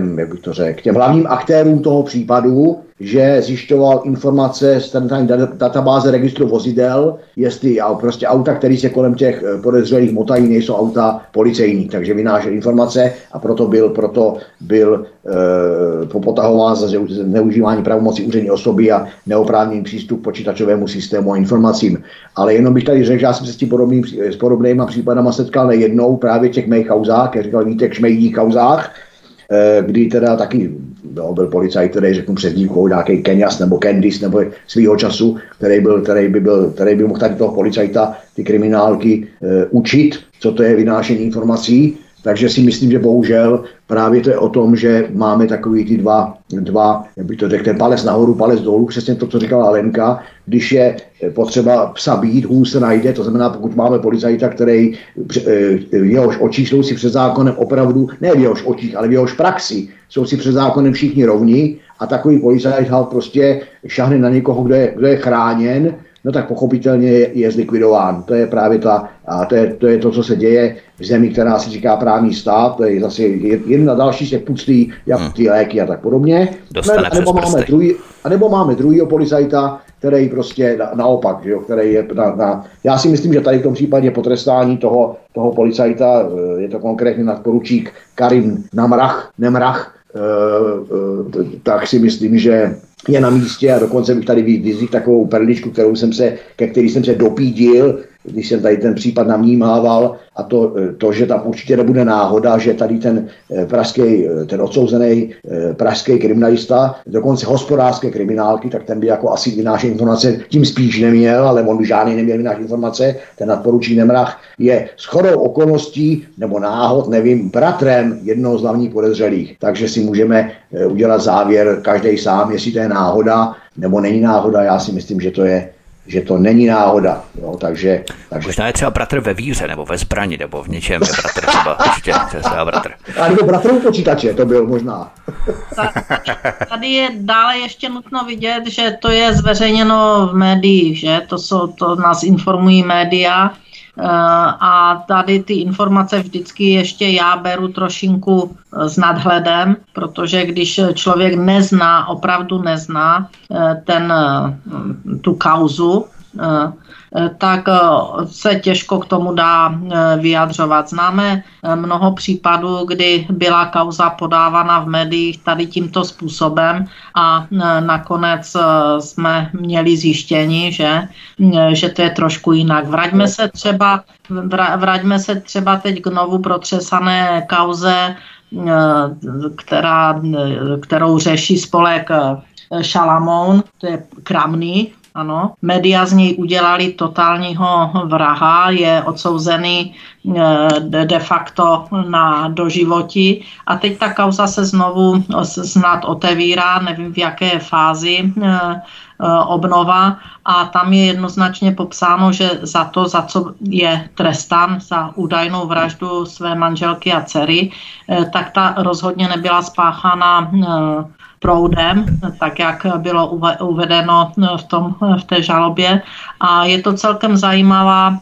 Speaker 3: hlavním aktérům toho případu, že zjišťoval informace z databáze registru vozidel, jestli prostě auta, které se kolem těch podezřelých motají, nejsou auta policejní, takže vynášel informace a proto byl popotahován za zneužívání pravomocí úřední osoby a neoprávněný přístup k počítačovému systému a informacím. Ale jenom bych tady řekl, že já jsem se s podobnýma případama setkal nejednou právě v těch mých kauzách, jak říkal Vítek, šmejdích kauzách, kdy teda taky byl policajt, který řeknu přezdívkou nějaký Kenyas nebo Kendis nebo svýho času, který by mohl tady toho policajta, ty kriminálky učit, co to je vynášení informací. Takže si myslím, že bohužel právě to je o tom, že máme takový ty dva, jak bych to řekl, ten palec nahoru, palec dolů, přesně to, co říkala Alenka, když je potřeba psa být, hůl se najde, to znamená, pokud máme policajta, který v jehož očích jsou si před zákonem opravdu, ne v jehož očích, ale v jehož praxi jsou si před zákonem všichni rovni a takový policajt prostě šahne na někoho, kdo je chráněn, no tak pochopitelně je zlikvidován. To je právě to je to, co se děje v zemi, která se říká právní stát, to je zase jedna další se puclí, jak ty léky a tak podobně. A nebo máme druhýho policajta, který prostě naopak, že jo, který je já si myslím, že tady v tom případě potrestání toho policajta, je to konkrétně nadporučík Karim Nemrach, tak si myslím, že je na místě a dokonce bych tady vyzvihl takovou perličku, ke který jsem se dopídil, když jsem tady ten případ navnímával, a to, že tam určitě nebude náhoda, že tady ten odsouzený pražský kriminalista, dokonce hospodářské kriminálky, tak ten by jako asi vynášet informace tím spíš neměl, ale on by žádný neměl vynášet informace, ten nadporučík Nemrach je shodou okolností nebo náhod, nevím, bratrem jednoho z hlavních podezřelých. Takže si můžeme udělat závěr každý sám, jestli to je náhoda nebo není náhoda. Já si myslím, že to není náhoda. Jo, takže...
Speaker 1: Možná je třeba bratr ve víře, nebo ve zbrani, nebo v něčem je bratr třeba. Určitě třeba bratr.
Speaker 3: A nebo bratr u počítače, to byl možná.
Speaker 2: Tady je dále ještě nutno vidět, že to je zveřejněno v médiích, že? To nás informují média. A tady ty informace vždycky ještě já beru trošinku s nadhledem, protože když člověk opravdu nezná tu kauzu, tak se těžko k tomu dá vyjadřovat. Známe mnoho případů, kdy byla kauza podávána v médiích tady tímto způsobem a nakonec jsme měli zjištění, že to je trošku jinak. Vraťme se třeba teď k novu protřesané kauze, kterou řeší spolek Šalamoun, to je Kramný. Ano, média z něj udělali totálního vraha, je odsouzený de facto na doživotí a teď ta kauza se znovu snad otevírá, nevím v jaké fázi obnova a tam je jednoznačně popsáno, že za co je trestán, za údajnou vraždu své manželky a dcery, tak ta rozhodně nebyla spáchána proudem, tak jak bylo uvedeno v té žalobě. A je to celkem zajímavá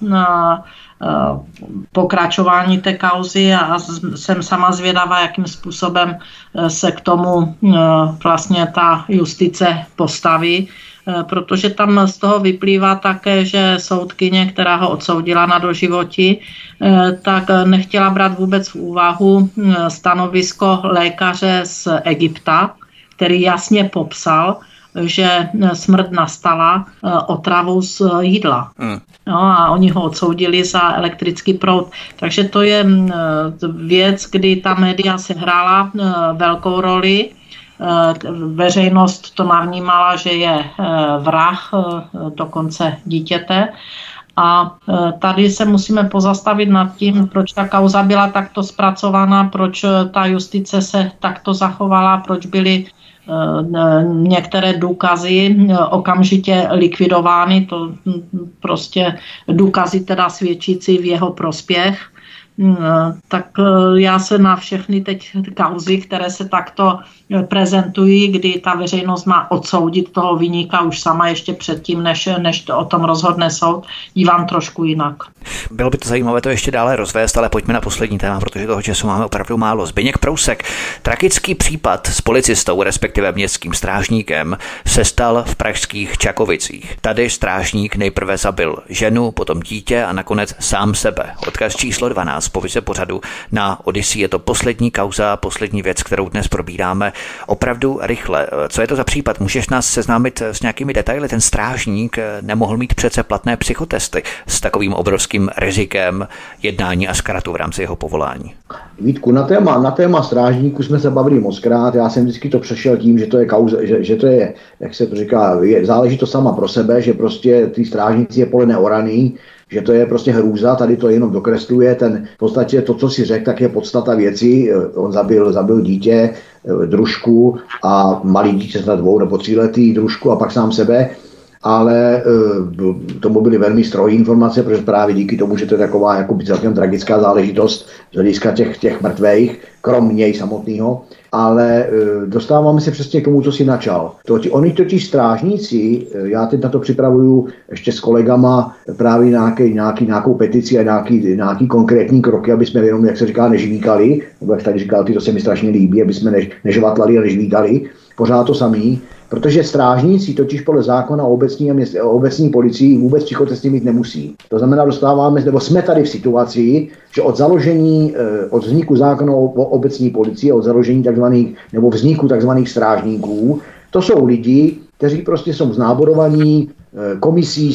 Speaker 2: pokračování té kauzy a jsem sama zvědavá, jakým způsobem se k tomu vlastně ta justice postaví, protože tam z toho vyplývá také, že soudkyně, která ho odsoudila na doživotí, tak nechtěla brát vůbec v úvahu stanovisko lékaře z Egypta, který jasně popsal, že smrt nastala otravou z jídla. No, a oni ho odsoudili za elektrický proud. Takže to je věc, kdy ta média sehrála velkou roli. Veřejnost to navnímala, že je vrah dokonce dítěte. A tady se musíme pozastavit nad tím, proč ta kauza byla takto zpracovaná, proč ta justice se takto zachovala, proč byly některé důkazy okamžitě likvidovány, to prostě důkazy teda svědčící v jeho prospěch. Tak já se na všechny teď kauzy, které se takto prezentují, kdy ta veřejnost má odsoudit toho viníka už sama ještě předtím, než to o tom rozhodne soud, dívám trošku jinak.
Speaker 1: Bylo by to zajímavé to ještě dále rozvést, ale pojďme na poslední téma, protože toho času máme opravdu málo. Zbyněk Prousek. Tragický případ s policistou, respektive městským strážníkem, se stal v pražských Čakovicích. Tady strážník nejprve zabil ženu, potom dítě a nakonec sám sebe. Odkaz číslo 12 po vize pořadu na Odyssey. Je to poslední kauza, poslední věc, kterou dnes probíráme. Opravdu rychle. Co je to za případ? Můžeš nás seznámit s nějakými detaily? Ten strážník nemohl mít přece platné psychotesty s takovým obrovským rizikem jednání a zkratu v rámci jeho povolání.
Speaker 3: Vítku, na téma strážníku jsme se bavili mockrát. Já jsem vždycky to přešel tím, že to je kauza, že to je, jak se to říká, záleží to sama pro sebe, že prostě ty strážníci je pole neoraný, že to je prostě hrůza, tady to jenom dokresluje, v podstatě to, co si řekl, tak je podstata věci, on zabil dítě, družku a malý dítě snad 2 nebo 3letý družku a pak sám sebe, ale tomu byly velmi strohé informace, protože právě díky tomu, že to je taková jakoby celkem tragická záležitost z hlediska těch mrtvejch, krom něj samotného, ale dostáváme se přesně k tomu, co si načal. Oni totiž strážníci, já teď na to připravuju ještě s kolegama právě nějakou petici a nějaký konkrétní kroky, aby jsme jenom, jak se říká, nežvíkali, nebo jak tady říkal, to se mi strašně líbí, aby jsme nežvatlali a nežvídali, pořád to samý, protože strážníci totiž podle zákona o obecní policii vůbec psychotesty mít nemusí. To znamená, jsme tady v situaci, že od vzniku zákona o obecní policii, od založení vzniku takzvaných strážníků, to jsou lidi, kteří prostě jsou znáborovaní komisí,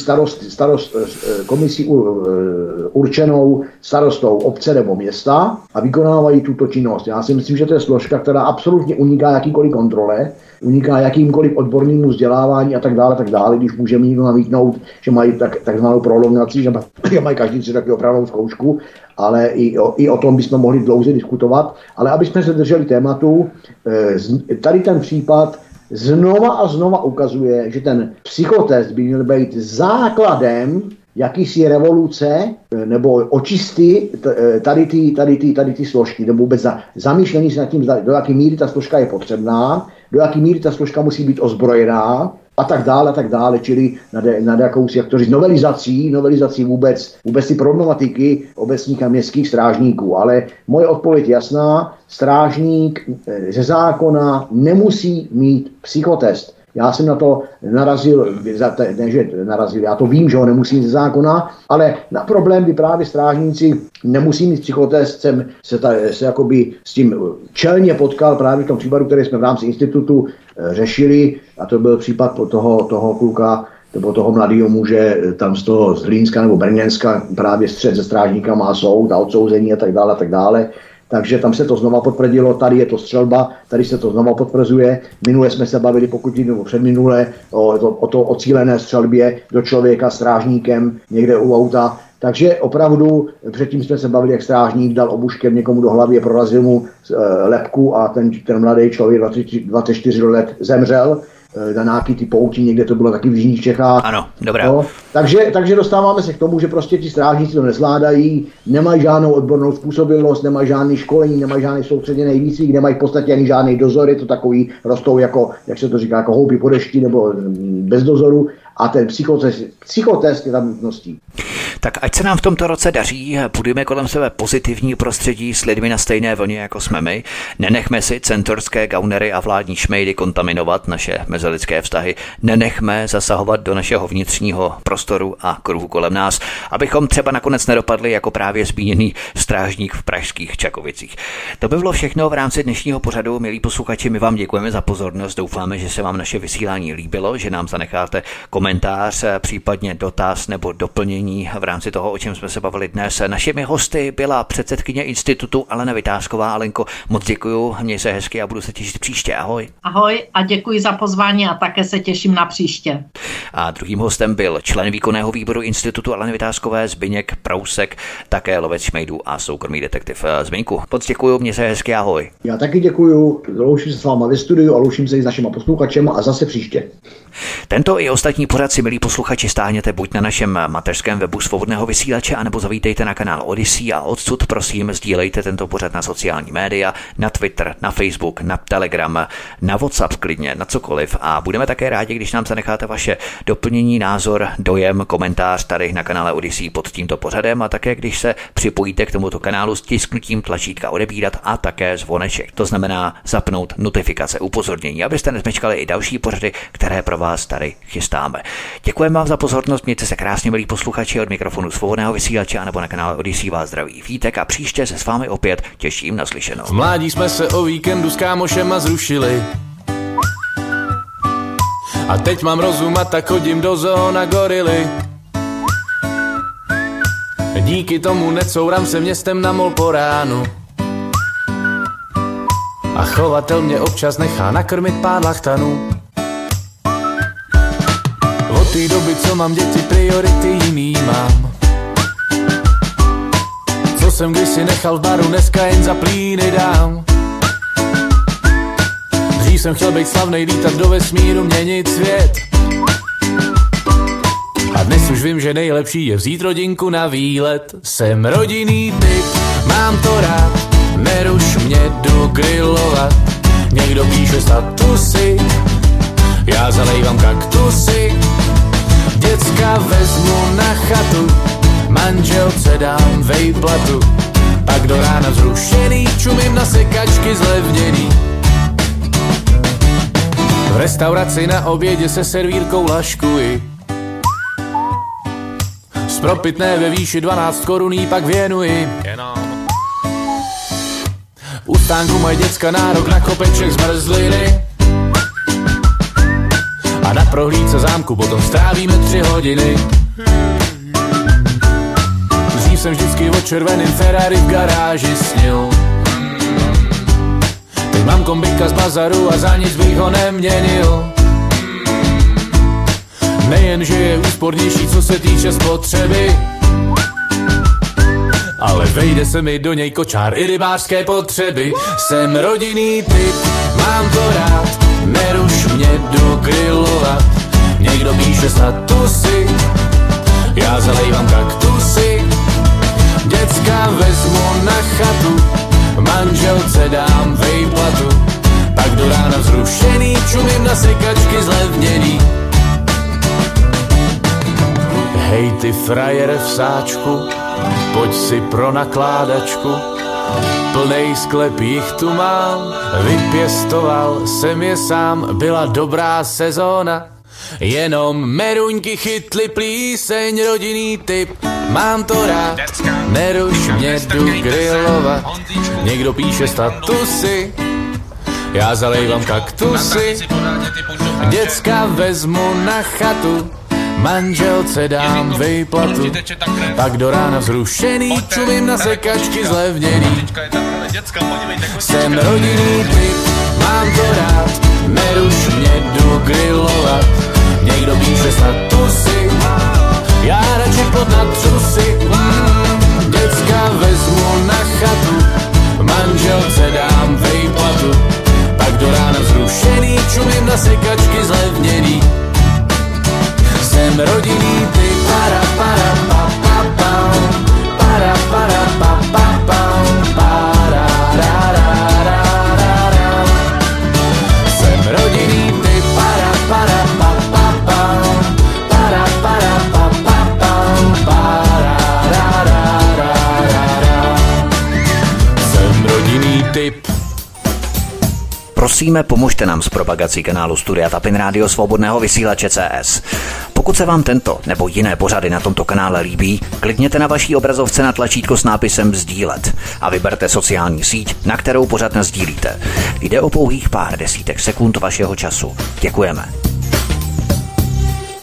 Speaker 3: komisí určenou starostou obce nebo města a vykonávají tuto činnost. Já si myslím, že to je složka, která absolutně uniká jakýkoliv kontrole, uniká jakýmkoliv odbornému vzdělávání a tak dále, když můžeme někdo namítnout, že mají takzvanou prolongaci, že mají každý 3 roky opravnou zkoušku, ale i o tom bychom mohli dlouze diskutovat. Ale aby jsme se drželi tématu, tady ten případ znova a znova ukazuje, že ten psychotest by měl být základem jakýsi revoluce nebo očisty tady ty složky, nebo vůbec zamýšlení se nad tím, do jaké míry ta složka je potřebná, do jaké míry ta složka musí být ozbrojená a tak dále, čili nad jakousi, jak to říct, novelizací vůbec ty problematiky obecních a městských strážníků. Ale moje odpověď jasná, strážník ze zákona nemusí mít psychotest. Já jsem na to narazil, já to vím, že ho nemusí mít ze zákona, ale na problém, kdy právě strážníci nemusí mít psychotest, jsem se jakoby s tím čelně potkal právě v tom případu, který jsme v rámci institutu řešili, a to byl případ toho kluka, nebo toho mladého muže, tam z Zlínska nebo Brněnska, právě střet se strážníkama a soud a odsouzení a tak dále. Takže tam se to znova potvrdilo, tady je to střelba, tady se to znova potvrzuje. Minule jsme se bavili, pokud nebo předminule, o cílené střelbě do člověka strážníkem někde u auta. Takže opravdu předtím jsme se bavili, jak strážník dal obuškem někomu do hlavy, prorazil mu lebku a ten mladý člověk 24 let zemřel na nějaký ty pouti, někde to bylo taky v jižních Čechách.
Speaker 1: Ano, dobrá.
Speaker 3: No, takže dostáváme se k tomu, že prostě ti strážníci to nezvládají, nemají žádnou odbornou způsobilost, nemají žádný školení, nemají žádný soustředěný výcvik, nemají v podstatě ani žádný dozor, je to takový, rostou jako, jak se to říká, jako houby po dešti nebo bez dozoru. A ten psychotest je tam nutností.
Speaker 1: Tak ať se nám v tomto roce daří, budeme kolem sebe pozitivní prostředí s lidmi na stejné vlně, jako jsme my. Nenechme si centorské gaunery a vládní šmejdy kontaminovat naše mezilidské vztahy. Nenechme zasahovat do našeho vnitřního prostoru a kruhu kolem nás, abychom třeba nakonec nedopadli jako právě zmíněný strážník v pražských Čakovicích. To by bylo všechno v rámci dnešního pořadu. Milí posluchači, my vám děkujeme za pozornost. Doufáme, že se vám naše vysílání líbilo, že nám zanecháte komentář, případně dotaz nebo doplnění v rámci toho, o čem jsme se bavili dnes. Našimi hosty byla předsedkyně institutu Alena Vytázková. Alenko, moc děkuju, měj se hezky a budu se těšit příště. Ahoj.
Speaker 2: Ahoj a děkuji za pozvání a také se těším na příště.
Speaker 1: A druhým hostem byl člen výkonného výboru institutu Aleny Vytázkové Zbyněk Prousek, také lovec šmejdů a soukromý detektiv. Zbyňku, moc děkuju, měj se hezky, ahoj.
Speaker 3: Já taky děkuju, loučím se s váma ve studiu a loučím se i s našimi posluchačemi a zase příště.
Speaker 1: Tento i ostatní pořad si, milí posluchači, stáhněte buď na našem mateřském webu Svobodného vysílače, anebo zavítejte na kanál Odyssey a odsud prosím sdílejte tento pořad na sociální média, na Twitter, na Facebook, na Telegram, na WhatsApp klidně, na cokoliv. A budeme také rádi, když nám zanecháte vaše doplnění, názor, dojem, komentář tady na kanále Odyssey pod tímto pořadem a také když se připojíte k tomuto kanálu s tisknutím tlačítka odebírat a také zvoneček. To znamená zapnout notifikace, upozornění, abyste nezmečkali i další pořady, které pro vás tady chystáme. Děkujeme vám za pozornost, mějte se krásně, milí posluchači, od mikrofonu Svobodného vysílače anebo na kanále Odyssey vás zdraví Vítek a příště se s vámi opět těším na slyšenou.
Speaker 4: V mládí jsme se o víkendu s kámošema zrušili a teď mám rozum a tak chodím do zoo na gorily. Díky tomu necouram se městem na mol po ránu a chovatel mě občas nechá nakrmit pár lachtanů. Od té doby, co mám děti, priority jiný mám. Co jsem kdysi nechal v baru, dneska jen za plíny dám. Dřív jsem chtěl být slavnej, lítat do vesmíru, měnit svět. A dnes už vím, že nejlepší je vzít rodinku na výlet. Jsem rodinný typ, mám to rád, neruš mě, jdu grillovat. Někdo píše statusy, já zalejvám kaktusy. Děcka vezmu na chatu, manželce dám vejplatu. Pak do rána zrušený, čumím na sekačky zlevněný. V restauraci na obědě se servírkou laškuji. Z propitné ve výši 12 koruní pak věnuji. U stánku mají děcka nárok na kopeček zmrzliny. A na
Speaker 5: prohlídce zámku, potom strávíme 3 hodiny. Dřív jsem vždycky o červeným Ferrari v garáži snil. Teď mám kombika z bazaru a za nic bych ho neměnil. Nejen, že je úspornější, co se týče spotřeby, ale vejde se mi do něj kočár i rybářské potřeby. Jsem rodinný typ, mám to rád, neruš mě dogrilovat. Někdo píše statusy, já zalejvám kaktusy. Děcka vezmu na chatu, manželce dám vejplatu. Pak do rána vzrušený, čumím na sekačky zlevněný. Hej ty frajere v sáčku, pojď si pro nakládačku. Plnej sklep jich tu mám, vypěstoval jsem je sám, byla dobrá sezóna. Jenom meruňky chytly plíseň, rodinný typ, mám to rád, neruš mě, jdu grillovat. Někdo píše statusy, já zalejvám kaktusy. Děcka vezmu na chatu, manželce dám vejplatu. Pak do rána vzrušený, čumím na sekačky zlevněný. Jsem rodinný typ, mám to rád, neruš mě, jdu grillovat. Někdo píše statusy, já radši pod natřusy. Děcka vezmu na chatu, manželce dám vejplatu. Pak do rána vzrušený, čumím na sekačky zlevněný. Jsem rodinný typ, para para pa pa pa, para para pa pa pa, para ra ra ra ra ra. Jsem rodinný typ, para para pa pa pa, para para pa pa pa, para ra ra ra ra ra. Jsem rodinný typ.
Speaker 1: Prosíme, pomožte nám s propagací kanálu Studia Tapin Rádio Svobodného vysílače CS. Pokud se vám tento nebo jiné pořady na tomto kanále líbí, klikněte na vaší obrazovce na tlačítko s nápisem sdílet a vyberte sociální síť, na kterou pořad nasdílíte. Jde o pouhých pár desítek sekund vašeho času. Děkujeme.